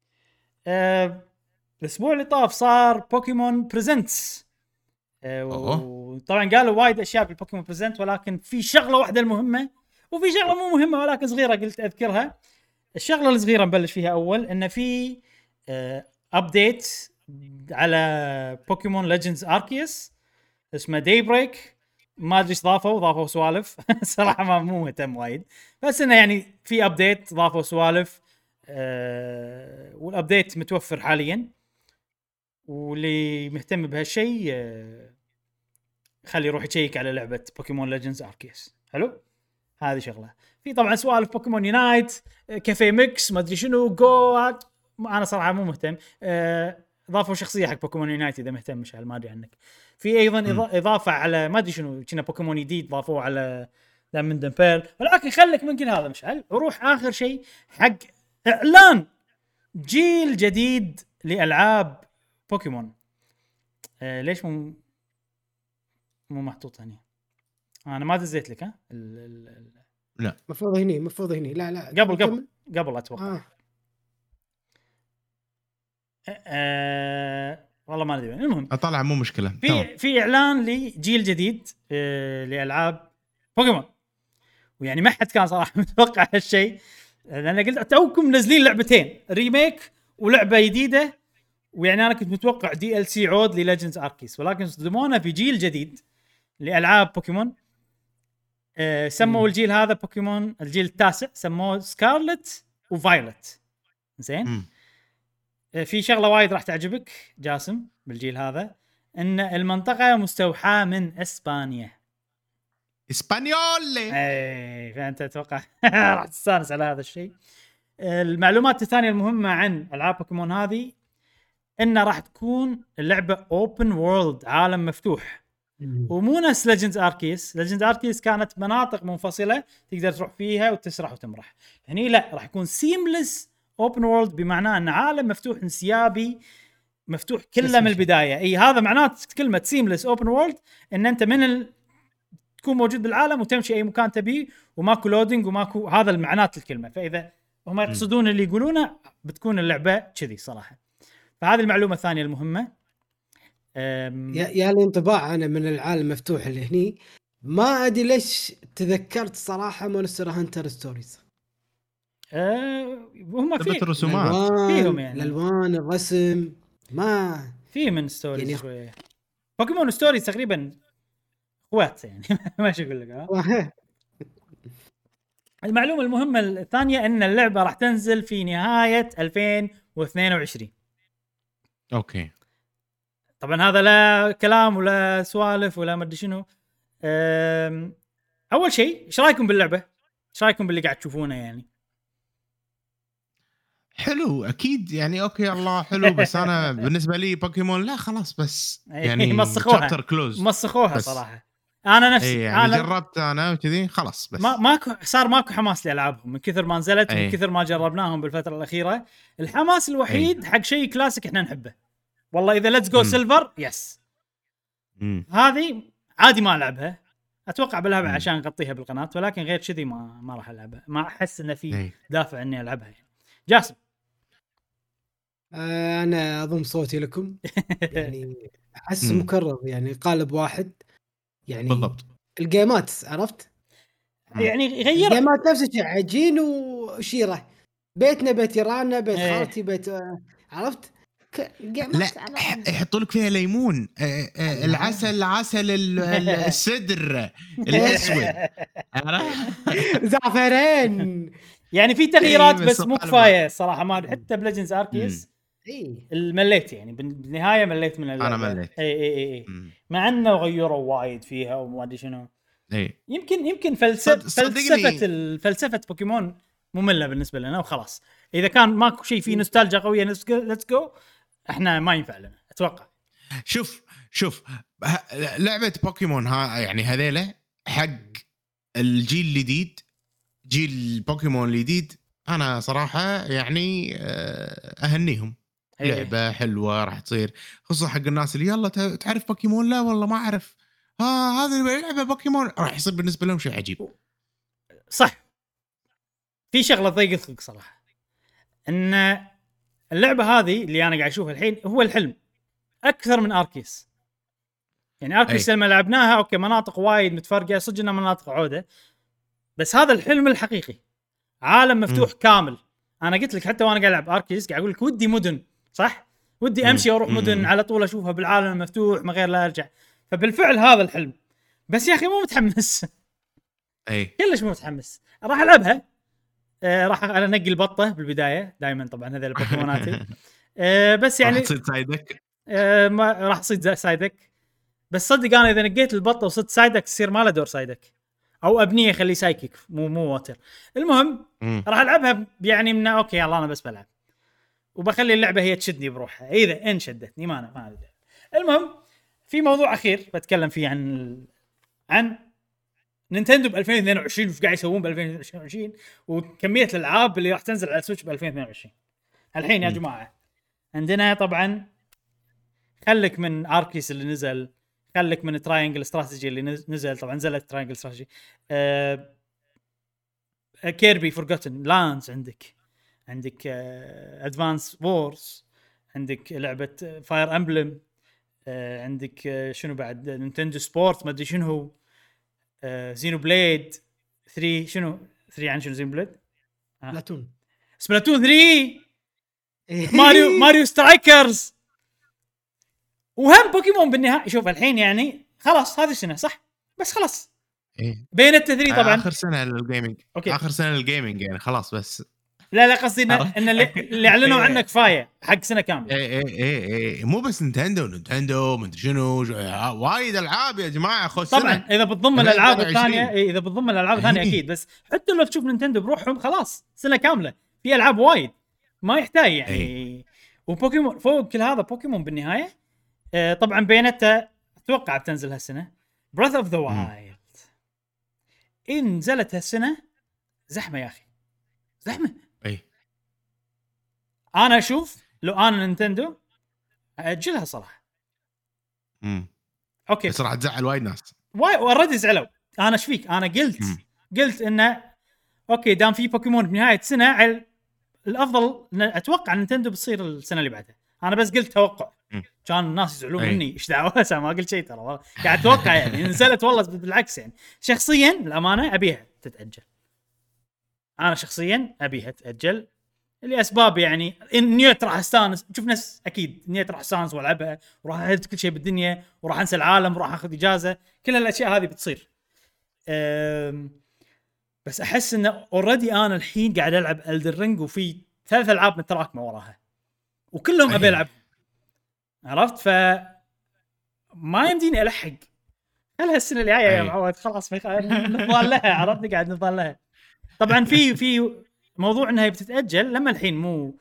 الاسبوع اللي طاف صار بوكيمون بريزنتس. وطبعا قالوا وايد اشياء بالبوكيمون بريزنت، ولكن في شغله واحده المهمه وفي شغله مو مهمه ولكن صغيره قلت اذكرها. الشغله الصغيره نبلش فيها اول، انه في ابديت على بوكيمون ليجندز اركيوس اسمه داي بريك. ما ادري ايش ضافوا سوالف. صراحه ما مو مهتم وايد، بس انه يعني في ابديت ضافوا سوالف. والابديت متوفر حاليا، واللي مهتم بهالشيء خلي يروح يشيك على لعبه بوكيمون ليجندز اركيوس. حلو. هذه شغله. في طبعا سوالف بوكيمون يونايت، كافيه ميكس، ما ادري شنو، جو. انا صراحه مو مهتم. اضافوا شخصيه حق بوكيمون يونايت اذا مهتم مشعل، ما ادري عنك. في ايضا اضافه على ما ادري شنو، كنا بوكيمون جديد ضافوه على دايموند اند بيرل. ولكن خليك من كل هذا مشعل، وروح اخر شيء حق اعلان جيل جديد لالعاب بوكيمون. ليش مو محطوط هنا؟ انا ما دزيت لك. ها لا مفروض هني لا قبل اتوقع. والله ما ادري. المهم اطلع مو مشكله. في اعلان لجيل جديد لالعاب بوكيمون، ويعني ما حد كان صراحه متوقع هالشيء، لان قلت توكم منزلين لعبتين ريميك ولعبه جديده، ويعني انا كنت متوقع دي ال سي عود لليجندز اركيس، ولكن صدمونا في جيل جديد لالعاب بوكيمون. سموا الجيل هذا بوكيمون الجيل التاسع، سموه سكارلت وفايلت. زين. في شغله وايد راح تعجبك جاسم بالجيل هذا، ان المنطقه مستوحاه من اسبانيا. اسبانيولي. اي فانت اتوقع راح تستانس على هذا الشيء. المعلومات الثانيه المهمه عن العاب بوكيمون هذه، انه راح تكون اللعبه اوبن وورلد، عالم مفتوح، ومو نفس ليجندز اركيس كانت مناطق منفصله تقدر تروح فيها وتسرح وتمرح. هني لا، راح يكون سيملس اوبن وورلد، بمعنى ان عالم مفتوح انسيابي مفتوح كله من البدايه. اي هذا معنات كلمه سيملس اوبن وورلد، ان انت تكون موجود بالعالم وتمشي اي مكان تبيه، وماكو لودينج وماكو، هذا المعنات الكلمه. فاذا هم يقصدون اللي يقولونه بتكون اللعبه كذي صراحه. فهذه المعلومه الثانيه المهمه. يا لي انطباع انا من العالم المفتوح اللي هني، ما ادري ليش تذكرت صراحه مونستر هانتر ستوريز. هم في الرسومات فيهم، يعني الالوان، الرسم، ما في من ستوريز يعني شويه. بوكيمون ستوريز تقريبا اخوات يعني ماشي اقول لك. المعلومه المهمه الثانيه ان اللعبه راح تنزل في نهايه 2022. اوكي. طبعا هذا لا كلام ولا سوالف ولا ما ادري شنو. اول شيء ايش رايكم باللعبه؟ ايش رايكم باللي قاعد تشوفونه؟ يعني حلو اكيد يعني. اوكي الله حلو، بس انا بالنسبه لي بوكيمون لا خلاص، بس يعني مسخوها صراحه. انا نفسي يعني أنا جربت انا وكذي خلاص، بس ماكو حماس لالعابهم من كثر ما نزلت، من كثر ما جربناهم بالفتره الاخيره. الحماس الوحيد حق شيء كلاسيك احنا نحبه. والله اذا ليتس جو سيلفر يس، هذه عادي ما العبها، اتوقع بلعبها عشان نغطيها بالقناه، ولكن غير كذي ما راح العبها، ما احس انه في دافع اني العبها يعني. جاسم انا اضم صوتي لكم يعني احس مكرر، يعني قالب واحد يعني بالضبط. الجيمات عرفت يعني غير الجيمات نفس الشيء، عجين وشيره، بيتنا بيت يرانا، بيت خالتي بيت، عرفت لا يحطوا لك فيها ليمون، العسل السدر الاسود زعفران يعني في تغييرات بس مو كفايه صراحه. ما حتى بليجندز اركيس المليت يعني بالنهايه مليت من اللعبه. انا مليت اي مع انه غيروا وايد فيها وما ادري شنو. يمكن فلسفه بوكيمون ممله بالنسبه لنا وخلاص. اذا كان ماكو شيء فيه نوستالجيا قويه ليتس جو، احنا ما ينفع لنا اتوقع. شوف لعبه بوكيمون يعني هذيله حق الجيل الجديد، جيل بوكيمون الجديد. انا صراحه يعني اهنيهم. لعبه حلوه راح تصير، خصوصا حق الناس اللي يلا تعرف بوكيمون، لا والله ما اعرف، هذه لعبه بوكيمون، راح يصير بالنسبه لهم شيء عجيب. صح. في شغله ضيق الخلق صراحه، ان اللعبه هذه اللي انا قاعد اشوفها الحين هو الحلم اكثر من اركيس. يعني اركيس لما لعبناها اوكي مناطق وايد متفرقه، صدق انها مناطق عوده، بس هذا الحلم الحقيقي، عالم مفتوح كامل. انا قلت لك حتى وانا قاعد العب اركيس قاعد اقول لك ودي مدن، صح، ودي امشي واروح مدن على طول اشوفها بالعالم المفتوح من غير لا ارجع. فبالفعل هذا الحلم، بس يا اخي مو متحمس. كلش مو متحمس. راح العبها، راح انقي البطه بالبدايه دائما، طبعا هذول البوكيموناتي بس يعني راح تصيد سايدك، ما راح تصيد سايدك، بس صدق انا اذا نقيت البطه وصدت سايدك تصير ما له دور سايدك. او ابنيه خليه سايكيك مو ووتر. المهم راح العبها يعني من اوكي يلا انا بس بلعب وبخلي اللعبه هي تشدني بروحها اذا ان شدتني ما ادري. المهم في موضوع اخير بتكلم فيه عن نينتندو ب 2022 وش قاعد يسوون ب 2022 وكميه الالعاب اللي راح تنزل على السويتش ب 2022. الحين يا جماعه عندنا طبعا خلك من اركيس اللي نزل، خلك من تراينجل استراتيجي اللي نزل، طبعا نزلت تراينجل استراتيجي، كيربي فورغوتن لاندز، عندك ادفانس وورز، عندك لعبه فاير امبلم، عندك شنو بعد نينتندو سبورت ما ادري شنو هو، زينو بليد 3 شنو 3 عن شنو زينو بليد سبلاتون 3 ماريو سترايكرز وهم بوكيمون بالنهايه. شوف الحين يعني خلاص هذه السنه صح بس خلاص بينت 3 طبعا اخر سنه للجيمنج اخر سنه للجيمنج يعني خلاص بس لا قصدي ان اللي اعلنوا عنه كفايه حق سنه كامله. اي مو بس نينتندو ما ادري شنو وايد العاب يا جماعه خش طبعا سنة. اذا بتضم الالعاب الثانيه اذا بتضم الالعاب الثانيه اكيد، بس حتى لو تشوف نينتندو بروحهم خلاص سنه كامله في العاب وايد ما يحتاج يعني وبوكيمون فوق كل هذا بوكيمون بالنهايه. طبعا بينتا اتوقع بتنزل هالسنه. براث اوف ذا وايلد ان نزلت هالسنه زحمه يا اخي زحمه. انا اشوف لو انا نينتندو اجلها صراحه. اوكي بس راح تزعل وايد ناس اوريدي زعلوا. انا ايش فيك انا قلت انه اوكي دام في بوكيمون بنهايه سنه على الافضل اتوقع نينتندو بتصير السنه اللي بعدها. انا بس قلت توقع كان الناس يزعلون مني ايش دعوه ما قلت شيء ترى قاعد اتوقع يعني نزلت والله بالعكس يعني شخصيا الامانه ابيها تتاجل. انا شخصيا ابيها تتاجل لاسباب يعني نيوت راح استانس شوف ناس اكيد نيوت راح استانس والعبها وراح اهد كل شيء بالدنيا وراح انسى العالم وراح اخذ اجازه كل الاشياء هذه بتصير. بس احس انه اوريدي انا الحين قاعد العب Elden Ring وفي 3 العاب متراكمه وراها وكلهم ابي العب عرفت ف ما يمديني الحق. هل هالسنه اللي جايه يا معود خلاص نضال لها عرفتني قاعد نضال لها. طبعا في موضوع انها بتتاجل لما الحين مو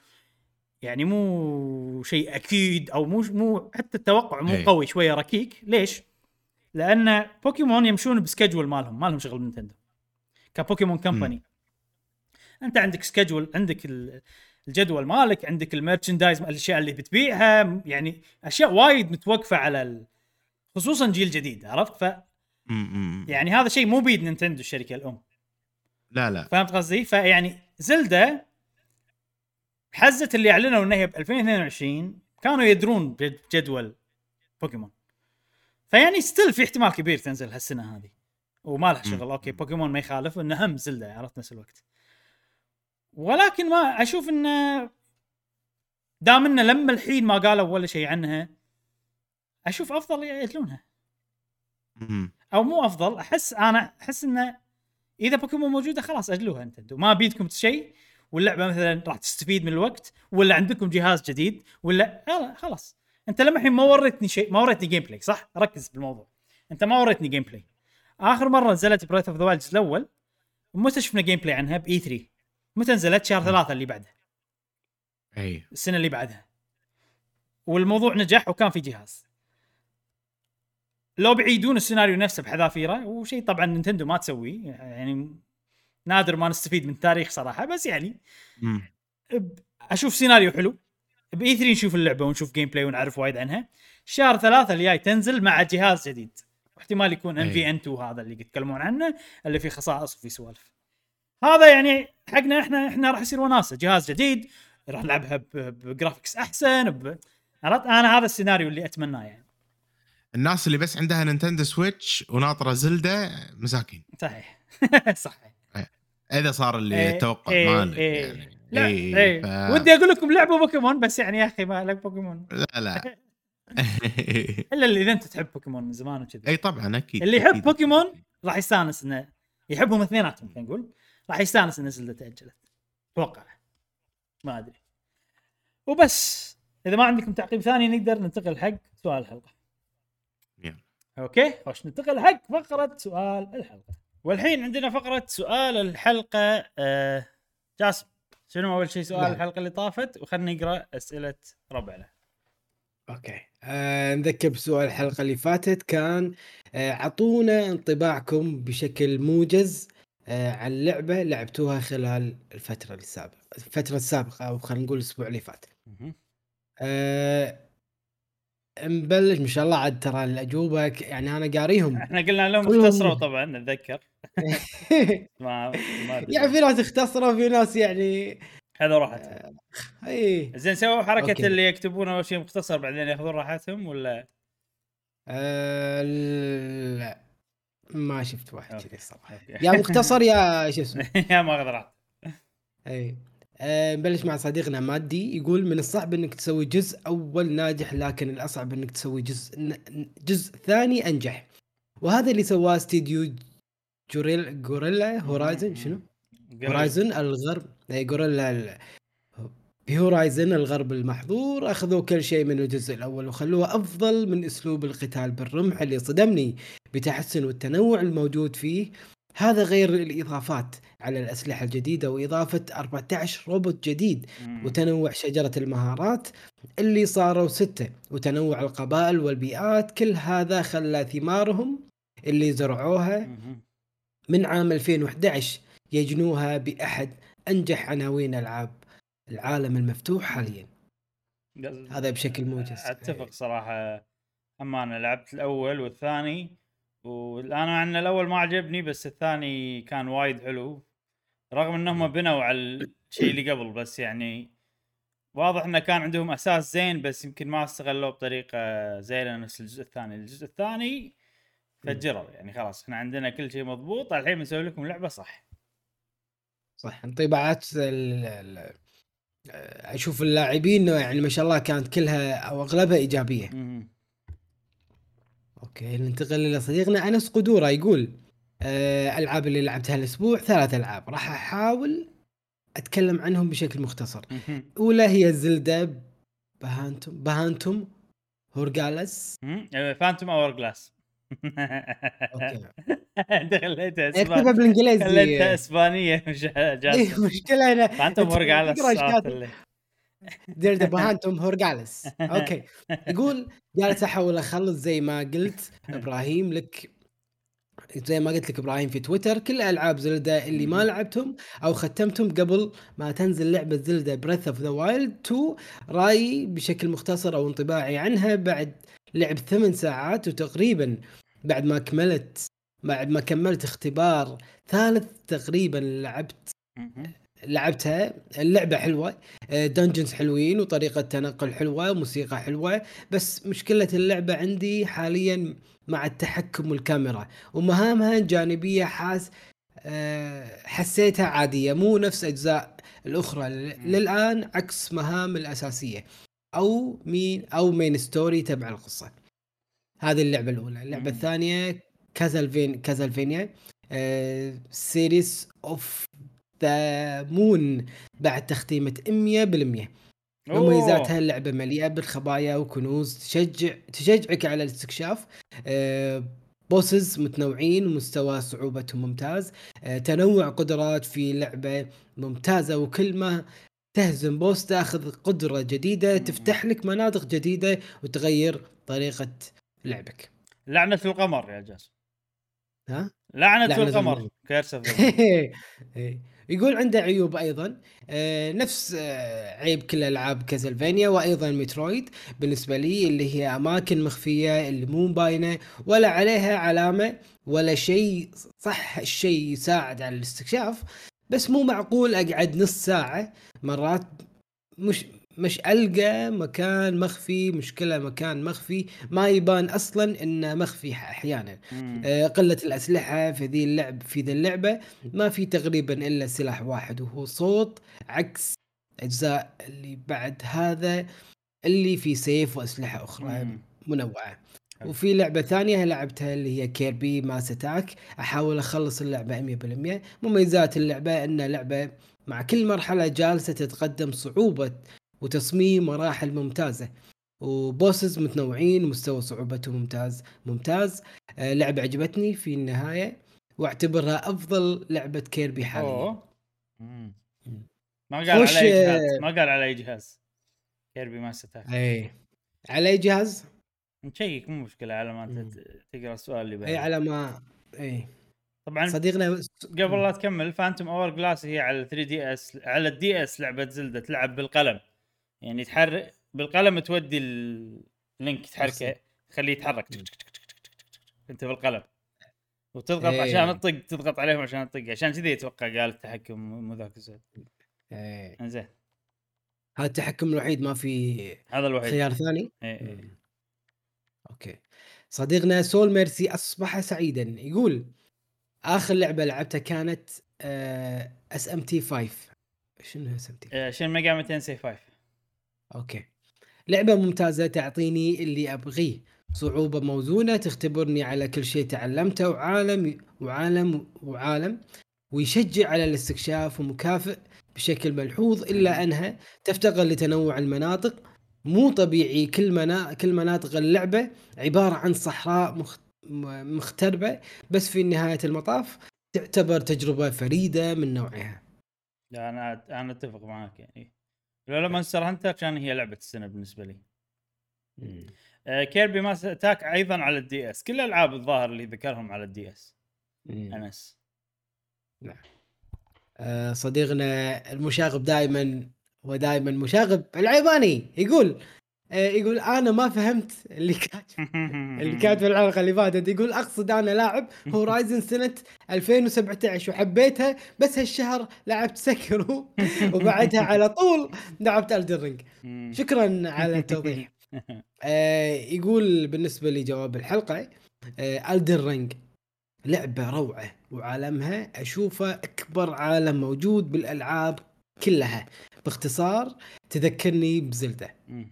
شيء اكيد او مو حتى التوقع مو قوي شويه ركيك. ليش؟ لان بوكيمون يمشون بسكجول مالهم شغل نينتندو كبوكيمون كمباني. انت عندك سكجول عندك الجدول مالك عندك الميرشندايز الاشياء اللي بتبيعها يعني اشياء وايد متوقفه على خصوصا جيل جديد عرفت. ف يعني هذا شيء مو بيد نينتندو الشركه الام لا فهمت قصدي. فيعني زلدة حزت اللي اعلنوا انها ب 2022 كانوا يدرون بجدول بوكيمون فيعني ستيل في احتمال كبير تنزل هالسنه هذه وما لها شغل. اوكي بوكيمون ما يخالف انه هم زلدة عرفت نفس الوقت ولكن ما اشوف انه دام انه لما الحين ما قالوا ولا شيء عنها اشوف افضل يأجلونها او مو افضل. احس انه اذا بوكيمون موجوده خلاص اجلوها نينتندو ما بيدكم شيء واللعبه مثلا راح تستفيد من الوقت ولا عندكم جهاز جديد ولا خلاص. انت لما الحين ما وريتني شيء ما وريتني جيم بلاي صح ركز بالموضوع. انت ما وريتني جيم بلاي. اخر مره نزلت براث اوف ذا وايلد الاول ومتى شفنا جيم بلاي عنها باي 3 متى نزلت شهر 3 اللي بعده السنه اللي بعدها والموضوع نجح وكان في جهاز. لو بعيدون السيناريو نفسه بحذافيره وشيء طبعا نينتندو ما تسويه يعني نادر ما نستفيد من التاريخ صراحه بس يعني اشوف سيناريو حلو باي 3 نشوف اللعبه ونشوف جيم بلاي ونعرف وايد عنها. شهر 3 اللي جاي تنزل مع جهاز جديد واحتمال يكون NVN2 هذا اللي يتكلمون عنه اللي فيه خصائص وفيه سوالف. هذا يعني حقنا احنا راح يصير وناسه جهاز جديد راح نلعبها بجرافيكس احسن انا هذا السيناريو اللي اتمناه. يعني الناس اللي بس عندها نينتندو سويتش وناطره زلدة مساكين صحيح صحيح اذا صار اللي التوقع مالك يعني لا ودي اقول لكم لعبوا بوكيمون بس يعني يا اخي ما لك بوكيمون لا الا اللي اذا انت تحب بوكيمون من زمان وكذا اي طبعا اكيد اللي يحب بوكيمون راح يستانس انه يحبهم اثنيناتهم خلينا نقول راح يستانس ان زلدة تاجلت اتوقع ما ادري. وبس اذا ما عندكم تعقيب ثاني نقدر ننتقل حق سؤال الحلقه. اوكي خوش ننتقل حق فقره سؤال الحلقه والحين عندنا فقرة سؤال الحلقة. جاسم، شنو أول شيء سؤال الحلقة اللي طافت؟ وخلنا نقرأ أسئلة ربعنا. اوكي، نذكر بسؤال الحلقة اللي فاتت كان عطونا انطباعكم بشكل موجز عن لعبة لعبتوها خلال الفترة السابقة أو خلينا نقول الأسبوع اللي فات. نبلش ما شاء الله. عاد ترى الأجوبة يعني أنا قاريهم. احنا قلنا لهم اختصروا طبعا نتذكر. ما يعني في ناس اختصروا في ناس يعني هذا راحتهم. اي زين، سووا حركة أوكي. اللي يكتبون اول شيء مختصر بعدين ياخذون راحتهم ولا؟ لا ما شفت واحد كذا الصراحة. يا مختصر يا شو اسمه. يا ما اخذ راحته. اي نبلش مع صديقنا مادي. يقول من الصعب انك تسوي جزء اول ناجح، لكن الاصعب انك تسوي جزء ثاني انجح، وهذا اللي سواه استديو غوريلا هورايزن. شنو هورايزن الغرب؟ اي غوريلا بهورايزن الغرب المحظور. اخذوا كل شيء من الجزء الاول وخلوه افضل من اسلوب القتال بالرمح اللي صدمني بتحسن والتنوع الموجود فيه. هذا غير الإضافات على الأسلحة الجديدة وإضافة 14 روبوت جديد وتنوع شجرة المهارات اللي صاروا 6 وتنوع القبائل والبيئات. كل هذا خلى ثمارهم اللي زرعوها من عام 2011 يجنوها بأحد أنجح عناوين ألعاب العالم المفتوح حاليا. هذا بشكل موجز. اتفق صراحة. اما انا لعبت الاول والثاني، والان عن الاول ما عجبني، بس الثاني كان وايد حلو رغم انهم بنوا على الشيء اللي قبل. بس يعني واضح انه كان عندهم اساس زين، بس يمكن ما استغلوه بطريقة زينة نفس الجزء الثاني فجروا. يعني خلاص احنا عندنا كل شيء مضبوط، الحين بنسوي لكم لعبة صح. انطباعات اشوف اللاعبين يعني ما شاء الله كانت كلها او اغلبها ايجابيه. اوكي، ننتقل الى صديقنا انس قدوره. يقول العاب اللي لعبتها الاسبوع 3 ألعاب راح احاول اتكلم عنهم بشكل مختصر. اولى هي زلدا بهانتوم هورجالس. فانتوم اور جلاس. اوكي خليتها اكتبها بالانجليزي، خليتها اسبانيه. مش جاسم. مشكله انا فانتوم هورجالس. زلدا بهانتوم هورجالس. اوكي، يقول جالس احاول اخلص زي ما قلت ابراهيم لك، زي ما قلت لك ابراهيم في تويتر، كل العاب زلدا اللي ما لعبتهم او ختمتهم قبل ما تنزل لعبه زلدا بريث اوف ذا وايلد 2. رايي بشكل مختصر او انطباعي عنها بعد لعب 8 ساعات وتقريبا بعد ما كملت اختبار ثالث تقريبا لعبتها. اللعبة حلوة، دنجنز حلوين وطريقة تنقل حلوة وموسيقى حلوة، بس مشكلة اللعبة عندي حاليا مع التحكم والكاميرا ومهامها جانبية. حسيتها عادية، مو نفس أجزاء الأخرى للآن، عكس مهام الأساسية أو مين ستوري تبع القصة. هذه اللعبة الأولى. اللعبة الثانية كازلفينيا سيريس اوف ذا مون بعد تختيمة 100%. مميزاتها اللعبة مليئة بالخبايا وكنوز تشجعك على الاستكشاف. بوسز متنوعين ومستوى صعوبتهم ممتاز. تنوع قدرات في لعبة ممتازة، وكل ما تهزم بوس تاخذ قدرة جديدة تفتح لك مناطق جديدة وتغير طريقة لعبك. لعنة القمر يا جاسم. ها؟ لعنة القمر كارثة. يقول عنده عيوب أيضا نفس عيب كل ألعاب كازلفينيا وأيضا مترويد بالنسبة لي، اللي هي أماكن مخفية اللي مو باينة ولا عليها علامة ولا شيء. صح الشيء يساعد على الاستكشاف، بس مو معقول أقعد نص ساعة مرات مش ألقى مكان مخفي. مشكلة مكان مخفي ما يبان أصلا إنه مخفي أحيانا. قلة الأسلحة في ذي اللعبة ما في تقريبا إلا سلاح واحد وهو صوت، عكس أجزاء اللي بعد هذا اللي في سيف وأسلحة أخرى منوعة. وفي لعبة ثانية لعبتها اللي هي كيربي ماس أتاك، أحاول أخلص اللعبة 100%. مميزات اللعبة إن لعبة مع كل مرحلة جالسة تتقدم صعوبة وتصميم مراحل ممتازة، وبوسز متنوعين ومستوى صعوبته ممتاز. لعبة عجبتني في النهاية واعتبرها افضل لعبه كيربي حاليا. ما قال على اي جهاز، ما قال على اي جهاز كيربي ماستر اتاك. اي على اي جهاز نشيك، مو مشكله على ما تقرا السؤال اللي بعده. اي على ما اي طبعا صديقنا قبل لا تكمل، فانتوم اور جلاس هي على 3 دي اس، على الدي اس لعبه زلدة تلعب بالقلم، يعني تحرك بالقلم، تودي اللينك تحركه تخليه يتحرك انت بالقلم، وتضغط عشان تطق، تضغط عليهم عشان تطق، عشان كذي اتوقع قال التحكم مو ذاك الزين. زين هذا التحكم الوحيد، ما في هذا الوحيد خيار ثاني. اوكي. صديقنا سول ميرسي اصبح سعيدا، يقول اخر لعبه لعبتها كانت اس ام تي 5. شنو اس ام تي؟ شن ميجامي تنسي 5. اوكي. لعبه ممتازه تعطيني اللي ابغيه، صعوبه موزونه تختبرني على كل شيء تعلمته، وعالم ويشجع على الاستكشاف، ومكافئ بشكل ملحوظ، الا انها تفتقر لتنوع المناطق مو طبيعي. كل مناطق اللعبه عباره عن صحراء مختربه، بس في نهايه المطاف تعتبر تجربه فريده من نوعها. لا انا اتفق معاك، يعني لولا مونستر هانتر كان هي لعبه السنه بالنسبه لي. كيربي ماستر اتاك ايضا على الدي اس، كل الالعاب الظاهر اللي ذكرهم على الدي اس. انس نعم. صديقنا المشاغب دائما ودائما مشاغب العيباني يقول انا ما فهمت اللي كانت في الحلقه اللي فاتت. يقول اقصد انا لاعب هورايزن سنه 2017 وحبيتها، بس هالشهر لعبت سكرو وبعدها على طول لعبت ألدن رينج. شكرا على التوضيح. يقول بالنسبه لي جواب الحلقه، ألدن رينج لعبه روعه، وعالمها اشوفه اكبر عالم موجود بالالعاب كلها. باختصار تذكرني بزلدة.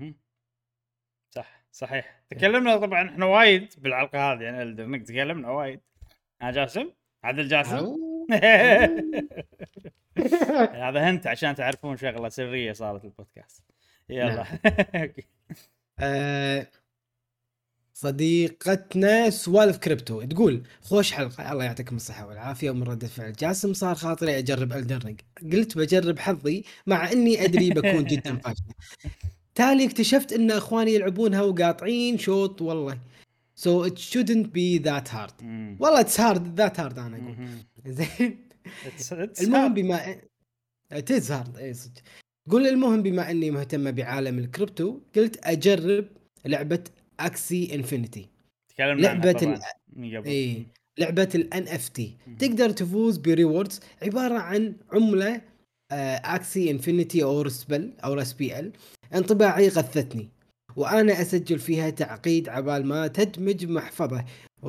صحيح. تكلمنا طبعا احنا وايد بالحلقه هذه، يعني الدرنك تكلمنا وايد. جاسم، عادل جاسم. هذا هنت عشان تعرفون شغله سريه صارت البودكاست. يلا. صديقتنا سوالف كريبتو تقول خوش حلقه، الله يعطيكم الصحه والعافيه. ومن ردة فعل جاسم صار خاطري اجرب ألدن رينج، قلت بجرب حظي مع اني ادري بكون جدا فاشل. تالي اكتشفت ان اخواني يلعبونها وقاطعين شوط والله. So it shouldn't be that hard. والله it's hard that hard انا اقول. زين. المهم بما it is hard اي صدق. قول المهم بما اني مهتمه بعالم الكريبتو، قلت اجرب لعبه اكسي انفينيتي. لعبه لعبه الان اف تي، تقدر تفوز بريوردز عباره عن عمله اكسي انفينيتي او رسبل او رسبيل. انطباعي غثتني، وانا اسجل فيها تعقيد عبال ما تدمج محفظه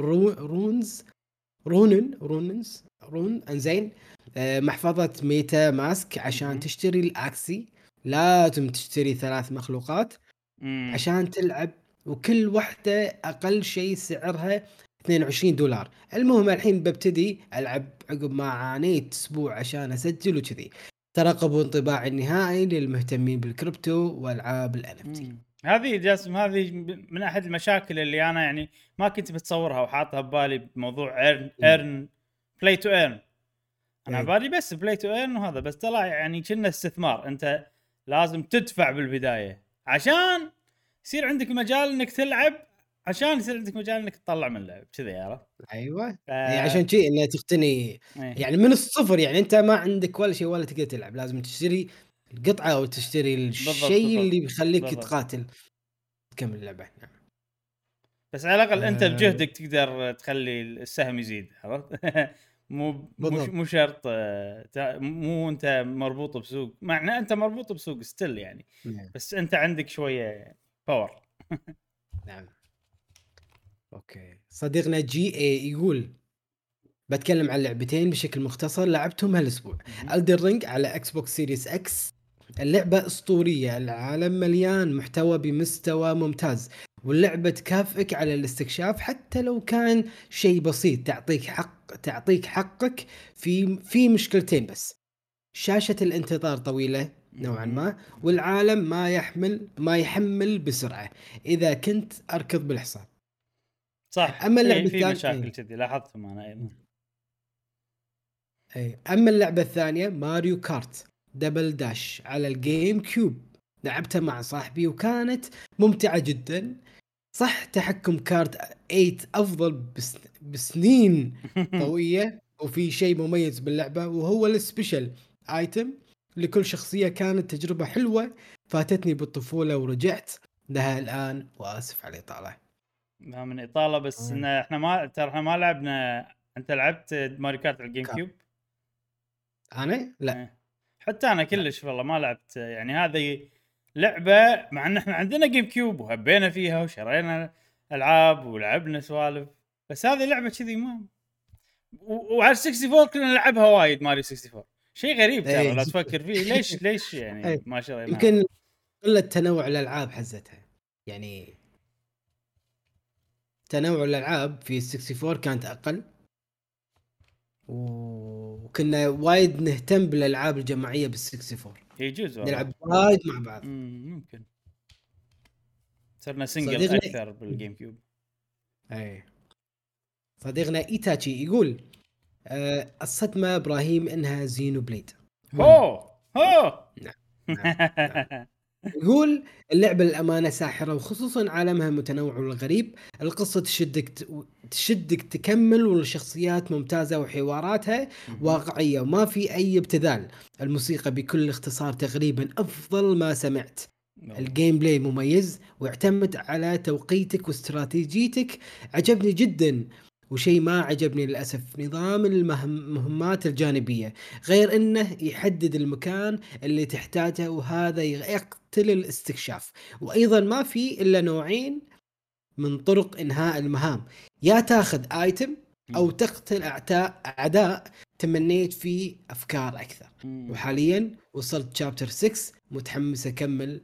رون انزين محفظه ميتا ماسك. عشان تشتري الاكسي لازم تشتري 3 مخلوقات عشان تلعب، وكل واحده اقل شيء سعرها $22. المهم الحين ببتدي العب عقب ما عانيت اسبوع عشان اسجل وكذي. ترقبوا انطباع النهائي للمهتمين بالكريبتو والعاب الانفتي. هذه جاسم، هذه من احد المشاكل اللي انا يعني ما كنت بتصورها وحاطها ببالي بموضوع ايرن بلاي تو ايرن. انا بالي بس بلاي تو ايرن وهذا بس، طلع يعني كنا استثمار. انت لازم تدفع بالبدايه عشان يصير عندك مجال انك تلعب، عشان يصير عندك مجال انك تطلع من اللعب كذا، عرفت؟ ايوه عشان شيء انها تقتني يعني من الصفر. يعني انت ما عندك ولا شيء ولا تقدر تلعب، لازم تشتري القطعه او تشتري الشيء اللي بيخليك تقاتل تكمل اللعبه. بس على الاقل انت بجهدك تقدر تخلي السهم يزيد، عرفت؟ مو شرط مو انت مربوط بسوق، معنى انت مربوط بسوق ستيل يعني بس انت عندك شويه باور. نعم. اوكي. صديقنا جي اي يقول بتكلم عن لعبتين بشكل مختصر لعبتهم هالاسبوع. ألدن رينج على اكس بوكس سيريس اكس، اللعبه اسطوريه، العالم مليان محتوى بمستوى ممتاز، واللعبه تكافئك على الاستكشاف حتى لو كان شيء بسيط. تعطيك حقك في مشكلتين بس، شاشه الانتظار طويله نوعا ما، والعالم ما يحمل بسرعه اذا كنت اركض بالحصان. صح. اما اللعبه في مشاكل كذي لاحظتهم انا ايضا. اما اللعبه الثانيه ماريو كارت دبل داش على الجيم كيوب، لعبتها مع صاحبي وكانت ممتعه جدا. صح تحكم كارت 8 افضل بسنين طويله، وفي شيء مميز باللعبه وهو السبيشال ايتم لكل شخصيه. كانت تجربه حلوه فاتتني بالطفوله ورجعت لها الان، واسف على الاطاله. ما من اطاله، بس إن احنا ما لعبنا. انت لعبت ماريو كارت على الجيم كيوب؟ انا لا. حتى انا كلش والله ما لعبت. يعني هذه لعبه مع ان احنا عندنا جيم كيوب وهبينا فيها وشرينا العاب ولعبنا سوالف، بس هذه لعبه كذي ما وعلى 64 كنا نلعبها وايد. ماريو 64 شيء غريب ترى لا تفكر فيه. ليش يعني ما شريناها؟ يمكن قله تنوع الالعاب حزتها. يعني تنوع الالعاب في 64 كانت اقل، وكنا وايد نهتم بالالعاب الجماعيه بال64. يجوز والله نلعب وايد مع بعض. ممكن صرنا سنجل اكثر بالجيم كيوب. اي صديقنا ايتاتشي يقول الصدمه ابراهيم انها زينو بليد. هو نعم. يقول اللعبة للأمانة ساحرة، وخصوصا عالمها متنوع والغريب. القصة تشدك تكمل، والشخصيات ممتازة وحواراتها واقعية وما في أي ابتذال. الموسيقى بكل اختصار تقريبا أفضل ما سمعت. الجيم بلاي مميز ويعتمد على توقيتك واستراتيجيتك، عجبني جدا. وشيء ما عجبني للأسف نظام المهمات الجانبية، غير انه يحدد المكان اللي تحتاجه وهذا يقتل الاستكشاف. وايضا ما في الا نوعين من طرق انهاء المهام، يا تاخذ ايتم او تقتل اعداء. تمنيت في افكار اكثر. وحاليا وصلت شابتر 6 متحمس اكمل.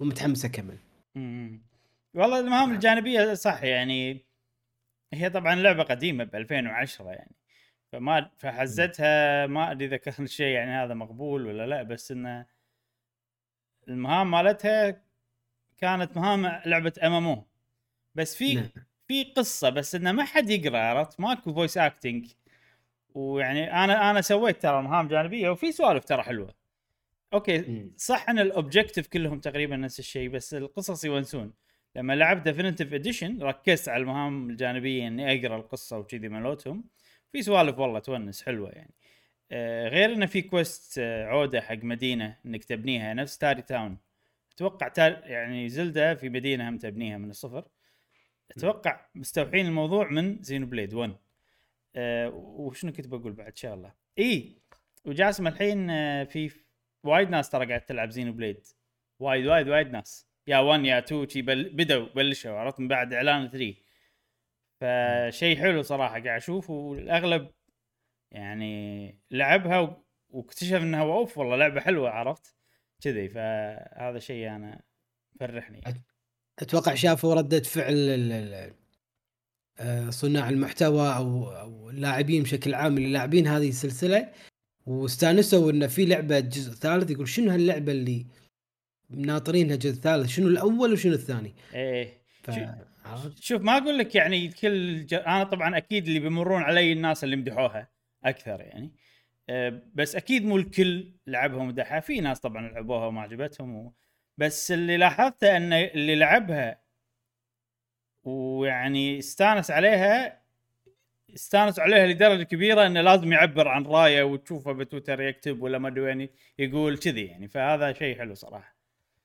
والله المهام الجانبية صح. يعني هي طبعا لعبة قديمة ب 2010 يعني، فحزتها ما ادري اذا كان شيء يعني هذا مقبول ولا لا، بس انه المهام مالتها كانت مهام لعبة MMO، بس في قصة، بس انه ما حد يقرا، عرفت؟ ماكو فويس اكتنج. ويعني انا سويت ترى مهام جانبية وفي سوالف ترى حلوة. اوكي صح ان الاوبجكتيف كلهم تقريبا نفس الشيء، بس القصص يونسون. لما لعبت ديفينيتيف اديشن ركزت على المهام الجانبيه اني اقرا القصه وكذي مالتهم. في سوالف والله تونس حلوه يعني. غير انه في كويست عوده حق مدينه انك تبنيها نفس تاري تاون. اتوقع يعني زلدة في مدينه هم تبنيها من الصفر. اتوقع مستوحين الموضوع من زينو بليد 1. وشنو كنت بقول بعد شغله وجاسم الحين في وايد ناس ترى قاعد تلعب زينو بليد. وايد ناس، يا 1 يا 2 شي بلشوا عرفت من بعد اعلان 3. فشيء حلو صراحه قاعد اشوف، والاغلب يعني لعبها واكتشف انها اوف والله لعبه حلوه، عرفت كذي. فهذا شيء انا فرحني. اتوقع شافوا ردة فعل صناع المحتوى او اللاعبين بشكل عام اللي لاعبين هذه السلسله، واستانسوا انه في لعبه جزء ثالث. يقول شنو هاللعبه اللي ناطرينها جزء ثالث، شنو الاول وشنو الثاني. شوف ما اقول لك يعني انا طبعا اكيد اللي بيمرون علي الناس اللي مدحوها اكثر يعني. بس اكيد مو الكل لعبها ومدحها، في ناس طبعا لعبوها وما عجبتهم بس اللي لاحظته ان اللي لعبها ويعني استانس عليها لدرجه كبيره انه لازم يعبر عن رايه، وتشوفه بتويتر يكتب ولا ما ادري وين يقول كذي يعني. فهذا شيء حلو صراحه.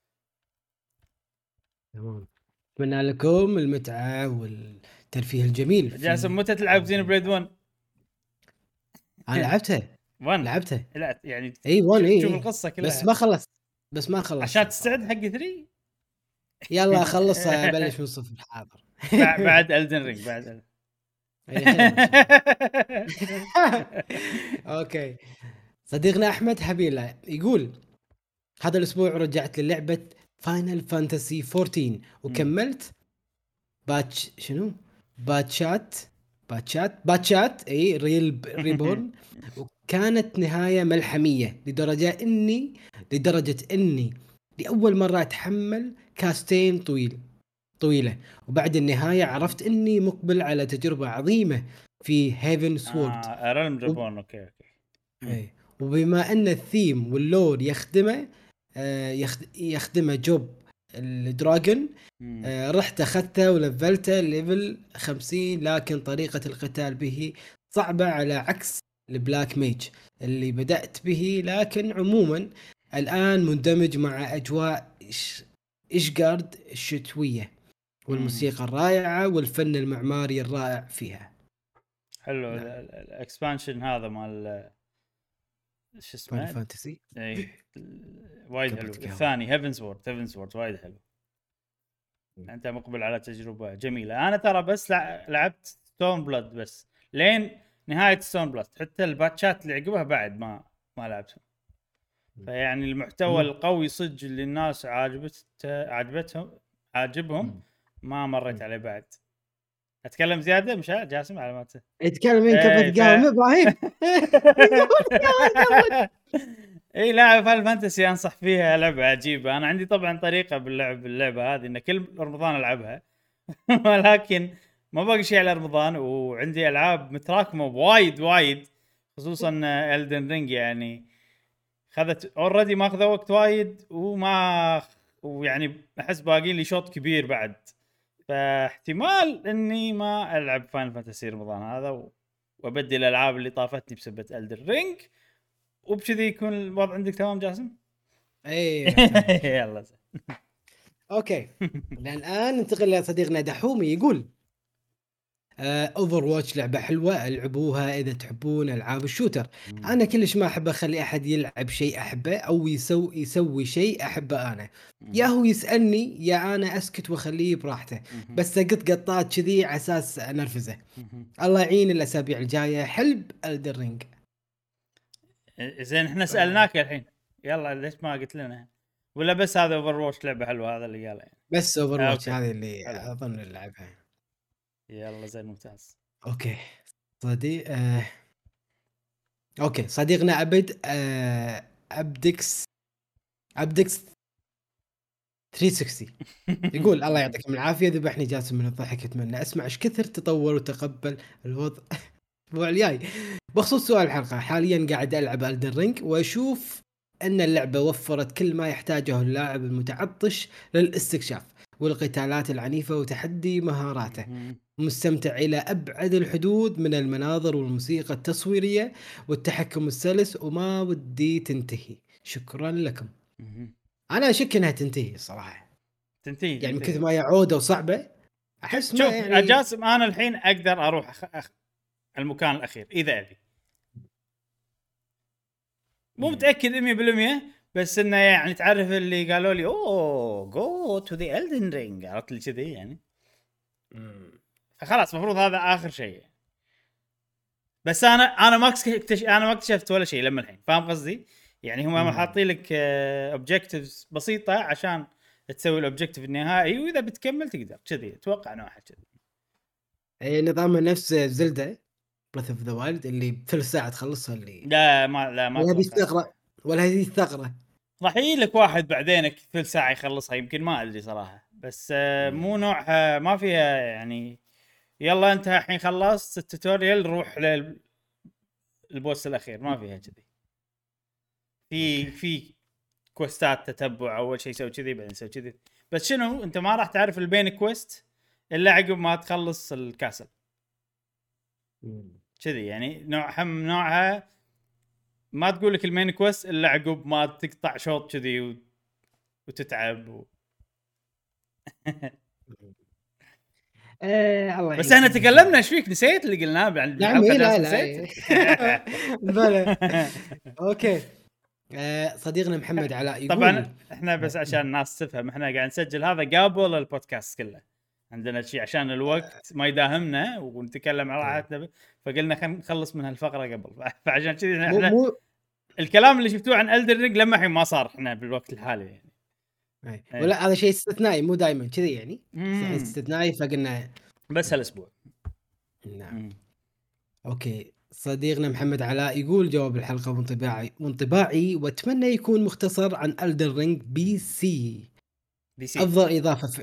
تمام، اتمنى لكم المتعه والترفيه الجميل. جاسم متى تلعب زين بليد 1؟ انا لعبتها 1 لعبتها لا يعني اي 1 شوف القصه كلها بس ما خلصت عشان تستعد حق 3. يلا اخلص ابلش من الصفر. حاضر. بعد ألدن رينج بعد اوكي. صديقنا احمد حبيله يقول هذا الاسبوع رجعت للعبه فاينل فانتسي 14 وكملت باتشات اي ريبورن. وكانت نهايه ملحميه لدرجه اني لاول مره اتحمل كاستين طويله. وبعد النهايه عرفت اني مقبل على تجربه عظيمه في هيفن سورد. ريلم ريبورن اوكي اي وبما ان الثيم واللور يخدمه يخدمه جوب الدراجون رحت اخذته ولفلته ليفل 50 لكن طريقة القتال به صعبة على عكس البلاك ميج اللي بدأت به لكن عموما الآن مندمج مع أجواء إشغارد الشتوية والموسيقى الرائعة والفن المعماري الرائع فيها. حلو الاكسبانشن هذا مال شو اسمه فانتسي اي وايد حلو. الثاني هيفنز وورد وايد حلو. انت مقبل على تجربه جميله. انا ترى بس لعبت ستون بلاد بس لين نهايه ستون بلاد، حتى الباتشات اللي عقبها بعد ما لعبتهم. فيعني المحتوى القوي صدق اللي الناس عاجبهم ما مريت عليه بعد. اتكلم زياده مش جاسم على ما اتكلم كيف تقاوم ابراهيم. اي لا فاينل فانتسي انصح فيها، لعبه عجيبه. انا عندي طبعا طريقه باللعبه هذه ان كل رمضان العبها ولكن ما باقي شيء على رمضان، وعندي العاب متراكمه وايد خصوصا إلدن رينج يعني خذت اوريدي ماخذه وقت وايد ويعني احس باقي لي شوط كبير بعد، فاحتمال اني ما العب فاينل فانتسي رمضان هذا وابدل الالعاب اللي طافتني بسبه إلدن رينج، وبكذي يكون الوضع عندك تمام جاسم. ايه يلا اوكي. الان ننتقل لصديقنا دحومي يقول اوفر واتش لعبه حلوه العبوها اذا تحبون العاب الشوتر. انا كلش ما احب اخلي احد يلعب شيء احبه او يسوي شيء احبه انا، يا هو يسالني يا انا اسكت واخليه براحته، بس اقط قطات كذي على اساس انرفزه. الله يعين الاسابيع الجايه. حلب إلدن رينج. زين احنا سالناك الحين يلا ليش ما قلت لنا؟ ولا بس هذا اوفر واتش لعبه حلوه هذا اللي قاله يعني؟ بس اوفر واتش هذه اللي اظن نلعبها. يلا زين ممتاز. اوكي اوكي صديقنا عبد ابدكس 360 يقول الله يعطيكم العافيه ذبحني جاسم من الضحك، اتمنى اسمع ايش كثر تطور وتقبل الوضع الاسبوع الجاي. بخصوص سؤال الحلقه، حاليا قاعد العب إلدن رينج واشوف ان اللعبه وفرت كل ما يحتاجه اللاعب المتعطش للاستكشاف والقتالات العنيفه وتحدي مهاراته. مستمتع إلى أبعد الحدود من المناظر والموسيقى التصويرية والتحكم السلس وما ودي تنتهي. شكرا لكم. أنا أشك إنها تنتهي صراحة. تنتهي يعني من كثر ما هي عودة وصعبة أحس شوف يعني أجاسم أنا الحين أقدر أروح المكان الأخير إذا أبي، مو متأكد 100% بس إنه يعني تعرف اللي قالوا لي أوه جو تو ذا إلدن رينج، عرفت لي كذي يعني. فخلاص مفروض هذا آخر شيء. بس أنا ما اكتشفت ولا شيء لما الحين، فاهم قصدي؟ يعني هم حاطين لك اوبجكتيفز بسيطة عشان تسوي الاوبجكتيف النهائي، وإذا بتكمل تقدر كذي. أتوقع نوعها كذي. أي نظامها نفس زلدة بريث اوف ذا وايلد اللي ثلث ساعة تخلصها اللي لا ما ولا هذه الثغرة راح يجيلك واحد بعدينك ثلث ساعة يخلصها يمكن، ما أدري صراحة. بس مو نوعها ما فيها يعني يلا انت الحين خلصت التوتوريال روح للبوس الأخير، ما فيها كذي. في كوستات تتبع، أول شيء يسوي كذي بعدين يسوي كذي، بس شنو أنت ما راح تعرف البين كويست إلا عقب ما تخلص الكاسل كذي. يعني نوعها ما تقول لك المين كويست إلا عقب ما تقطع شوط كذي وتتعب بس احنا تكلمنا ايش فيك نسيت اللي قلناه عن لا بلا اوكي. صديقنا محمد علاء يقول طبعا احنا بس عشان الناس تفهم احنا قاعد نسجل هذا قبل البودكاست كله، عندنا شيء عشان الوقت ما يداهمنا ونتكلم على راحتنا، فقلنا خلينا نخلص من هالفقره قبل. فعشان كذي احنا الكلام اللي شفتوه عن إلدن رينج لما الحين ما صار احنا بالوقت الحالي يعني. ولا هذا شيء استثنائي مو دائما كذي يعني استثنائي، فقلنا بس هالاسبوع. نعم. اوكي صديقنا محمد علاء يقول جواب الحلقه وانطباعي واتمنى يكون مختصر عن إلدن رينج بي سي. افضل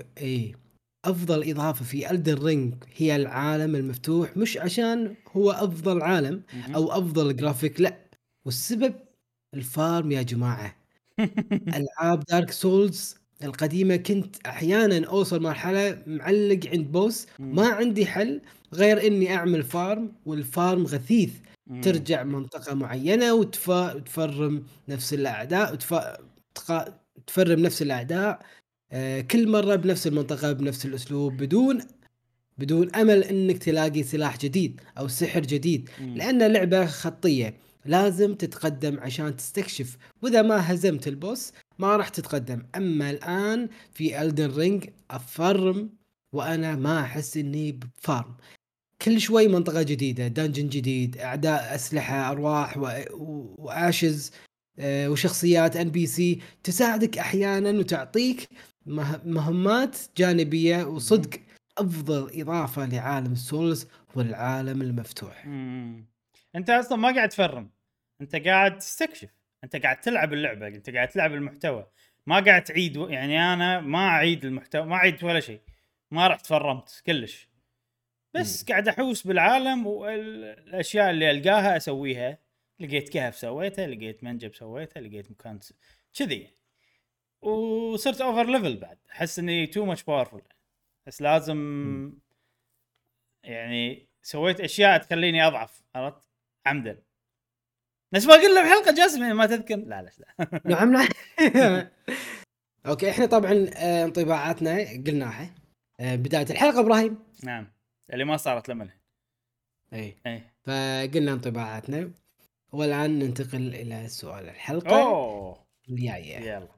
اضافه في إلدن رينج هي العالم المفتوح، مش عشان هو افضل عالم او افضل جرافيك، لا والسبب الفارم يا جماعة. ألعاب دارك سولز القديمة كنت أحيانا أوصل مرحلة معلق عند بوس ما عندي حل غير إني أعمل فارم، والفارم غثيث. ترجع منطقة معينة وتفرم نفس الأعداء تفرم نفس الأعداء كل مرة بنفس المنطقة بنفس الأسلوب بدون أمل إنك تلاقي سلاح جديد أو سحر جديد، لأن لعبة خطية لازم تتقدم عشان تستكشف، وإذا ما هزمت البوس ما راح تتقدم. أما الآن في ألدن رينج أفرم وأنا ما أحس إني بفارم، كل شوي منطقة جديدة، دانجن جديد، أعداء، أسلحة، أرواح وآشز وشخصيات NPC تساعدك أحيانا وتعطيك مهمات جانبية. وصدق أفضل إضافة لعالم السولز هو العالم المفتوح. أنت أصلا ما قاعد تفرم، أنت قاعد تستكشف، أنت قاعد تلعب اللعبة، أنت قاعد تلعب المحتوى، ما قاعد تعيد. يعني أنا ما أعيد المحتوى، ما أعيد ولا شيء، ما رحت فرمت كلش، بس قاعد أحوس بالعالم والأشياء اللي ألقاها أسويها. لقيت كهف سويتها، لقيت منجب سويتها، لقيت مكان كذي، وصرت اوفر ليفل. بعد احس اني تو ماتش باورفul، بس لازم يعني سويت اشياء تخليني اضعف، عرفت عمدا. نفس ما قلنا بحلقه جاسم ما تذكر. لا نعم. اوكي احنا طبعا انطباعاتنا قلناها بدايه الحلقه ابراهيم. نعم اللي ما صارت لما اي فقلنا انطباعاتنا، والان ننتقل الى سؤال الحلقه الجايه. يلا.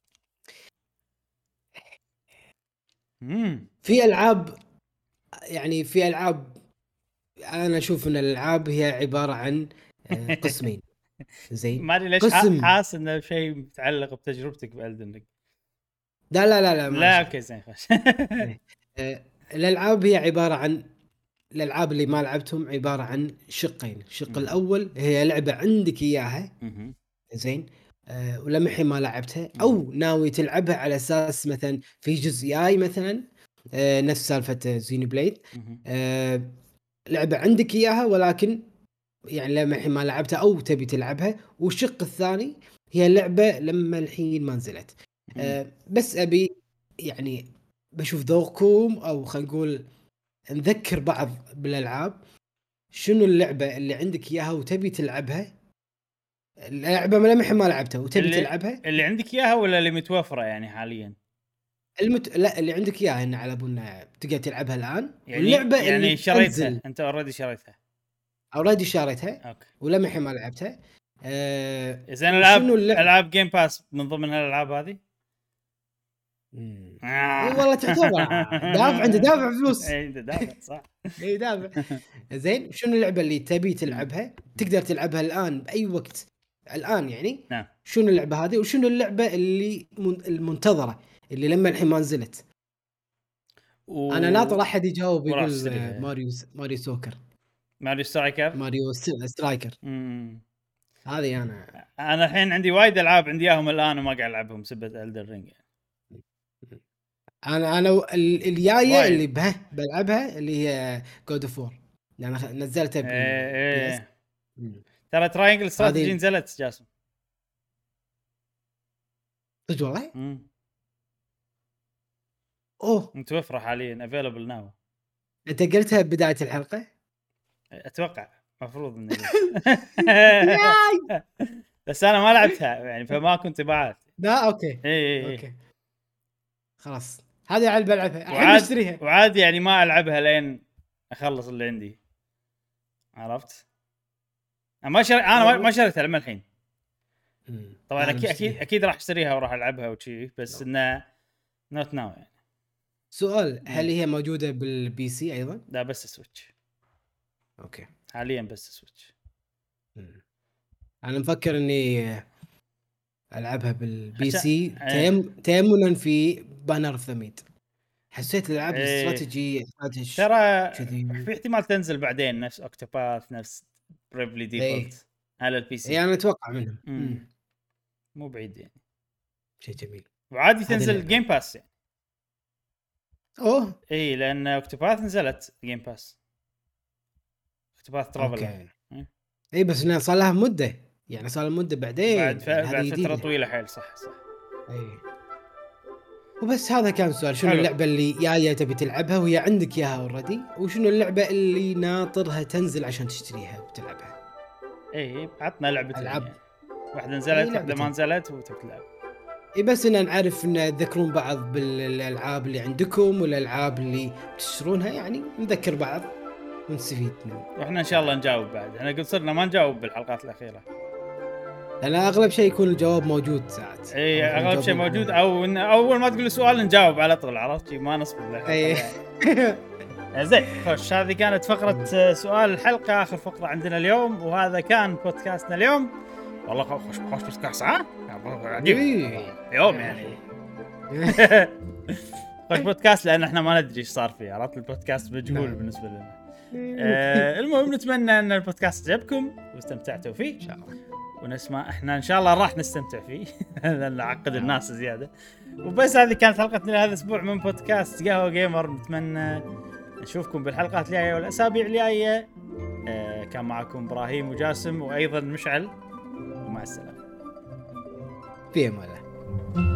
في العاب، يعني في العاب انا اشوف ان الالعاب هي عباره عن قسمين. زين ما ادري ليش حاس انه شيء متعلق بتجربتك بألدن رينج. لا اوكي زين خش. الالعاب هي عباره عن، الالعاب اللي ما لعبتهم عباره عن شقين. الشق الاول هي لعبه عندك اياها زين ولما الحين ما لعبتها او ناوي تلعبها على اساس مثلا في جزء جاي مثلا نفس سالفه زينو بليد لعبه عندك اياها ولكن يعني لما الحين ما لعبتها او تبي تلعبها. والشق الثاني هي لعبه لما الحين ما نزلت بس ابي يعني بشوف ذوقكم او خلينا نقول نذكر بعض بالالعاب. شنو اللعبه اللي عندك اياها وتبي تلعبها؟ اللعبه لما الحين ما لعبتها وتبي تلعبها، اللي عندك اياها ولا اللي متوفره يعني حاليا؟ لا اللي عندك اياها إن على بالنا تقدر تلعبها الان يعني واللعبه يعني اللي شريتها انت اوريدي شريتها شاريتها اوكي ولما الحين ما لعبتها زين العاب جيم باس من ضمن هالالعاب هذه والله تعتبر دافع، انت دافع فلوس. اي انت دافع صح. اي دافع. زين شنو اللعبه اللي تبي تلعبها تقدر تلعبها الان باي وقت الان يعني نعم. شنو اللعبه هذه وشنو اللعبه اللي المنتظره اللي لما الحين ما نزلت؟ انا ناطر احد يجاوب يقول ماريو سوكر، ماريو سترايكر، ماريو سترايكر. هذه انا الحين عندي وايد العاب عندي اياهم الان وما قاعد العبهم سبة ألدن رينج. انا الجايه اللي بلعبها اللي هي جود اوف وور، يعني نزلتها ترى تراينجل استراتيجي نزلت جاسم. صدق والله؟ متوفره حاليا افيلبل ناو. انت قلتها بدايه الحلقه اتوقع مفروض اني بس انا ما لعبتها يعني فما كنت بعد. لا اوكي اوكي خلاص هذه على بلعبها الحين اشتريها وعاد يعني ما العبها لين اخلص اللي عندي، عرفت؟ انا ما شريتها لما الحين طبعا اكيد راح اشتريها وراح العبها وشي بس انه نوت ناو يعني. سؤال هل هي موجوده بالبي سي ايضا؟ لا بس سويتش. اوكي حاليا بس سويتش. انا مفكر اني العبها بالبي سي تيمنا في بانر اوف ذا ميد. حسيت الالعاب الاستراتيجي ترى في احتمال تنزل بعدين نفس اوكتوباث نفس بريفلي ديفولت على البي سي. يعني اتوقع منهم مو بعيد يعني شيء جميل. وعادي تنزل جيم باس يعني. اوه اي لان اوكتوباث نزلت جيم باس اوكتوباث ترافل. اي بس صار لها مده يعني صار المده بعدين بعد فتره طويله حيل. صح اي. وبس هذا كان السؤال، شنو اللعبه اللي جايه تبي تلعبها وهي عندك اياها اوريدي، وشنو اللعبه اللي ناطرها تنزل عشان تشتريها وتلعبها؟ اي عطنا لعبتين العاب، واحده نزلت واحده ما نزلت وتلعب. اي بس ان نعرف ان تذكرون بعض بالالعاب اللي عندكم والالعاب اللي تشترونها، يعني نذكر بعض ونستفيد منه. واحنا ان شاء الله نجاوب بعد. احنا قد صرنا ما نجاوب بالحلقات الاخيره، لان اغلب شيء يكون الجواب موجود ساعات. اي اغلب شيء موجود، او إن اول ما تقول سؤال نجاوب على طول، عرفت؟ ما نصبر له. اي زين خوش، هذه كانت فقره سؤال الحلقه، اخر فقره عندنا اليوم، وهذا كان بودكاستنا اليوم. والله خوش بودكاست عجيب اليوم يعني. خوش بودكاست لان احنا ما ندري ايش صار فيه، عرفت؟ البودكاست مجهول بالنسبه لنا. المهم نتمنى ان البودكاست عجبكم واستمتعتوا فيه ان شاء الله، ونسمع احنا ان شاء الله راح نستمتع فيه لان نعقد الناس زياده. وبس هذه كانت حلقتنا لهذا الاسبوع من بودكاست قهوه جيمر. نتمنى نشوفكم بالحلقات الجايه والاسابيع الجايه. كان معكم ابراهيم وجاسم وايضا مشعل، ومع السلامه. في امان الله.